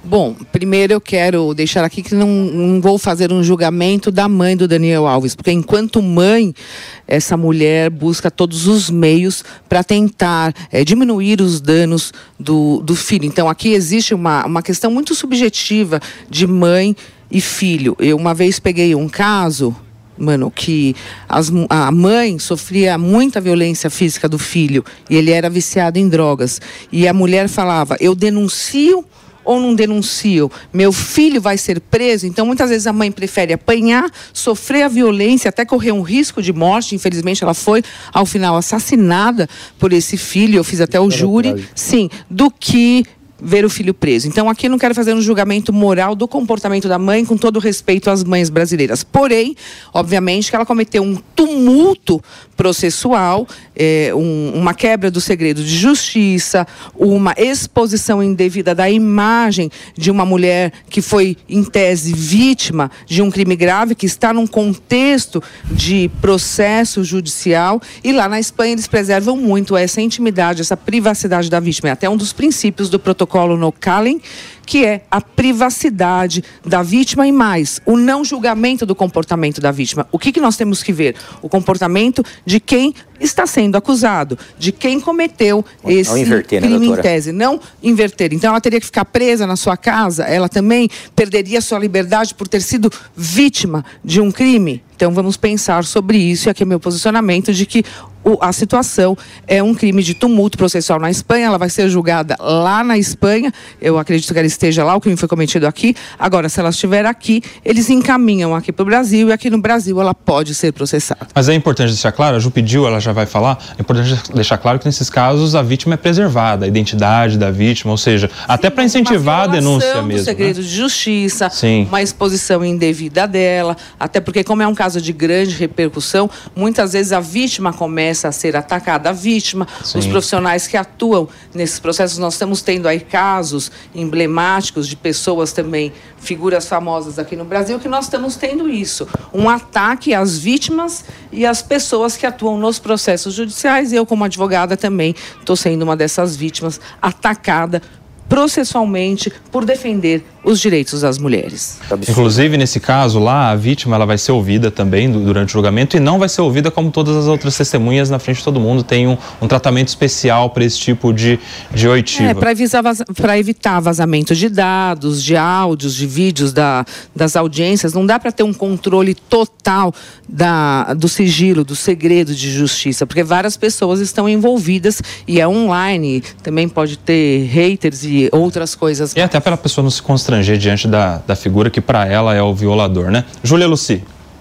Bom, primeiro eu quero deixar aqui que não, não vou fazer um julgamento da mãe do Daniel Alves, porque enquanto mãe, essa mulher busca todos os meios para tentar é, diminuir os danos do, do filho. Então aqui existe uma, uma questão muito subjetiva de mãe e filho. Eu uma vez peguei um caso, mano, que as, a mãe sofria muita violência física do filho e ele era viciado em drogas. E a mulher falava, eu denuncio ou não denuncio, meu filho vai ser preso. Então muitas vezes a mãe prefere apanhar, sofrer a violência, até correr um risco de morte. Infelizmente ela foi ao final assassinada por esse filho, eu fiz até o júri, sim, do que ver o filho preso. Então aqui eu não quero fazer um julgamento moral do comportamento da mãe, com todo respeito às mães brasileiras. Porém, obviamente que ela cometeu um tumulto processual, é, um, uma quebra do segredo de justiça, uma exposição indevida da imagem de uma mulher que foi, em tese, vítima de um crime grave, que está num contexto de processo judicial, e lá na Espanha eles preservam muito essa intimidade, essa privacidade da vítima. É até um dos princípios do protocolo no Calen, que é a privacidade da vítima e mais, o não julgamento do comportamento da vítima. O que, que nós temos que ver? O comportamento de quem está sendo acusado, de quem cometeu esse não inverter, crime, né, em tese, não inverter. Então ela teria que ficar presa na sua casa, ela também perderia sua liberdade por ter sido vítima de um crime. Então vamos pensar sobre isso, e aqui é meu posicionamento de que o, a situação é um crime de tumulto processual na Espanha, ela vai ser julgada lá na Espanha, eu acredito que ela esteja lá, o crime foi cometido aqui. Agora, se ela estiver aqui, eles encaminham aqui para o Brasil, e aqui no Brasil ela pode ser processada. Mas é importante deixar claro, a Ju pediu, ela já vai falar, é importante deixar claro que nesses casos a vítima é preservada, a identidade da vítima, ou seja, sim, até para incentivar a denúncia mesmo. Do segredo, né, de justiça, sim, uma exposição indevida dela, até porque como é um caso de grande repercussão, muitas vezes a vítima começa a ser atacada, a vítima, sim, os profissionais que atuam nesses processos. Nós estamos tendo aí casos emblemáticos de pessoas também, figuras famosas aqui no Brasil, que nós estamos tendo isso, um ataque às vítimas e às pessoas que atuam nos processos judiciais. E eu, como advogada, também estou sendo uma dessas vítimas atacada processualmente por defender os direitos das mulheres. Inclusive, nesse caso lá, a vítima ela vai ser ouvida também durante o julgamento, e não vai ser ouvida como todas as outras testemunhas na frente de todo mundo. Tem um, um tratamento especial para esse tipo de, de oitiva. É, para evitar vazamento de dados, de áudios, de vídeos da, das audiências. Não dá para ter um controle total da, do sigilo, do segredo de justiça, porque várias pessoas estão envolvidas e é online. Também pode ter haters e outras coisas. E até para a pessoa não se constranger diante da, da figura que para ela é o violador, né? Júlia Luci.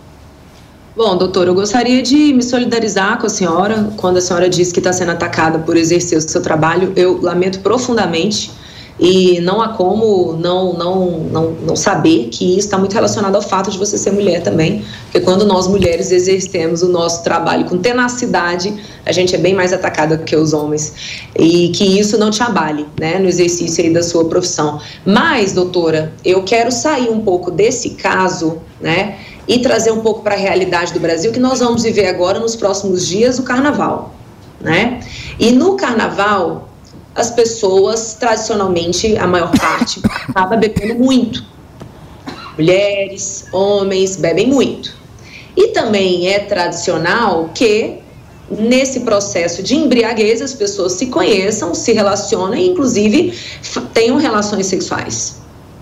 Bom, doutor, eu gostaria de me solidarizar com a senhora quando a senhora diz que está sendo atacada por exercer o seu trabalho. Eu lamento profundamente e não há como não, não, não, não saber que isso está muito relacionado ao fato de você ser mulher também, porque quando nós mulheres exercemos o nosso trabalho com tenacidade, a gente é bem mais atacada do que os homens, e que isso não te abale, né, no exercício aí da sua profissão. Mas, doutora, eu quero sair um pouco desse caso, né, e trazer um pouco para a realidade do Brasil, que nós vamos viver agora, nos próximos dias, o Carnaval, né? E no Carnaval, as pessoas, tradicionalmente, a maior parte, acaba bebendo muito. Mulheres, homens, bebem muito. E também é tradicional que, nesse processo de embriaguez, as pessoas se conheçam, se relacionam e, inclusive, tenham relações sexuais.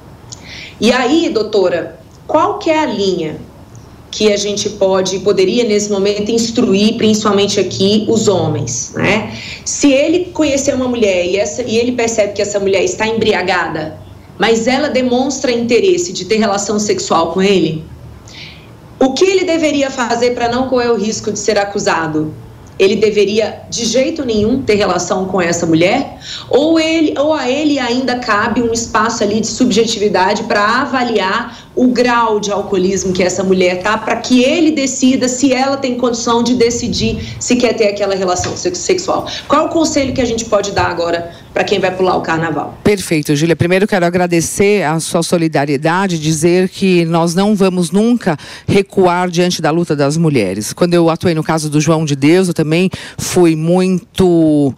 E aí, doutora, qual que é a linha que a gente pode, poderia nesse momento instruir, principalmente aqui, os homens, né? Se ele conhecer uma mulher e, essa, e ele percebe que essa mulher está embriagada, mas ela demonstra interesse de ter relação sexual com ele, o que ele deveria fazer para não correr o risco de ser acusado? Ele deveria, de jeito nenhum, ter relação com essa mulher? Ou, ele, ou a ele ainda cabe um espaço ali de subjetividade para avaliar o grau de alcoolismo que essa mulher está, para que ele decida se ela tem condição de decidir se quer ter aquela relação sexual? Qual é o conselho que a gente pode dar agora para quem vai pular o carnaval. Perfeito, Júlia. Primeiro quero agradecer a sua solidariedade, dizer que nós não vamos nunca recuar diante da luta das mulheres. Quando eu atuei no caso do João de Deus, eu também fui muito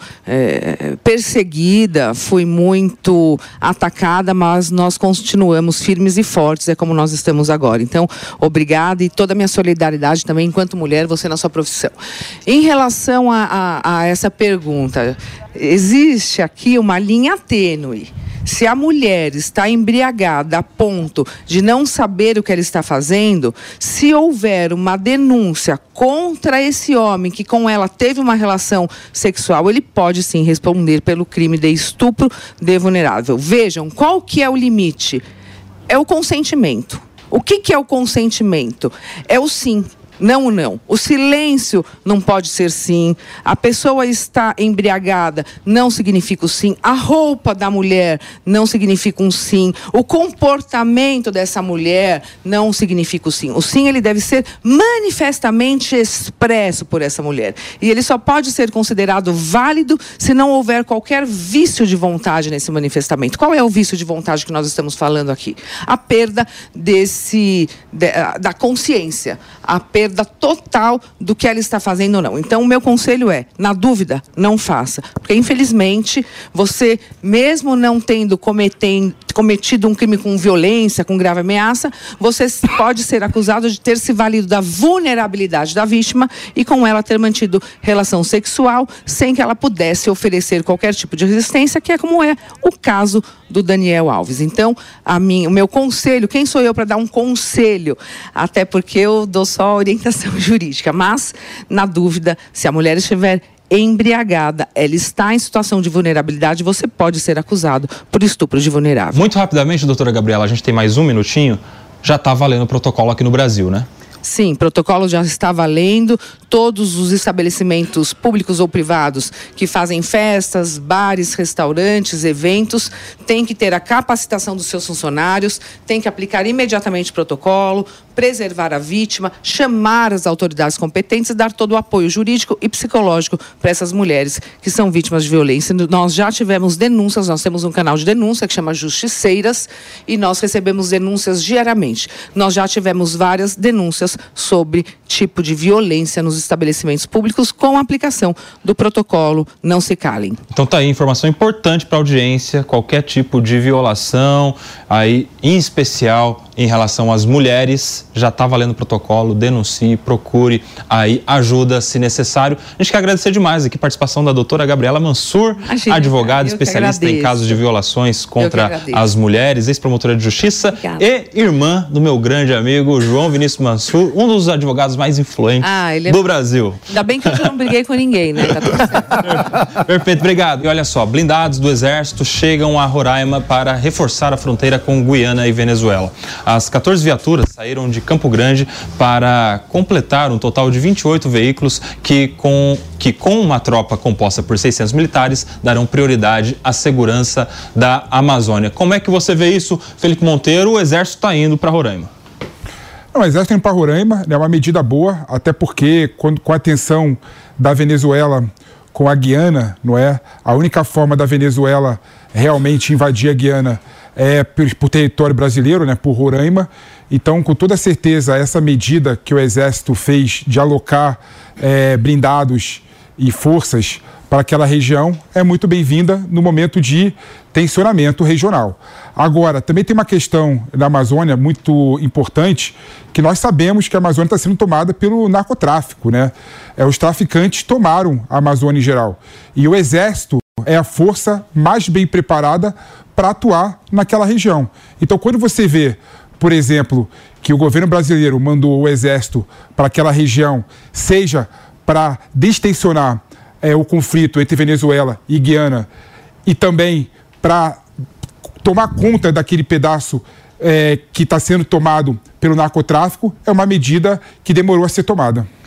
é, perseguida, fui muito atacada, mas nós continuamos firmes e fortes, é como nós estamos agora. Então, obrigada e toda a minha solidariedade também enquanto mulher, você na sua profissão. Em relação a, a, a essa pergunta, existe aqui uma linha tênue. Se a mulher está embriagada a ponto de não saber o que ela está fazendo, se houver uma denúncia contra esse homem que com ela teve uma relação sexual, ele pode sim responder pelo crime de estupro de vulnerável. Vejam, qual que é o limite? É o consentimento. O que que é o consentimento? É o sim. Não, não. O silêncio não pode ser sim. A pessoa está embriagada não significa o sim. A roupa da mulher não significa um sim. O comportamento dessa mulher não significa o sim. O sim, ele deve ser manifestamente expresso por essa mulher. E ele só pode ser considerado válido se não houver qualquer vício de vontade nesse manifestamento. Qual é o vício de vontade que nós estamos falando aqui? A perda desse, de, da consciência. A perda perda total do que ela está fazendo ou não. Então, o meu conselho é, na dúvida, não faça. Porque, infelizmente, você, mesmo não tendo cometendo, cometido um crime com violência, com grave ameaça, você pode ser acusado de ter se valido da vulnerabilidade da vítima e com ela ter mantido relação sexual sem que ela pudesse oferecer qualquer tipo de resistência, que é como é o caso do Daniel Alves. Então, a mim, o meu conselho, quem sou eu para dar um conselho? Até porque eu dou só orientação jurídica, mas, na dúvida, se a mulher estiver embriagada, ela está em situação de vulnerabilidade, você pode ser acusado por estupro de vulnerável. Muito rapidamente, doutora Gabriela, a gente tem mais um minutinho, já está valendo o protocolo aqui no Brasil, né? Sim, protocolo já está valendo. Todos os estabelecimentos públicos ou privados que fazem festas, bares, restaurantes, eventos, têm que ter a capacitação dos seus funcionários, têm que aplicar imediatamente o protocolo, preservar a vítima, chamar as autoridades competentes e dar todo o apoio jurídico e psicológico para essas mulheres que são vítimas de violência. Nós já tivemos denúncias, nós temos um canal de denúncia que chama Justiceiras e nós recebemos denúncias diariamente. Nós já tivemos várias denúncias sobre tipo de violência nos estabelecimentos públicos com a aplicação do protocolo Não Se Calem. Então tá aí, informação importante para a audiência, qualquer tipo de violação, aí em especial em relação às mulheres, já está valendo o protocolo, denuncie, procure aí ajuda se necessário. A gente quer agradecer demais aqui a participação da doutora Gabriela Mansur, Imagina, advogada, especialista em casos de violações contra as mulheres, ex-promotora de justiça. Obrigada. E irmã do meu grande amigo João Vinícius Mansur, um dos advogados mais influentes ah, ele é... do Brasil. Ainda bem que eu não briguei com ninguém, né? Tá tudo certo. Perfeito, obrigado. E olha só, blindados do Exército chegam a Roraima para reforçar a fronteira com Guiana e Venezuela. As quatorze viaturas saíram de Campo Grande para completar um total de vinte e oito veículos que com, que com uma tropa composta por seiscentos militares darão prioridade à segurança da Amazônia. Como é que você vê isso, Felipe Monteiro? O Exército está indo para Roraima. Não, o Exército indo para Roraima é uma medida boa, até porque quando, com a tensão da Venezuela com a Guiana, não é? A única forma da Venezuela realmente invadir a Guiana é por, por território brasileiro, né, por Roraima. Então, com toda certeza, essa medida que o Exército fez de alocar é, blindados e forças para aquela região é muito bem-vinda no momento de tensionamento regional. Agora, também tem uma questão na Amazônia muito importante, que nós sabemos que a Amazônia está sendo tomada pelo narcotráfico, né? É, os traficantes tomaram a Amazônia em geral. E o Exército é a força mais bem preparada para atuar naquela região. Então, quando você vê, por exemplo, que o governo brasileiro mandou o Exército para aquela região, seja para destensionar é, o conflito entre Venezuela e Guiana, e também para tomar conta daquele pedaço é, que está sendo tomado pelo narcotráfico, é uma medida que demorou a ser tomada.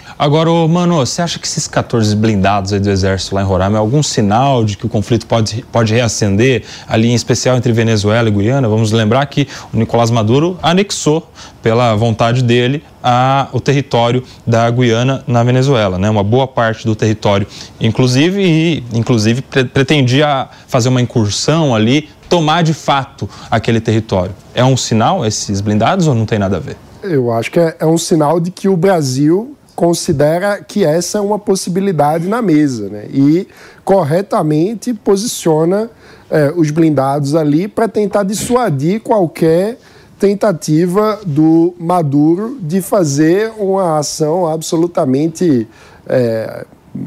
Agora, ô, mano, você acha que esses quatorze blindados aí do Exército lá em Roraima é algum sinal de que o conflito pode, pode reacender, ali em especial entre Venezuela e Guiana? Vamos lembrar que o Nicolás Maduro anexou, pela vontade dele, a, o território da Guiana na Venezuela, né? Uma boa parte do território, inclusive, e, inclusive pre- pretendia fazer uma incursão ali, tomar de fato aquele território. É um sinal, esses blindados, ou não tem nada a ver? Eu acho que é, é um sinal de que o Brasil considera que essa é uma possibilidade na mesa, né? E corretamente posiciona é, os blindados ali para tentar dissuadir qualquer tentativa do Maduro de fazer uma ação absolutamente é,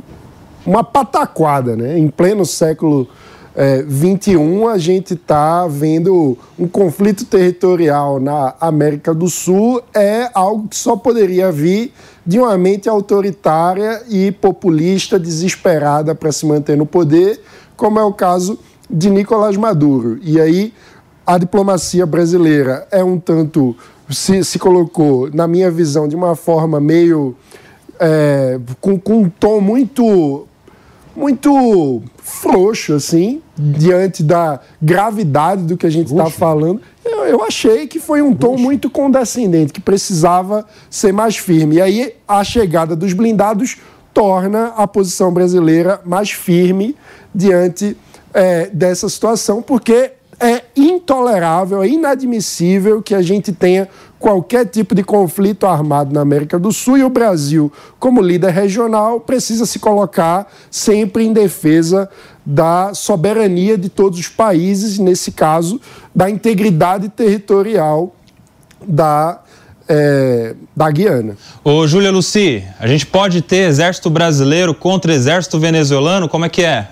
uma pataquada, né? Em pleno século é, vinte e um, a gente está vendo um conflito territorial na América do Sul, é algo que só poderia vir de uma mente autoritária e populista desesperada para se manter no poder, como é o caso de Nicolás Maduro. E aí a diplomacia brasileira é um tanto, se, se colocou, na minha visão, de uma forma meio, é, com, com um tom muito, muito frouxo, assim, diante da gravidade do que a gente está falando. Eu, eu achei que foi um tom muito condescendente, que precisava ser mais firme. E aí a chegada dos blindados torna a posição brasileira mais firme diante é, dessa situação, porque é intolerável, é inadmissível que a gente tenha qualquer tipo de conflito armado na América do Sul, e o Brasil, como líder regional, precisa se colocar sempre em defesa da soberania de todos os países, nesse caso, da integridade territorial da, é, da Guiana. Ô, Júlia Lucy, a gente pode ter exército brasileiro contra exército venezuelano? Como é que é?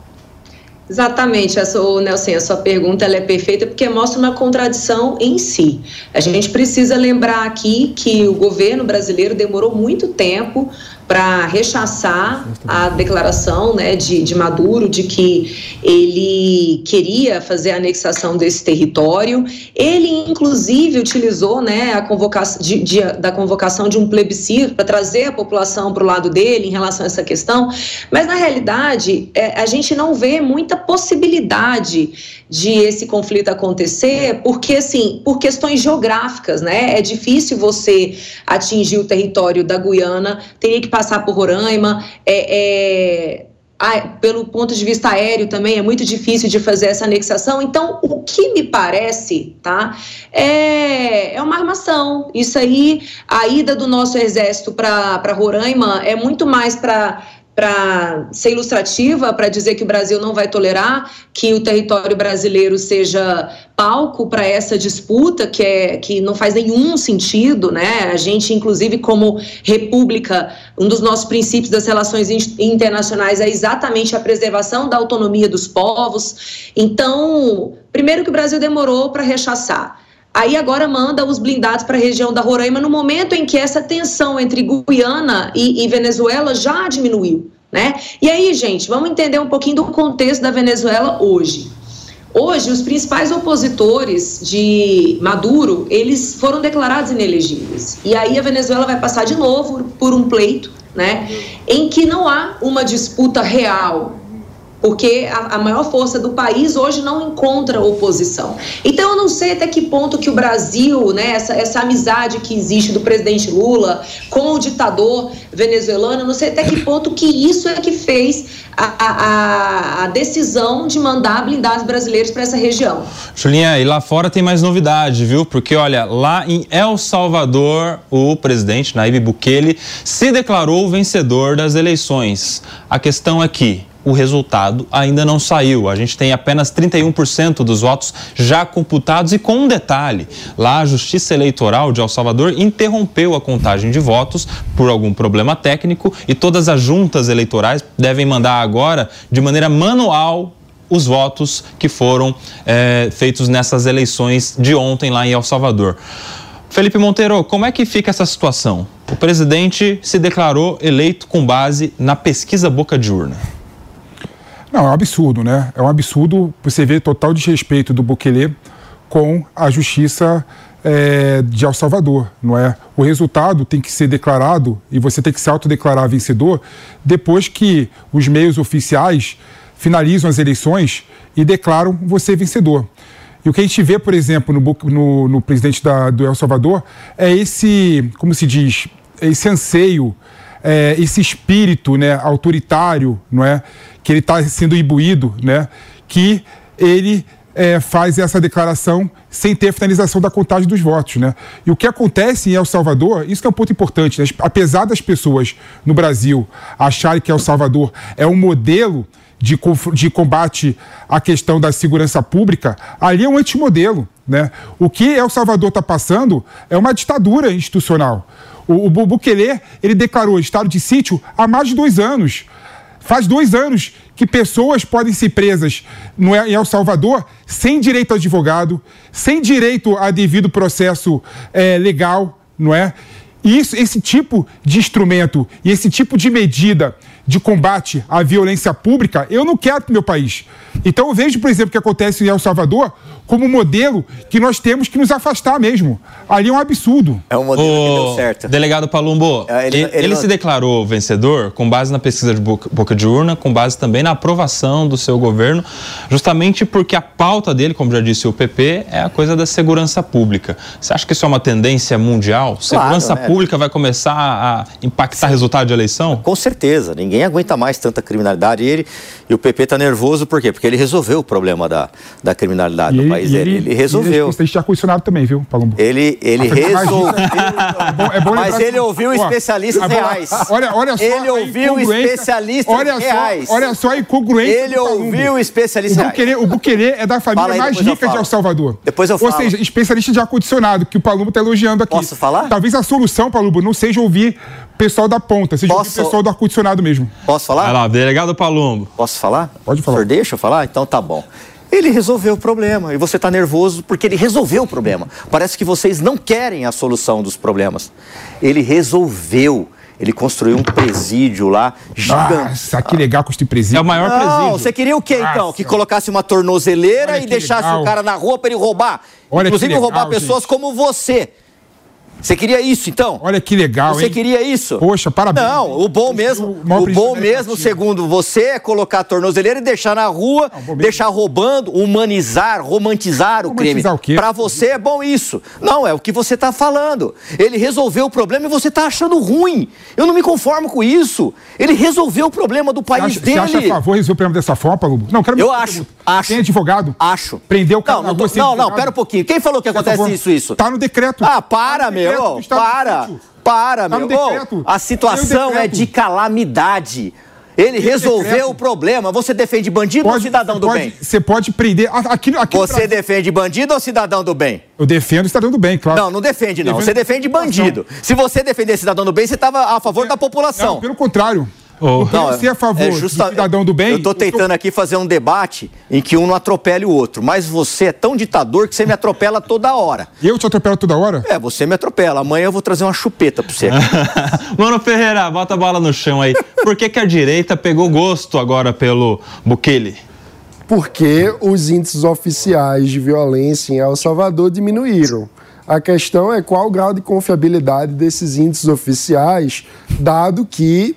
Exatamente, essa, o Nelson, a sua pergunta ela é perfeita porque mostra uma contradição em si. A gente precisa lembrar aqui que o governo brasileiro demorou muito tempo para rechaçar a declaração, né, de, de Maduro de que ele queria fazer a anexação desse território. Ele, inclusive, utilizou, né, a convocação de, de, da convocação de um plebiscito para trazer a população para o lado dele em relação a essa questão, mas, na realidade, é, a gente não vê muita possibilidade de esse conflito acontecer, porque, assim, por questões geográficas, né, é difícil você atingir o território da Guiana, teria que passar por Roraima, é, é, a, pelo ponto de vista aéreo também é muito difícil de fazer essa anexação. Então, o que me parece, tá, é, é uma armação. Isso aí, a ida do nosso exército para Roraima é muito mais para para ser ilustrativa, para dizer que o Brasil não vai tolerar que o território brasileiro seja palco para essa disputa, que, é, que não faz nenhum sentido, né? A gente, inclusive, como república, um dos nossos princípios das relações internacionais é exatamente a preservação da autonomia dos povos. Então, primeiro que o Brasil demorou para rechaçar. Aí agora manda os blindados para a região da Roraima no momento em que essa tensão entre Guiana e, e Venezuela já diminuiu, né? E aí, gente, vamos entender um pouquinho do contexto da Venezuela hoje. Hoje, os principais opositores de Maduro, eles foram declarados inelegíveis. E aí a Venezuela vai passar de novo por um pleito, né, em que não há uma disputa real, porque a, a maior força do país hoje não encontra oposição. Então, eu não sei até que ponto que o Brasil, né, essa, essa amizade que existe do presidente Lula com o ditador venezuelano, não sei até que ponto que isso é que fez a, a, a decisão de mandar blindados brasileiros para essa região. Julinha, e lá fora tem mais novidade, viu? Porque, olha, lá em El Salvador, o presidente Nayib Bukele se declarou vencedor das eleições. A questão é que o resultado ainda não saiu. A gente tem apenas trinta e um por cento dos votos já computados, e com um detalhe: lá a Justiça Eleitoral de El Salvador interrompeu a contagem de votos por algum problema técnico, e todas as juntas eleitorais devem mandar agora de maneira manual os votos que foram é, feitos nessas eleições de ontem lá em El Salvador. Felipe Monteiro, como é que fica essa situação? O presidente se declarou eleito com base na pesquisa boca de urna. Não, é um absurdo, né? É um absurdo você ver total desrespeito do Bukele com a justiça é, de El Salvador, não é? O resultado tem que ser declarado e você tem que se autodeclarar vencedor depois que os meios oficiais finalizam as eleições e declaram você vencedor. E o que a gente vê, por exemplo, no, no, no presidente da, do El Salvador é esse, como se diz, esse anseio, é, esse espírito, né, autoritário, não é? Que ele está sendo imbuído, né? Que ele é, faz essa declaração sem ter a finalização da contagem dos votos, né? E o que acontece em El Salvador, isso que é um ponto importante, né? Apesar das pessoas no Brasil acharem que El Salvador é um modelo De, de combate à questão da segurança pública, ali é um antimodelo, né? O que El Salvador está passando é uma ditadura institucional. O, o Bukele, ele declarou estado de sítio há mais de dois anos. Faz dois anos que pessoas podem ser presas no, em El Salvador sem direito a advogado, sem direito a devido processo é, legal, não é? E isso, esse tipo de instrumento e esse tipo de medida de combate à violência pública, eu não quero para o meu país. Então eu vejo, por exemplo, o que acontece em El Salvador como um modelo que nós temos que nos afastar mesmo. Ali é um absurdo. É um modelo o... que deu certo. Delegado Palumbo, é, ele, ele, ele não... se declarou vencedor com base na pesquisa de boca de urna, com base também na aprovação do seu governo, justamente porque a pauta dele, como já disse o P P, é a coisa da segurança pública. Você acha que isso é uma tendência mundial? Segurança claro, né? pública vai começar a impactar o resultado de eleição? Com certeza. Ninguém aguenta mais tanta criminalidade. E, ele, e o P P está nervoso por quê? Porque ele resolveu o problema da, da criminalidade e no país. Ele, ele resolveu. Ele está ar-condicionado também, viu, Palumbo? Ele, ele resolveu. É bom, é bom mas ele que... ouviu Ó, especialistas agora, reais. Olha, olha só ele ouviu especialistas olha reais. Só, olha só a incongruência. Ele ouviu especialistas o Bukele, reais. O Bukele é da família aí, mais rica de El Salvador. Depois eu falo. Ou seja, especialista de ar-condicionado, que o Palumbo está elogiando aqui. Posso falar? Talvez a solução, Palumbo, não seja ouvir o pessoal da ponta, seja Posso... ouvir o pessoal do ar-condicionado mesmo. Posso falar? Vai lá, delegado Palumbo. Posso falar? Pode falar. O senhor deixa eu falar? Então tá bom. Ele resolveu o problema e você está nervoso porque ele resolveu o problema. Parece que vocês não querem a solução dos problemas. Ele resolveu. Ele construiu um presídio lá gigante. Nossa, que legal construir presídio. É o maior não, presídio. Não, você queria o quê então? Nossa. Que colocasse uma tornozeleira Olha e deixasse legal. o cara na rua para ele roubar? Olha Inclusive legal, roubar pessoas gente. como você. Você queria isso, então? Olha que legal, Você hein? queria isso? Poxa, parabéns. Não, o bom mesmo, o, o bom mesmo, segundo você, é colocar a tornozeleira e deixar na rua, não, deixar roubando, humanizar, romantizar o crime. O quê? Pra você é bom isso. Não, é o que você tá falando. Ele resolveu o problema e você tá achando ruim. Eu não me conformo com isso. Ele resolveu o problema do país você acha, dele. Você acha a favor de resolver o problema dessa forma, Palumbo? Não, quero Eu acho, acho. Tem advogado? Acho. Prendeu o cara não, na não, rua tô, não, não, pera um pouquinho. Quem falou que acontece isso, isso? Tá no decreto. Ah, para, tá meu. Para. Para, tá meu. Oh, a situação é de calamidade. Ele resolveu decreto. o problema. Você defende bandido pode, ou cidadão do pode, bem? Você pode prender... Aqui, aqui você defende bandido ou cidadão do bem? Eu defendo o cidadão do bem, claro. Não, não defende, não. Defendo você defende bandido. Se você defender cidadão do bem, você estava a favor é, da população. Não, pelo contrário. Oh. Não, você é a favor é justa... do cidadão do bem? Eu estou tentando eu tô... aqui fazer um debate em que um não atropele o outro. Mas você é tão ditador que você me atropela toda hora. E eu te atropelo toda hora? É, você me atropela. Amanhã eu vou trazer uma chupeta para você. Mano Ferreira, bota a bola no chão aí. Por que que a direita pegou gosto agora pelo Bukele? Porque os índices oficiais de violência em El Salvador diminuíram. A questão é qual o grau de confiabilidade desses índices oficiais, dado que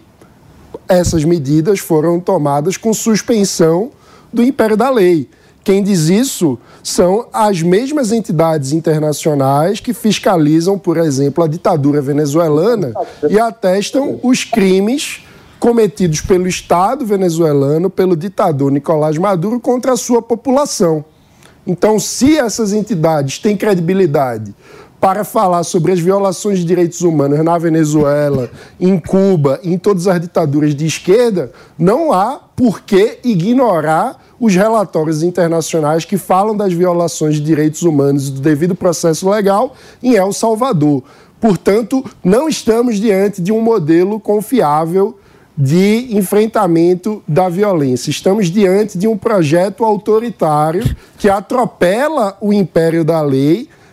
essas medidas foram tomadas com suspensão do império da lei. Quem diz isso são as mesmas entidades internacionais que fiscalizam, por exemplo, a ditadura venezuelana e atestam os crimes cometidos pelo Estado venezuelano, pelo ditador Nicolás Maduro contra a sua população. Então, se essas entidades têm credibilidade para falar sobre as violações de direitos humanos na Venezuela, em Cuba, em todas as ditaduras de esquerda, não há por que ignorar os relatórios internacionais que falam das violações de direitos humanos e do devido processo legal em El Salvador. Portanto, não estamos diante de um modelo confiável de enfrentamento da violência. Estamos diante de um projeto autoritário que atropela o império da lei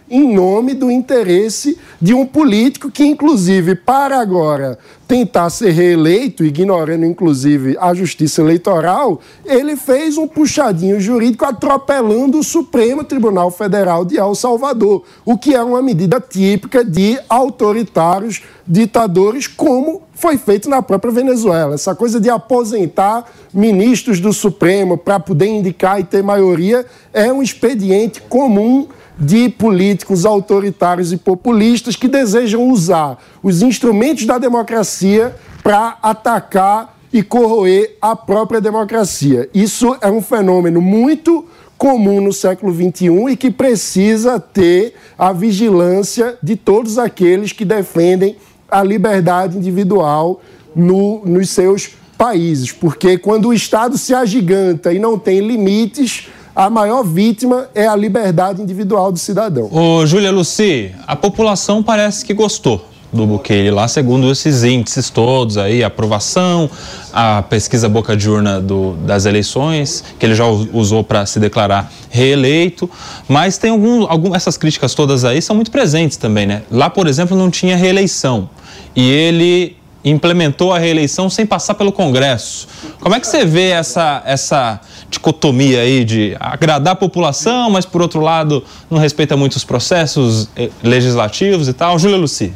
em nome do interesse de um político que, inclusive, para agora tentar ser reeleito, ignorando, inclusive, a justiça eleitoral, ele fez um puxadinho jurídico atropelando o Supremo Tribunal Federal de El Salvador, o que é uma medida típica de autoritários, ditadores, como foi feito na própria Venezuela. Essa coisa de aposentar ministros do Supremo para poder indicar e ter maioria é um expediente comum de políticos autoritários e populistas que desejam usar os instrumentos da democracia para atacar e corroer a própria democracia. Isso é um fenômeno muito comum no século vinte e um e que precisa ter a vigilância de todos aqueles que defendem a liberdade individual no, nos seus países. Porque quando o Estado se agiganta e não tem limites, a maior vítima é a liberdade individual do cidadão. Ô, Júlia Lucy, a população parece que gostou do Bukele lá, segundo esses índices todos aí, a aprovação, a pesquisa boca de urna do, das eleições, que ele já usou para se declarar reeleito, mas tem algum, algum, essas críticas todas aí são muito presentes também, né? Lá, por exemplo, não tinha reeleição e ele implementou a reeleição sem passar pelo Congresso. Como é que você vê essa, essa dicotomia aí de agradar a população, mas, por outro lado, não respeita muito os processos legislativos e tal? Júlia Lucy.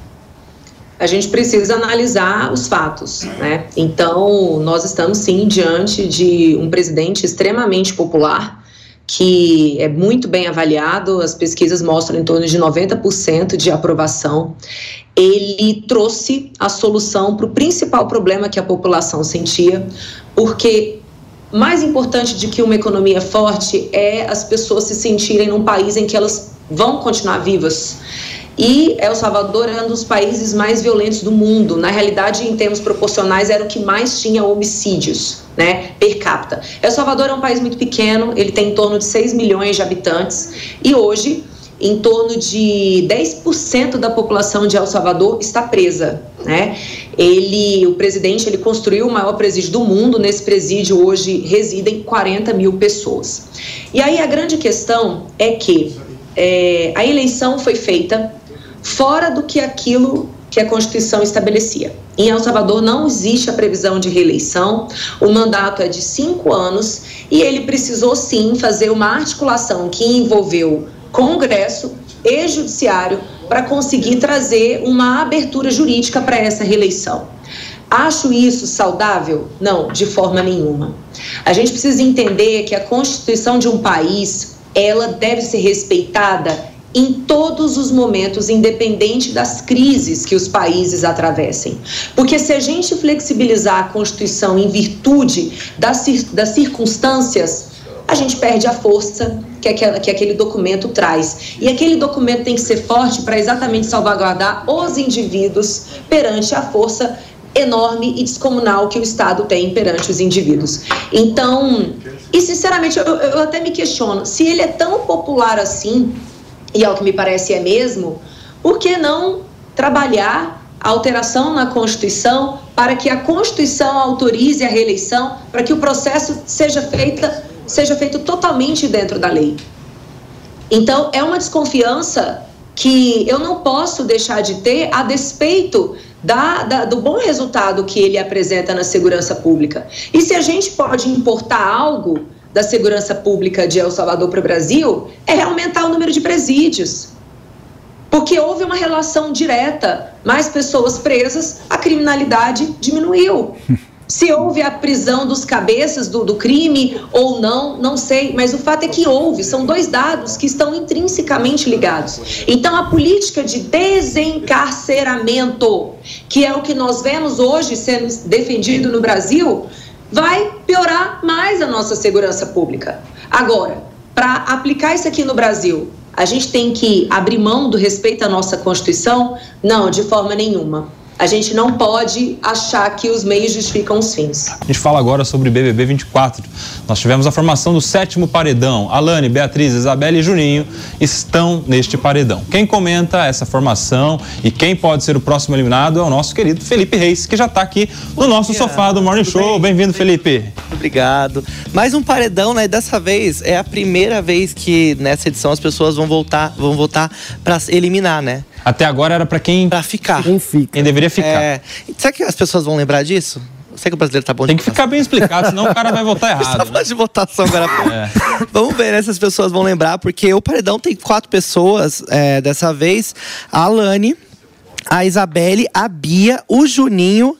A gente precisa analisar os fatos, né? Então, nós estamos, sim, diante de um presidente extremamente popular, que é muito bem avaliado, as pesquisas mostram em torno de noventa por cento de aprovação. Ele trouxe a solução para o principal problema que a população sentia, porque mais importante do que uma economia forte é as pessoas se sentirem num país em que elas vão continuar vivas. E El Salvador era um dos países mais violentos do mundo. Na realidade, em termos proporcionais, era o que mais tinha homicídios, né, per capita. El Salvador é um país muito pequeno, ele tem em torno de seis milhões de habitantes e hoje, em torno de dez por cento da população de El Salvador está presa, né? Ele, o presidente, ele construiu o maior presídio do mundo. Nesse presídio hoje residem quarenta mil pessoas. E aí a grande questão é que é, a eleição foi feita fora do que aquilo que a Constituição estabelecia. Em El Salvador não existe a previsão de reeleição, o mandato é de cinco anos e ele precisou sim fazer uma articulação que envolveu Congresso e Judiciário para conseguir trazer uma abertura jurídica para essa reeleição. Acho isso saudável? Não, de forma nenhuma. A gente precisa entender que a Constituição de um país, ela deve ser respeitada em todos os momentos, independente das crises que os países atravessem. Porque se a gente flexibilizar a Constituição em virtude das, das circunstâncias, a gente perde a força que, aquela, que aquele documento traz. E aquele documento tem que ser forte para exatamente salvaguardar os indivíduos perante a força enorme e descomunal que o Estado tem perante os indivíduos. Então, e sinceramente, eu, eu até me questiono, se ele é tão popular assim, e ao que me parece é mesmo, por que não trabalhar a alteração na Constituição para que a Constituição autorize a reeleição, para que o processo seja, feita, seja feito totalmente dentro da lei? Então, é uma desconfiança que eu não posso deixar de ter a despeito da, da, do bom resultado que ele apresenta na segurança pública. E se a gente pode importar algo da segurança pública de El Salvador para o Brasil, é aumentar o número de presídios. Porque houve uma relação direta, mais pessoas presas, a criminalidade diminuiu. Se houve a prisão dos cabeças do, do crime ou não, não sei, mas o fato é que houve, são dois dados que estão intrinsecamente ligados. Então a política de desencarceramento, que é o que nós vemos hoje sendo defendido no Brasil, vai piorar mais a nossa segurança pública. Agora, para aplicar isso aqui no Brasil, a gente tem que abrir mão do respeito à nossa Constituição? Não, de forma nenhuma. a gente não pode achar que os meios justificam os fins. A gente fala agora sobre B B B vinte e quatro. Nós tivemos a formação do sétimo paredão. Alane, Beatriz, Isabelle e Juninho estão neste paredão. Quem comenta essa formação e quem pode ser o próximo eliminado é o nosso querido Felipe Reis, que já está aqui no nosso sofá do Morning Show. Bem-vindo, Felipe. Obrigado. Mais um paredão, né? Dessa vez é a primeira vez que nessa edição as pessoas vão voltar, vão votar para eliminar, né? Até agora era para quem... Para ficar. Quem fica. Quem deveria ficar. É... Será que as pessoas vão lembrar disso? Sei que o brasileiro tá bom de Tem que ficar bem explicado, senão o cara vai votar errado. Né? de votação agora. É. Vamos ver, né? Se as pessoas vão lembrar, porque o paredão tem quatro pessoas é, dessa vez. A Alane, a Isabelle, a Bia, o Juninho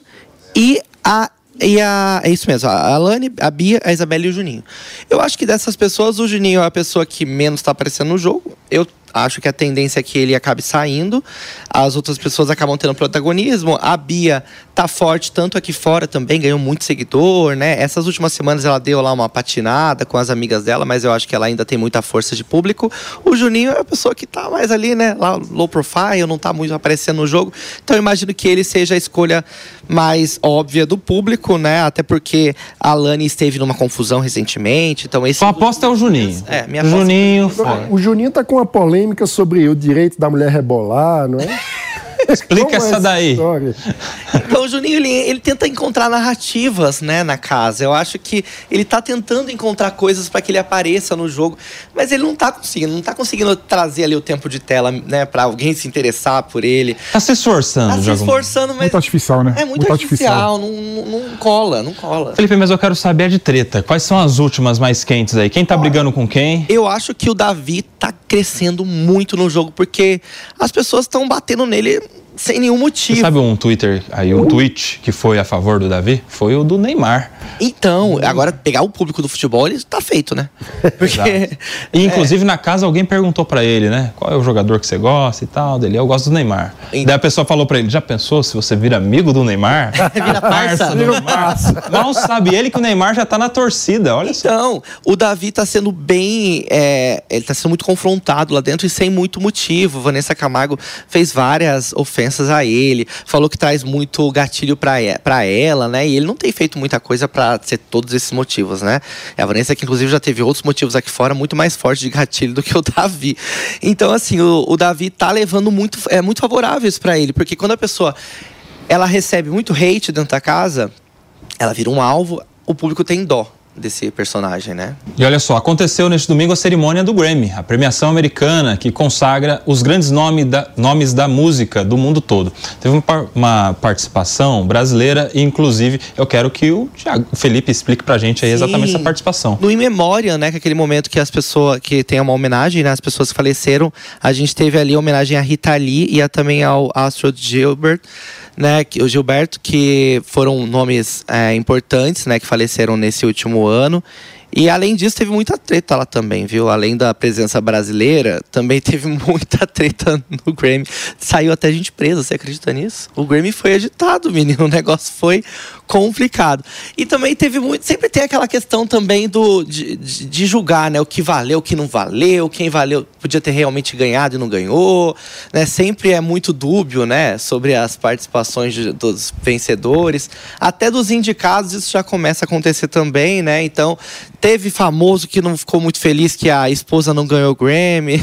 e a... E a, é isso mesmo, a Alane, a Bia, a Isabelle e o Juninho. Eu acho que dessas pessoas, o Juninho é a pessoa que menos tá aparecendo no jogo. Eu acho que a tendência é que ele acabe saindo. As outras pessoas acabam tendo protagonismo. A Bia tá forte tanto aqui fora também, ganhou muito seguidor, né? Essas últimas semanas ela deu lá uma patinada com as amigas dela, mas eu acho que ela ainda tem muita força de público. O Juninho é a pessoa que tá mais ali, né? Lá, low profile, não tá muito aparecendo no jogo. Então eu imagino que ele seja a escolha mais óbvia do público, né? Até porque a Alane esteve numa confusão recentemente. Então esse... Sua aposta é o Juninho. É, minha aposta. Juninho. O Juninho tá com uma polêmica sobre o direito da mulher rebolar, não é? Explica essa, essa daí. História? Então o Juninho, ele, ele tenta encontrar narrativas, né, na casa. Eu acho que ele tá tentando encontrar coisas para que ele apareça no jogo, mas ele não tá conseguindo, não tá conseguindo trazer ali o tempo de tela, né, para alguém se interessar por ele. Tá se esforçando. Tá se esforçando, mas... Muito artificial, né? É muito, muito artificial, artificial. Não, não cola, não cola. Felipe, mas eu quero saber de treta. Quais são as últimas mais quentes aí? Quem tá Olha, brigando com quem? Eu acho que o Davi tá crescendo muito no jogo, porque as pessoas estão batendo nele sem nenhum motivo. Você sabe um Twitter aí, um tweet que foi a favor do Davi? Foi o do Neymar. Então, agora pegar o público do futebol, ele tá feito, né? Porque... E inclusive é... na casa alguém perguntou pra ele, né? Qual é o jogador que você gosta e tal, dele. Eu gosto do Neymar. Então... Daí a pessoa falou pra ele, já pensou se você vira amigo do Neymar? Vira parça. do Neymar. Mal sabe ele que o Neymar já tá na torcida, olha só. Então, o Davi tá sendo bem... É, ele tá sendo muito confrontado lá dentro e sem muito motivo. Vanessa Camargo fez várias ofensas a ele, falou que traz muito gatilho pra, pra ela, né? E ele não tem feito muita coisa pra ser todos esses motivos, né? A Vanessa, que inclusive já teve outros motivos aqui fora muito mais fortes de gatilho do que o Davi. Então, assim, o, o Davi tá levando muito, é, muito favoráveis pra ele, porque quando a pessoa ela recebe muito hate dentro da casa, ela vira um alvo, o público tem dó desse personagem, né? E olha só, aconteceu neste domingo a cerimônia do Grammy, a premiação americana que consagra os grandes nome da, nomes da música do mundo todo. Teve uma, uma participação brasileira e, inclusive, eu quero que o Thiago, o Felipe explique pra gente aí exatamente Sim. essa participação. No In Memoriam, né, que é aquele momento que as pessoas, que tem uma homenagem, né, as pessoas que faleceram, a gente teve ali a homenagem a Rita Lee e a, também ao Astro Gilbert, né, o Gilberto, que foram nomes é, importantes, né, que faleceram nesse último ano. E além disso, teve muita treta lá também, viu? Além da presença brasileira, também teve muita treta no Grammy. Saiu até gente presa, você acredita nisso? O Grammy foi agitado, menino, o negócio foi complicado. E também teve muito... Sempre tem aquela questão também do, de, de, de julgar, né? O que valeu, o que não valeu, quem valeu podia ter realmente ganhado e não ganhou, né? Sempre é muito dúbio, né? Sobre as participações de, dos vencedores. Até dos indicados isso já começa a acontecer também, né? Então... Teve famoso que não ficou muito feliz que a esposa não ganhou o Grammy.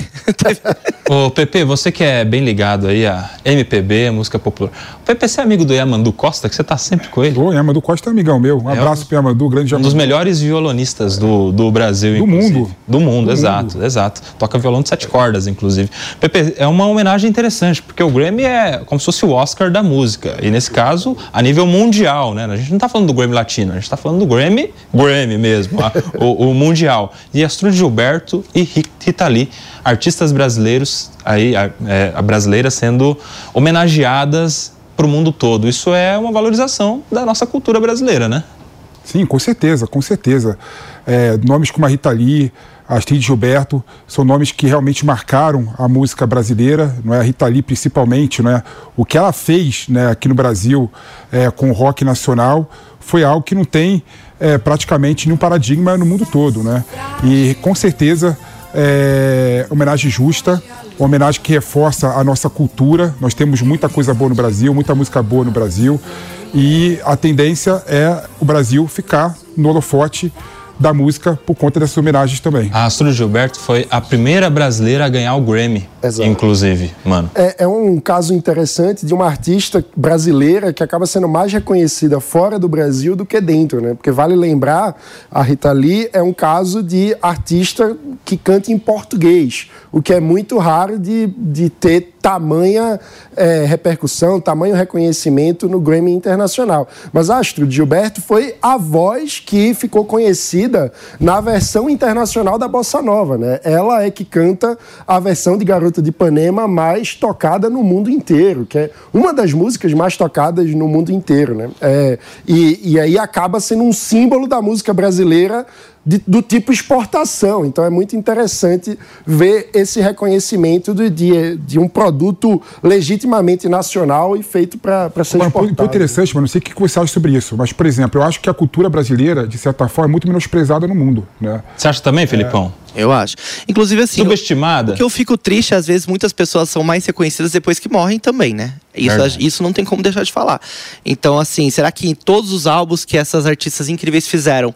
Ô, Pepe, você que é bem ligado aí a M P B, música popular. O Pepe, você é amigo do Yamandu Costa, que você tá sempre com ele? O Yamandu Costa é amigão meu. Um é abraço um, pro Yamandu, grande Yamandu. Um dos melhores violonistas do, do Brasil, do inclusive. mundo. Do mundo, do exato, mundo. exato. Toca violão de sete cordas, inclusive. Pepe, é uma homenagem interessante, porque o Grammy é como se fosse o Oscar da música. E nesse caso, a nível mundial, né? A gente não tá falando do Grammy latino, a gente tá falando do Grammy, Grammy mesmo. O, o mundial. E Astrid Gilberto e Rita Lee, artistas brasileiros, aí, a, é, a brasileira sendo homenageadas para o mundo todo. Isso é uma valorização da nossa cultura brasileira, né? Sim, com certeza, com certeza. É, nomes como a Rita Lee, a Astrid Gilberto, são nomes que realmente marcaram a música brasileira, não é? A Rita Lee principalmente, não é? O que ela fez, né, aqui no Brasil é, com o rock nacional foi algo que não tem é, praticamente nenhum paradigma no mundo todo, né? E com certeza é, homenagem justa, uma homenagem que reforça a nossa cultura. Nós temos muita coisa boa no Brasil, muita música boa no Brasil, e a tendência é o Brasil ficar no holofote da música por conta dessas homenagens também. A Astrud Gilberto foi a primeira brasileira a ganhar o Grammy, Exato. inclusive, mano. É, é um caso interessante de uma artista brasileira que acaba sendo mais reconhecida fora do Brasil do que dentro, né? Porque vale lembrar, a Rita Lee é um caso de artista que canta em português, o que é muito raro de, de ter tamanha é, repercussão, tamanho reconhecimento no Grammy Internacional. Mas a Astrud Gilberto foi a voz que ficou conhecida na versão internacional da Bossa Nova, né? Ela é que canta a versão de Garota de Ipanema mais tocada no mundo inteiro, que é uma das músicas mais tocadas no mundo inteiro, né? É, e, e aí acaba sendo um símbolo da música brasileira De, do tipo exportação. Então é muito interessante ver esse reconhecimento de, de, de um produto legitimamente nacional e feito para ser Mas, exportado. Foi interessante, mas não sei o que você acha sobre isso, mas, por exemplo, eu acho que a cultura brasileira, de certa forma, é muito menosprezada no mundo, né? Você acha também, Felipão? É. Eu acho. Inclusive, assim... Subestimada? O que eu fico triste, às vezes, muitas pessoas são mais reconhecidas depois que morrem também, né? Isso, isso não tem como deixar de falar. Então, assim, será que em todos os álbuns que essas artistas incríveis fizeram,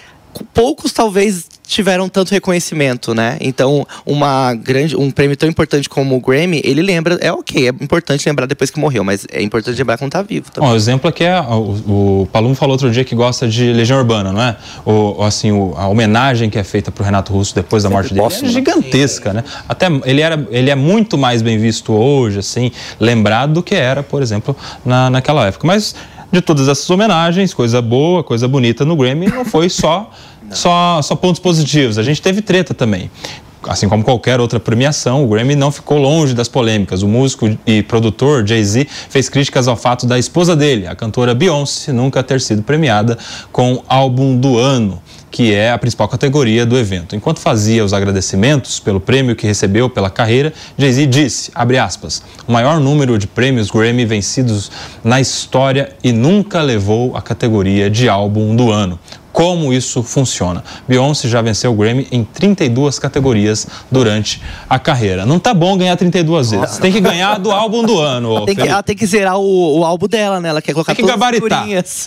poucos talvez tiveram tanto reconhecimento, né? Então, uma grande, um prêmio tão importante como o Grammy, ele lembra, é ok, é importante lembrar depois que morreu, mas é importante lembrar quando tá vivo também. Bom, o exemplo aqui é, o, o Palumo falou outro dia que gosta de Legião Urbana, não é? O, assim, o, a homenagem que é feita pro Renato Russo depois da Sempre morte dele posso, é gigantesca, né? Até ele, era, ele é muito mais bem visto hoje, assim, lembrado do que era, por exemplo, na, naquela época. Mas de todas essas homenagens, coisa boa, coisa bonita no Grammy, não foi só, só, só pontos positivos. A gente teve treta também. Assim como qualquer outra premiação, o Grammy não ficou longe das polêmicas. O músico e produtor Jay-Z fez críticas ao fato da esposa dele, a cantora Beyoncé, nunca ter sido premiada com álbum do ano, que é a principal categoria do evento. Enquanto fazia os agradecimentos pelo prêmio que recebeu pela carreira, Jay-Z disse, abre aspas, o maior número de prêmios Grammy vencidos na história e nunca levou a categoria de álbum do ano. Como isso funciona? Beyoncé já venceu o Grammy em trinta e duas categorias durante a carreira. Não tá bom ganhar trinta e duas vezes. Tem que ganhar do álbum do ano. Tem que, ela tem que zerar o, o álbum dela, né? Ela quer colocar tem que gabaritar.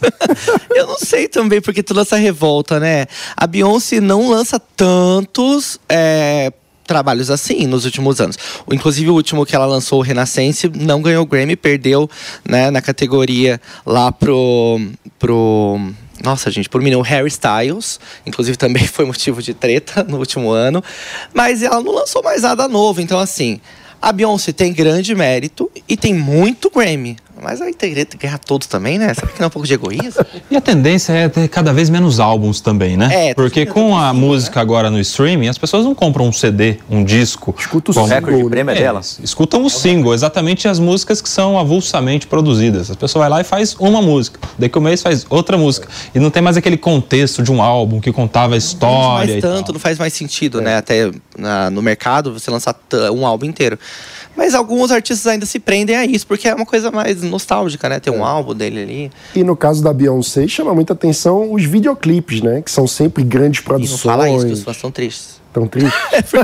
Eu não sei também, porque toda essa revolta, né? A Beyoncé não lança tantos... É... trabalhos assim nos últimos anos. Inclusive o último que ela lançou, o Renaissance, não ganhou o Grammy, perdeu, né, na categoria lá pro... pro Nossa, gente, por mim, o Harry Styles, inclusive também foi motivo de treta no último ano, mas ela não lançou mais nada novo, então assim, a Beyoncé tem grande mérito e tem muito Grammy. Mas aí tem que ganhar todos também, né? Será que não é um pouco de egoísmo? E a tendência é ter cada vez menos álbuns também, né? É, porque com a música agora no streaming, as pessoas não compram um C D, um disco. Escuta o recorde de prêmio é delas. Escutam o single, exatamente as músicas que são avulsamente produzidas. A pessoa vai lá e faz uma música, daqui a um mês faz outra música. E não tem mais aquele contexto de um álbum que contava a história. Não faz e tanto, tal. Não faz mais sentido, é. né? Até na, no mercado você lançar um álbum inteiro. Mas alguns artistas ainda se prendem a isso, porque é uma coisa mais nostálgica, né? Ter um é. álbum dele ali. E no caso da Beyoncé, chama muita atenção os videoclipes, né? Que são sempre grandes produções. E não fala isso, que os fãs estão tristes. Tão triste.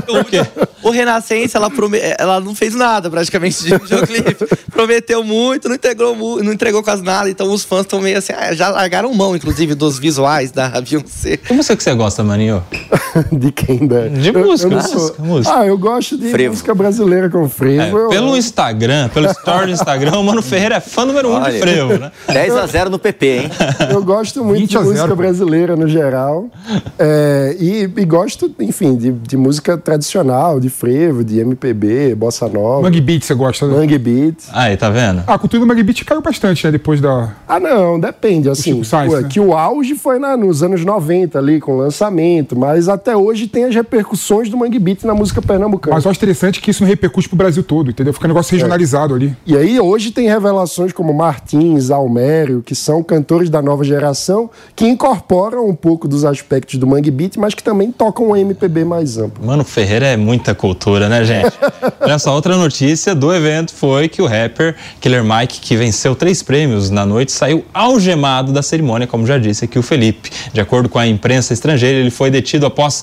o, o Renascença, ela, prome... ela não fez nada praticamente de videoclipe. Prometeu muito, não entregou, mu... não entregou quase nada. Então os fãs estão meio assim, ah, já largaram mão, inclusive, dos visuais da Beyoncé. Que música que você gosta, Maninho? De quem, né? De música, eu, eu música, sou... música. Ah, eu gosto de frevo. Música brasileira com frevo. É, eu... Pelo Instagram, pelo story do Instagram, o Mano Ferreira é fã número um de frevo, né? dez a zero no P P, hein? Eu gosto muito de música brasileira no geral. É, e, e gosto, enfim, de, de música tradicional, de frevo, de M P B, bossa nova. Mangue Beat, você gosta, né? Mangue Beat. Aí, tá vendo? A cultura do Mangue Beat caiu bastante, né? Depois da... Ah, não, depende, assim. Chico Sainz, pô, né? Que o auge foi na, nos anos noventa ali, com o lançamento, mas até hoje tem as repercussões do Mangue Beat na música pernambucana. Mas eu acho interessante que isso não repercute pro Brasil todo, entendeu? Fica um negócio regionalizado é. ali. E aí, hoje tem revelações como Martins, Almério, que são cantores da nova geração, que incorporam um pouco dos aspectos do Mangue Beat, mas que também tocam um M P B mais amplo. Mano Ferreira é muita cultura, né, gente? Olha só, outra notícia do evento foi que o rapper Killer Mike, que venceu três prêmios na noite, saiu algemado da cerimônia, como já disse aqui o Felipe. De acordo com a imprensa estrangeira, ele foi detido após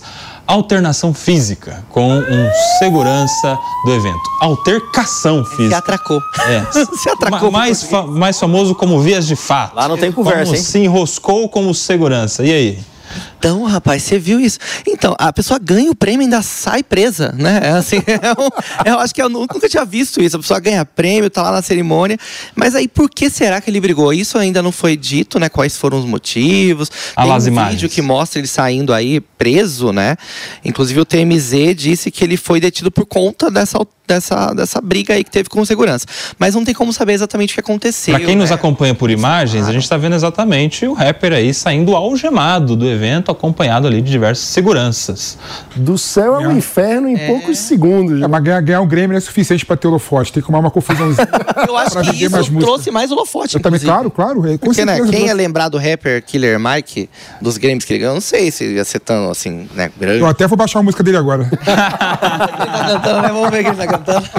alternação física com um segurança do evento. Altercação física. Se atracou. É. Se atracou. Ma mais, fa mais famoso como vias de fato. Lá não tem conversa, como hein? Se enroscou como segurança. E aí? Então, rapaz, você viu isso? Então, a pessoa ganha o prêmio e ainda sai presa, né? É assim, é um, eu acho que eu nunca tinha visto isso. A pessoa ganha prêmio, tá lá na cerimônia. Mas aí, por que será que ele brigou? Isso ainda não foi dito, né? Quais foram os motivos. Ah, Tem um vídeo imagens. que mostra ele saindo aí preso, né? Inclusive o T M Z disse que ele foi detido por conta dessa, dessa, dessa briga aí que teve com segurança. Mas não tem como saber exatamente o que aconteceu. Pra quem né? nos acompanha por imagens, a gente tá vendo exatamente o rapper aí saindo algemado do evento, acompanhado ali de diversas seguranças. Do céu ao inferno em É. poucos segundos. É, mas ganhar, ganhar um Grêmio não é suficiente pra ter holofote. Tem que arrumar uma confusãozinha. Eu acho pra que vender isso mais música. trouxe mais holofote, Eu também, inclusive. claro, claro. É, com Porque, né, certeza, quem ia trouxe. lembrar do rapper Killer Mike, dos Grêmios que ele ganhou, não sei se ia ser tão, assim, né, grande. Eu até vou baixar a música dele agora. Ele tá cantando, né? Vamos ver que ele tá cantando.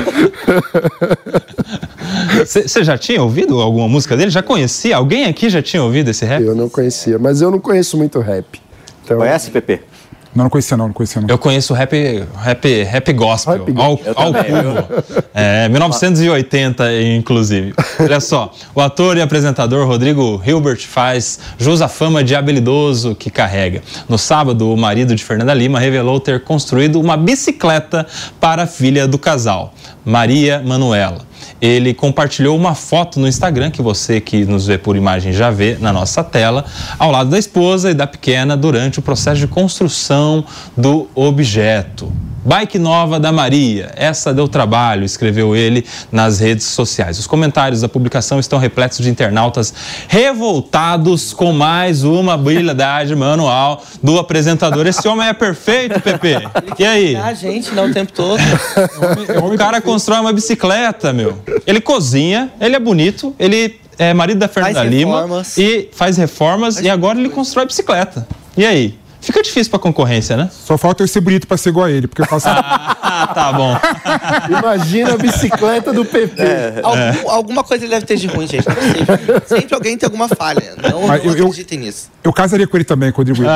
Você já tinha ouvido alguma música dele? Já conhecia? Alguém aqui já tinha ouvido esse rap? Eu não conhecia, mas eu não conheço muito rap. Então, Conhece, Pepe? Não, não conhecia não, não conhecia não. Eu conheço rap, rap, rap gospel, Rap ao, Eu ao também, cubo. É, mil novecentos e oitenta, inclusive. Olha só, o ator e apresentador Rodrigo Hilbert faz jus à fama de habilidoso que carrega. No sábado, o marido de Fernanda Lima revelou ter construído uma bicicleta para a filha do casal, Maria Manuela. Ele compartilhou uma foto no Instagram, que você que nos vê por imagem já vê na nossa tela, ao lado da esposa e da pequena durante o processo de construção do objeto. Bike nova da Maria, essa deu trabalho, escreveu ele nas redes sociais. Os comentários da publicação estão repletos de internautas revoltados com mais uma habilidade manual do apresentador. Esse homem é perfeito, Pepe. E aí? A gente, não, o tempo todo. O cara constrói uma bicicleta, meu. Ele cozinha, ele é bonito, ele é marido da Fernanda Faz Lima reformas. e faz reformas e agora ele constrói bicicleta. E aí? Fica difícil pra concorrência, né? Só falta eu ser bonito pra ser igual a ele, porque eu faço... Ah, tá bom. imagina a bicicleta do P P. É. Algum, alguma coisa ele deve ter de ruim, gente. Não é possível. Sempre alguém tem alguma falha. Não, Mas não eu- eu- acreditem nisso. Eu casaria com ele também, com o Rodrigo.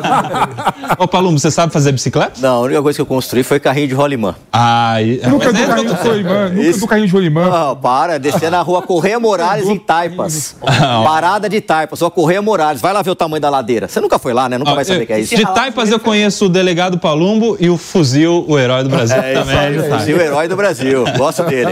Ô, Palumbo, você sabe fazer bicicleta? Não, a única coisa que eu construí foi carrinho de rolimã. Ah, e... Nunca mas do é- carrinho de rolimã, nunca Isso. do carrinho de rolimã. Não, para, descer na rua Correia Morales em Taipas. Parada de Taipas, rua Correia Morales. Vai lá ver o tamanho da ladeira. Você nunca foi lá, né? Nunca Ó, vai saber o que é isso. De Taipas eu conheço o delegado Palumbo e o fuzil, o herói do Brasil. É isso também é aí, de o Taipas. o herói do Brasil. Gosto dele.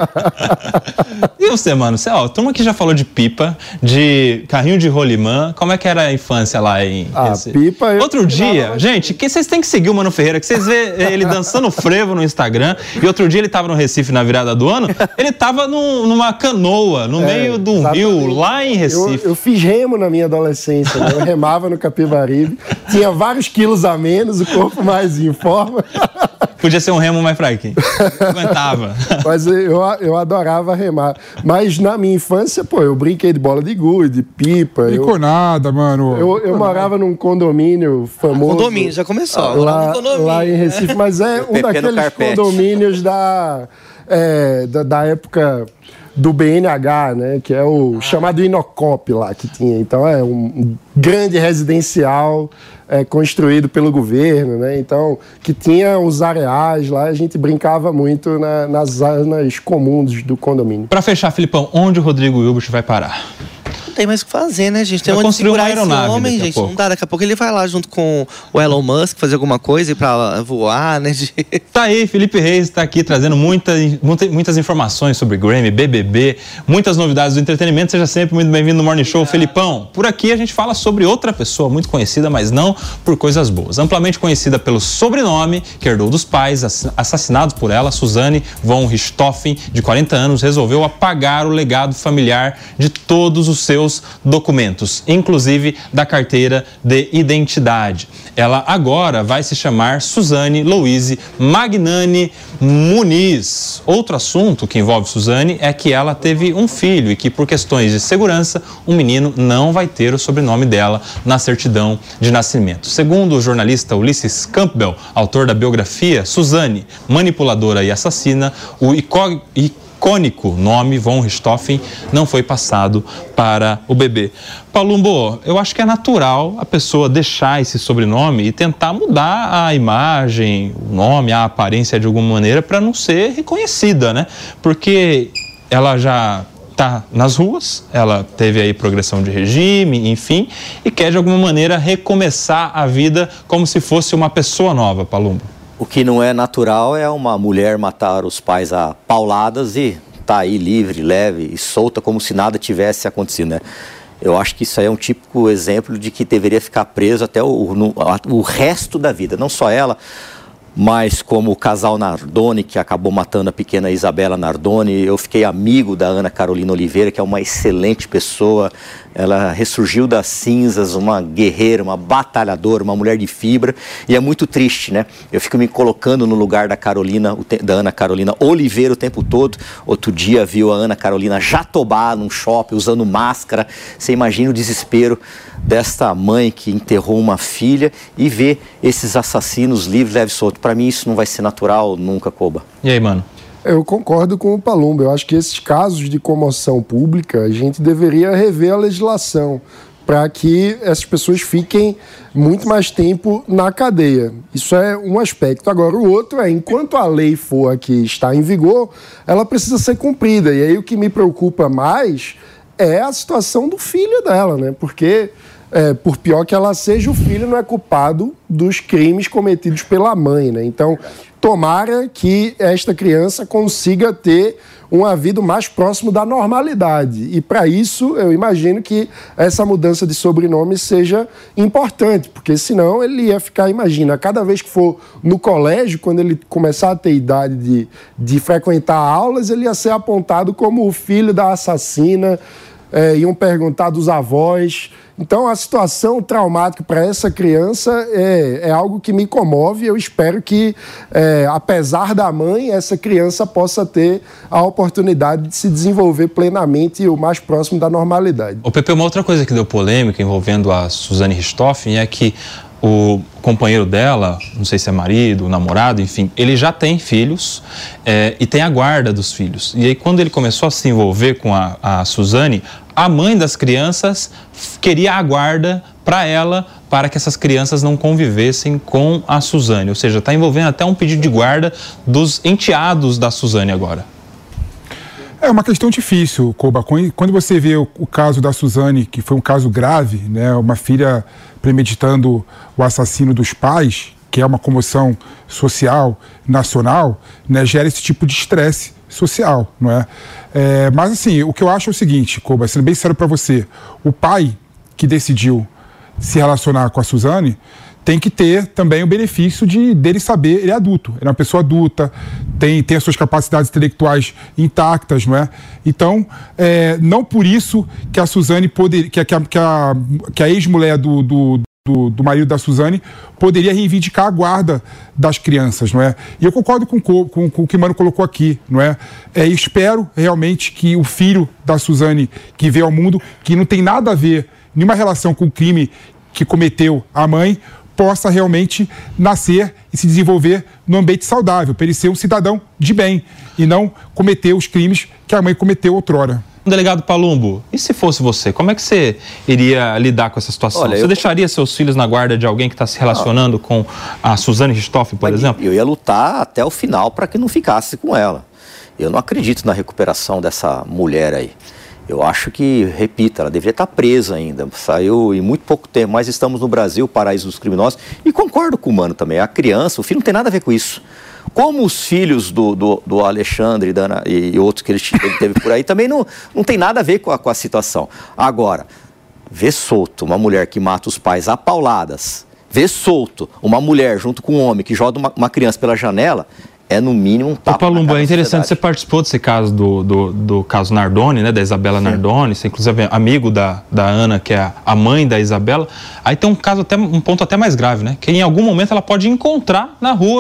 E você, mano? Você, ó, turma que já falou de pipa, de carrinho de rolimã. Como é que era a infância lá em Ah, Recife? pipa, eu- Outro dia, gente, que vocês têm que seguir o Mano Ferreira, que vocês vê ele dançando frevo no Instagram. E outro dia ele tava no Recife na virada do ano. Ele tava num- numa canoa, no meio de um exatamente. rio, lá em Eu, Recife. eu fiz remo na minha adolescência, né? Eu remava no Capibaribe, tinha vários quilos a menos, o corpo mais em forma, Podia ser um remo mais fraquinho. Não aguentava. mas eu, eu adorava remar. Mas na minha infância, pô, eu brinquei de bola de gude, de pipa. Eu, Ficou nada, mano. eu, eu morava num condomínio famoso. Condomínio, já começou. Lá, Lá, condomínio, lá em Recife, mas é um Pepe no daqueles carpete. condomínios da, é, da, da época do B N H, né? Que é o chamado Inocop lá que tinha. Então é um, um grande residencial é, construído pelo governo, né? Então, que tinha os areais lá, a gente brincava muito na, nas zonas comuns do condomínio. Pra fechar, Filipão, onde o Rodrigo Hilbert vai parar? Não tem mais o que fazer, né, gente? Tem Vai onde construir uma segurar esse aeronave homem, daqui a gente. pouco. Não dá, daqui a pouco ele vai lá junto com o Elon Musk fazer alguma coisa e pra voar, né? De... Tá aí, Felipe Reis está aqui trazendo muita, muita- muitas informações sobre Grammy, B B B, muitas novidades do entretenimento. Seja sempre muito bem-vindo no Morning Show, Felipão. Por aqui a gente fala sobre outra pessoa muito conhecida, mas não por coisas boas. Amplamente conhecida pelo sobrenome que herdou dos pais, ass- assassinados por ela, Suzane von Richthofen, de quarenta anos, resolveu apagar o legado familiar de todos os seus documentos, inclusive da carteira de identidade. Ela agora vai se chamar Suzane Louise Magnani Muniz. Outro assunto que envolve Suzane é que ela teve um filho e que, por questões de segurança, o menino não vai ter o sobrenome dela na certidão de nascimento. Segundo o jornalista Ulisses Campbell, autor da biografia Suzane, manipuladora e assassina, o icó- icônico nome Von Richthofen não foi passado para o bebê. Palumbo, eu acho que é natural a pessoa deixar esse sobrenome e tentar mudar a imagem, o nome, a aparência de alguma maneira para não ser reconhecida, né? Porque ela já está nas ruas, ela teve aí progressão de regime, enfim, e quer de alguma maneira recomeçar a vida como se fosse uma pessoa nova, Palumbo. O que não é natural é uma mulher matar os pais a pauladas e tá aí livre, leve e solta como se nada tivesse acontecido, né? Eu acho que isso aí é um típico exemplo de que deveria ficar preso até o, no, o resto da vida, não só ela, mas como o casal Nardoni, que acabou matando a pequena Isabela Nardoni. Eu fiquei amigo da Ana Carolina Oliveira, que é uma excelente pessoa. Ela ressurgiu das cinzas, uma guerreira, uma batalhadora, uma mulher de fibra. E é muito triste, né? Eu fico me colocando no lugar da Carolina, da Ana Carolina Oliveira o tempo todo. Outro dia viu a Ana Carolina Jatobá num shopping, usando máscara. Você imagina o desespero desta mãe que enterrou uma filha e vê esses assassinos livres, leves e soltos. Para mim isso não vai ser natural nunca, Koba. E aí, mano? Eu concordo com o Palumbo. Eu acho que esses casos de comoção pública, a gente deveria rever a legislação para que essas pessoas fiquem muito mais tempo na cadeia. Isso é um aspecto. Agora, o outro é, enquanto a lei for a que está em vigor, ela precisa ser cumprida. E aí o que me preocupa mais é a situação do filho dela, né? Porque, é, por pior que ela seja, o filho não é culpado dos crimes cometidos pela mãe, né? Então, tomara que esta criança consiga ter uma vida mais próximo da normalidade. E, para isso, eu imagino que essa mudança de sobrenome seja importante, porque senão ele ia ficar, imagina, cada vez que for no colégio, quando ele começar a ter idade de, de frequentar aulas, ele ia ser apontado como o filho da assassina, é, iam perguntar dos avós. Então, a situação traumática para essa criança é, é algo que me comove. Eu espero que, é, apesar da mãe, essa criança possa ter a oportunidade de se desenvolver plenamente e o mais próximo da normalidade. O Pepe, uma outra coisa que deu polêmica envolvendo a Suzane Richthofen é que o companheiro dela, não sei se é marido, namorado, enfim, ele já tem filhos é, e tem a guarda dos filhos. E aí, quando ele começou a se envolver com a, a Suzane, a mãe das crianças queria a guarda para ela, para que essas crianças não convivessem com a Suzane. Ou seja, está envolvendo até um pedido de guarda dos enteados da Suzane agora. É uma questão difícil, Koba. Quando você vê o, o caso da Suzane, que foi um caso grave, né, uma filha premeditando o assassino dos pais, que é uma comoção social, nacional, né, gera esse tipo de estresse social, não é? É, mas assim, o que eu acho é o seguinte, Koba, sendo bem sério para você, o pai que decidiu se relacionar com a Suzane tem que ter também o benefício de dele saber, ele é adulto, ele é uma pessoa adulta, tem, tem as suas capacidades intelectuais intactas, não é? Então, é, não por isso que a Suzane poder, que, que a, que a, que a ex-mulher do, do, do, do marido da Suzane poderia reivindicar a guarda das crianças, não é? E eu concordo com, com, com o que o Mano colocou aqui, não é? É, espero realmente que o filho da Suzane que veio ao mundo, que não tem nada a ver, nenhuma relação com o crime que cometeu a mãe, possa realmente nascer e se desenvolver no ambiente saudável, para ele ser um cidadão de bem e não cometer os crimes que a mãe cometeu outrora. Delegado Palumbo, e se fosse você, como é que você iria lidar com essa situação? Olha, você eu... deixaria seus filhos na guarda de alguém que está se relacionando ah. com a Suzane Richthofen, por Mas exemplo? Eu ia lutar até o final para que não ficasse com ela. Eu não acredito na recuperação dessa mulher aí. Eu acho que, repito, ela deveria estar presa ainda. Saiu em muito pouco tempo, mas estamos no Brasil, paraíso dos criminosos. E concordo com o Mano também. A criança, o filho não tem nada a ver com isso. Como os filhos do, do, do Alexandre da Ana, e, e outros que ele, ele teve por aí também não, não tem nada a ver com a, com a situação. Agora, ver solto uma mulher que mata os pais a pauladas, ver solto uma mulher junto com um homem que joga uma, uma criança pela janela, é no mínimo um tapa. Ô, Palumbo, é interessante, você participou desse caso do, do, do caso Nardoni, né, da Isabela Sim. Nardoni, você inclusive é amigo da, da Ana, que é a mãe da Isabela. Aí tem um caso, até, um ponto até mais grave, né, que em algum momento ela pode encontrar na rua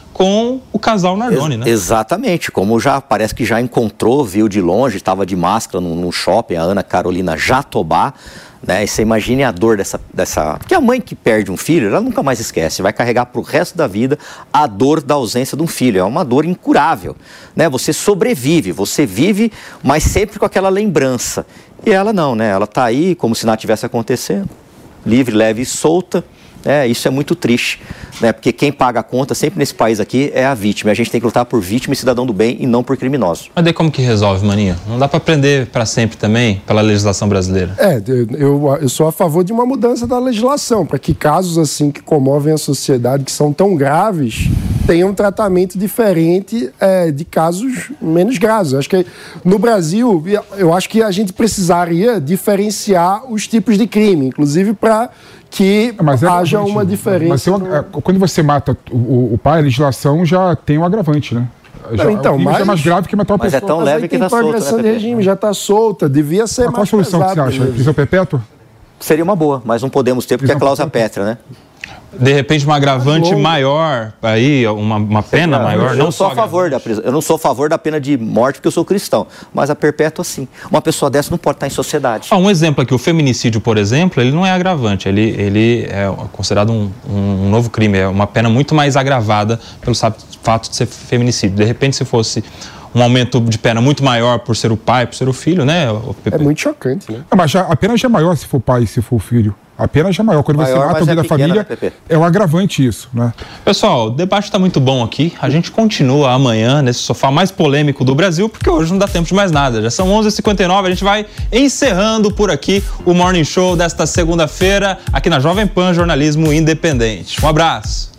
com o casal Nardoni, Ex- né? Exatamente, como já parece que já encontrou, viu de longe, estava de máscara no, no shopping, a Ana Carolina Jatobá, né? E você imagine a dor dessa, dessa... Porque a mãe que perde um filho, ela nunca mais esquece, vai carregar pro resto da vida a dor da ausência de um filho, é uma dor incurável, né? Você sobrevive, você vive, mas sempre com aquela lembrança. E ela não, né? Ela tá aí como se nada tivesse acontecendo, livre, leve e solta. É, isso é muito triste, né? Porque quem paga a conta sempre nesse país aqui é a vítima. A gente tem que lutar por vítima e cidadão do bem e não por criminoso. Mas daí como que resolve, Maninho? Não dá para prender para sempre também pela legislação brasileira? É, eu, eu sou a favor de uma mudança da legislação, para que casos assim que comovem a sociedade, que são tão graves, tenham um tratamento diferente é, de casos menos graves. Acho que no Brasil, eu acho que a gente precisaria diferenciar os tipos de crime, inclusive para que mas é haja agravante, uma diferença. Mas tem uma, no... quando você mata o, o pai, a legislação já tem um agravante, né? Já, Não, então, o crime mas, já é mais grave que matar uma mas pessoa. é tão mas leve que tem tá solto, progressão né, de Pepe? regime, já está solta, devia ser Mas qual a mais solução que você pesado acha? mesmo. Prisão perpétua? Seria uma boa, mas não podemos ter porque é cláusula pétrea, né? De repente, um agravante maior, aí, uma, uma pena Eu maior. Eu não não sou só a favor da prisão. Eu não sou a favor da pena de morte porque eu sou cristão. Mas a perpétua, sim. Uma pessoa dessa não pode estar em sociedade. Ah, um exemplo aqui, o feminicídio, por exemplo, ele não é agravante. Ele, ele é considerado um, um novo crime. É uma pena muito mais agravada pelo fato de ser feminicídio. De repente, se fosse um aumento de pena muito maior por ser o pai, por ser o filho, né? O É muito chocante, né? Não, mas já, a pena já é maior se for pai e se for filho. A pena já é maior. Quando Maior, você mata mas alguém é da pequena, família, né, Pepe? é um agravante isso, né? Pessoal, o debate está muito bom aqui. A gente continua amanhã nesse sofá mais polêmico do Brasil, porque hoje não dá tempo de mais nada. Já são onze e cinquenta e nove, a gente vai encerrando por aqui o Morning Show desta segunda-feira, aqui na Jovem Pan Jornalismo Independente. Um abraço.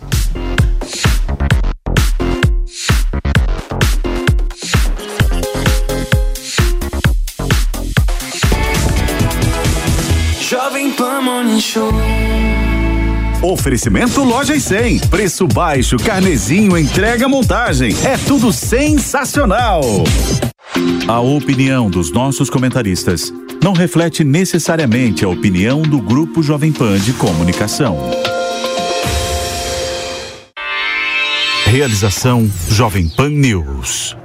Jovem Pan Morning Show. Oferecimento Loja e cem. Preço baixo, carnezinho, entrega, montagem. É tudo sensacional. A opinião dos nossos comentaristas não reflete necessariamente a opinião do Grupo Jovem Pan de Comunicação. Realização Jovem Pan News.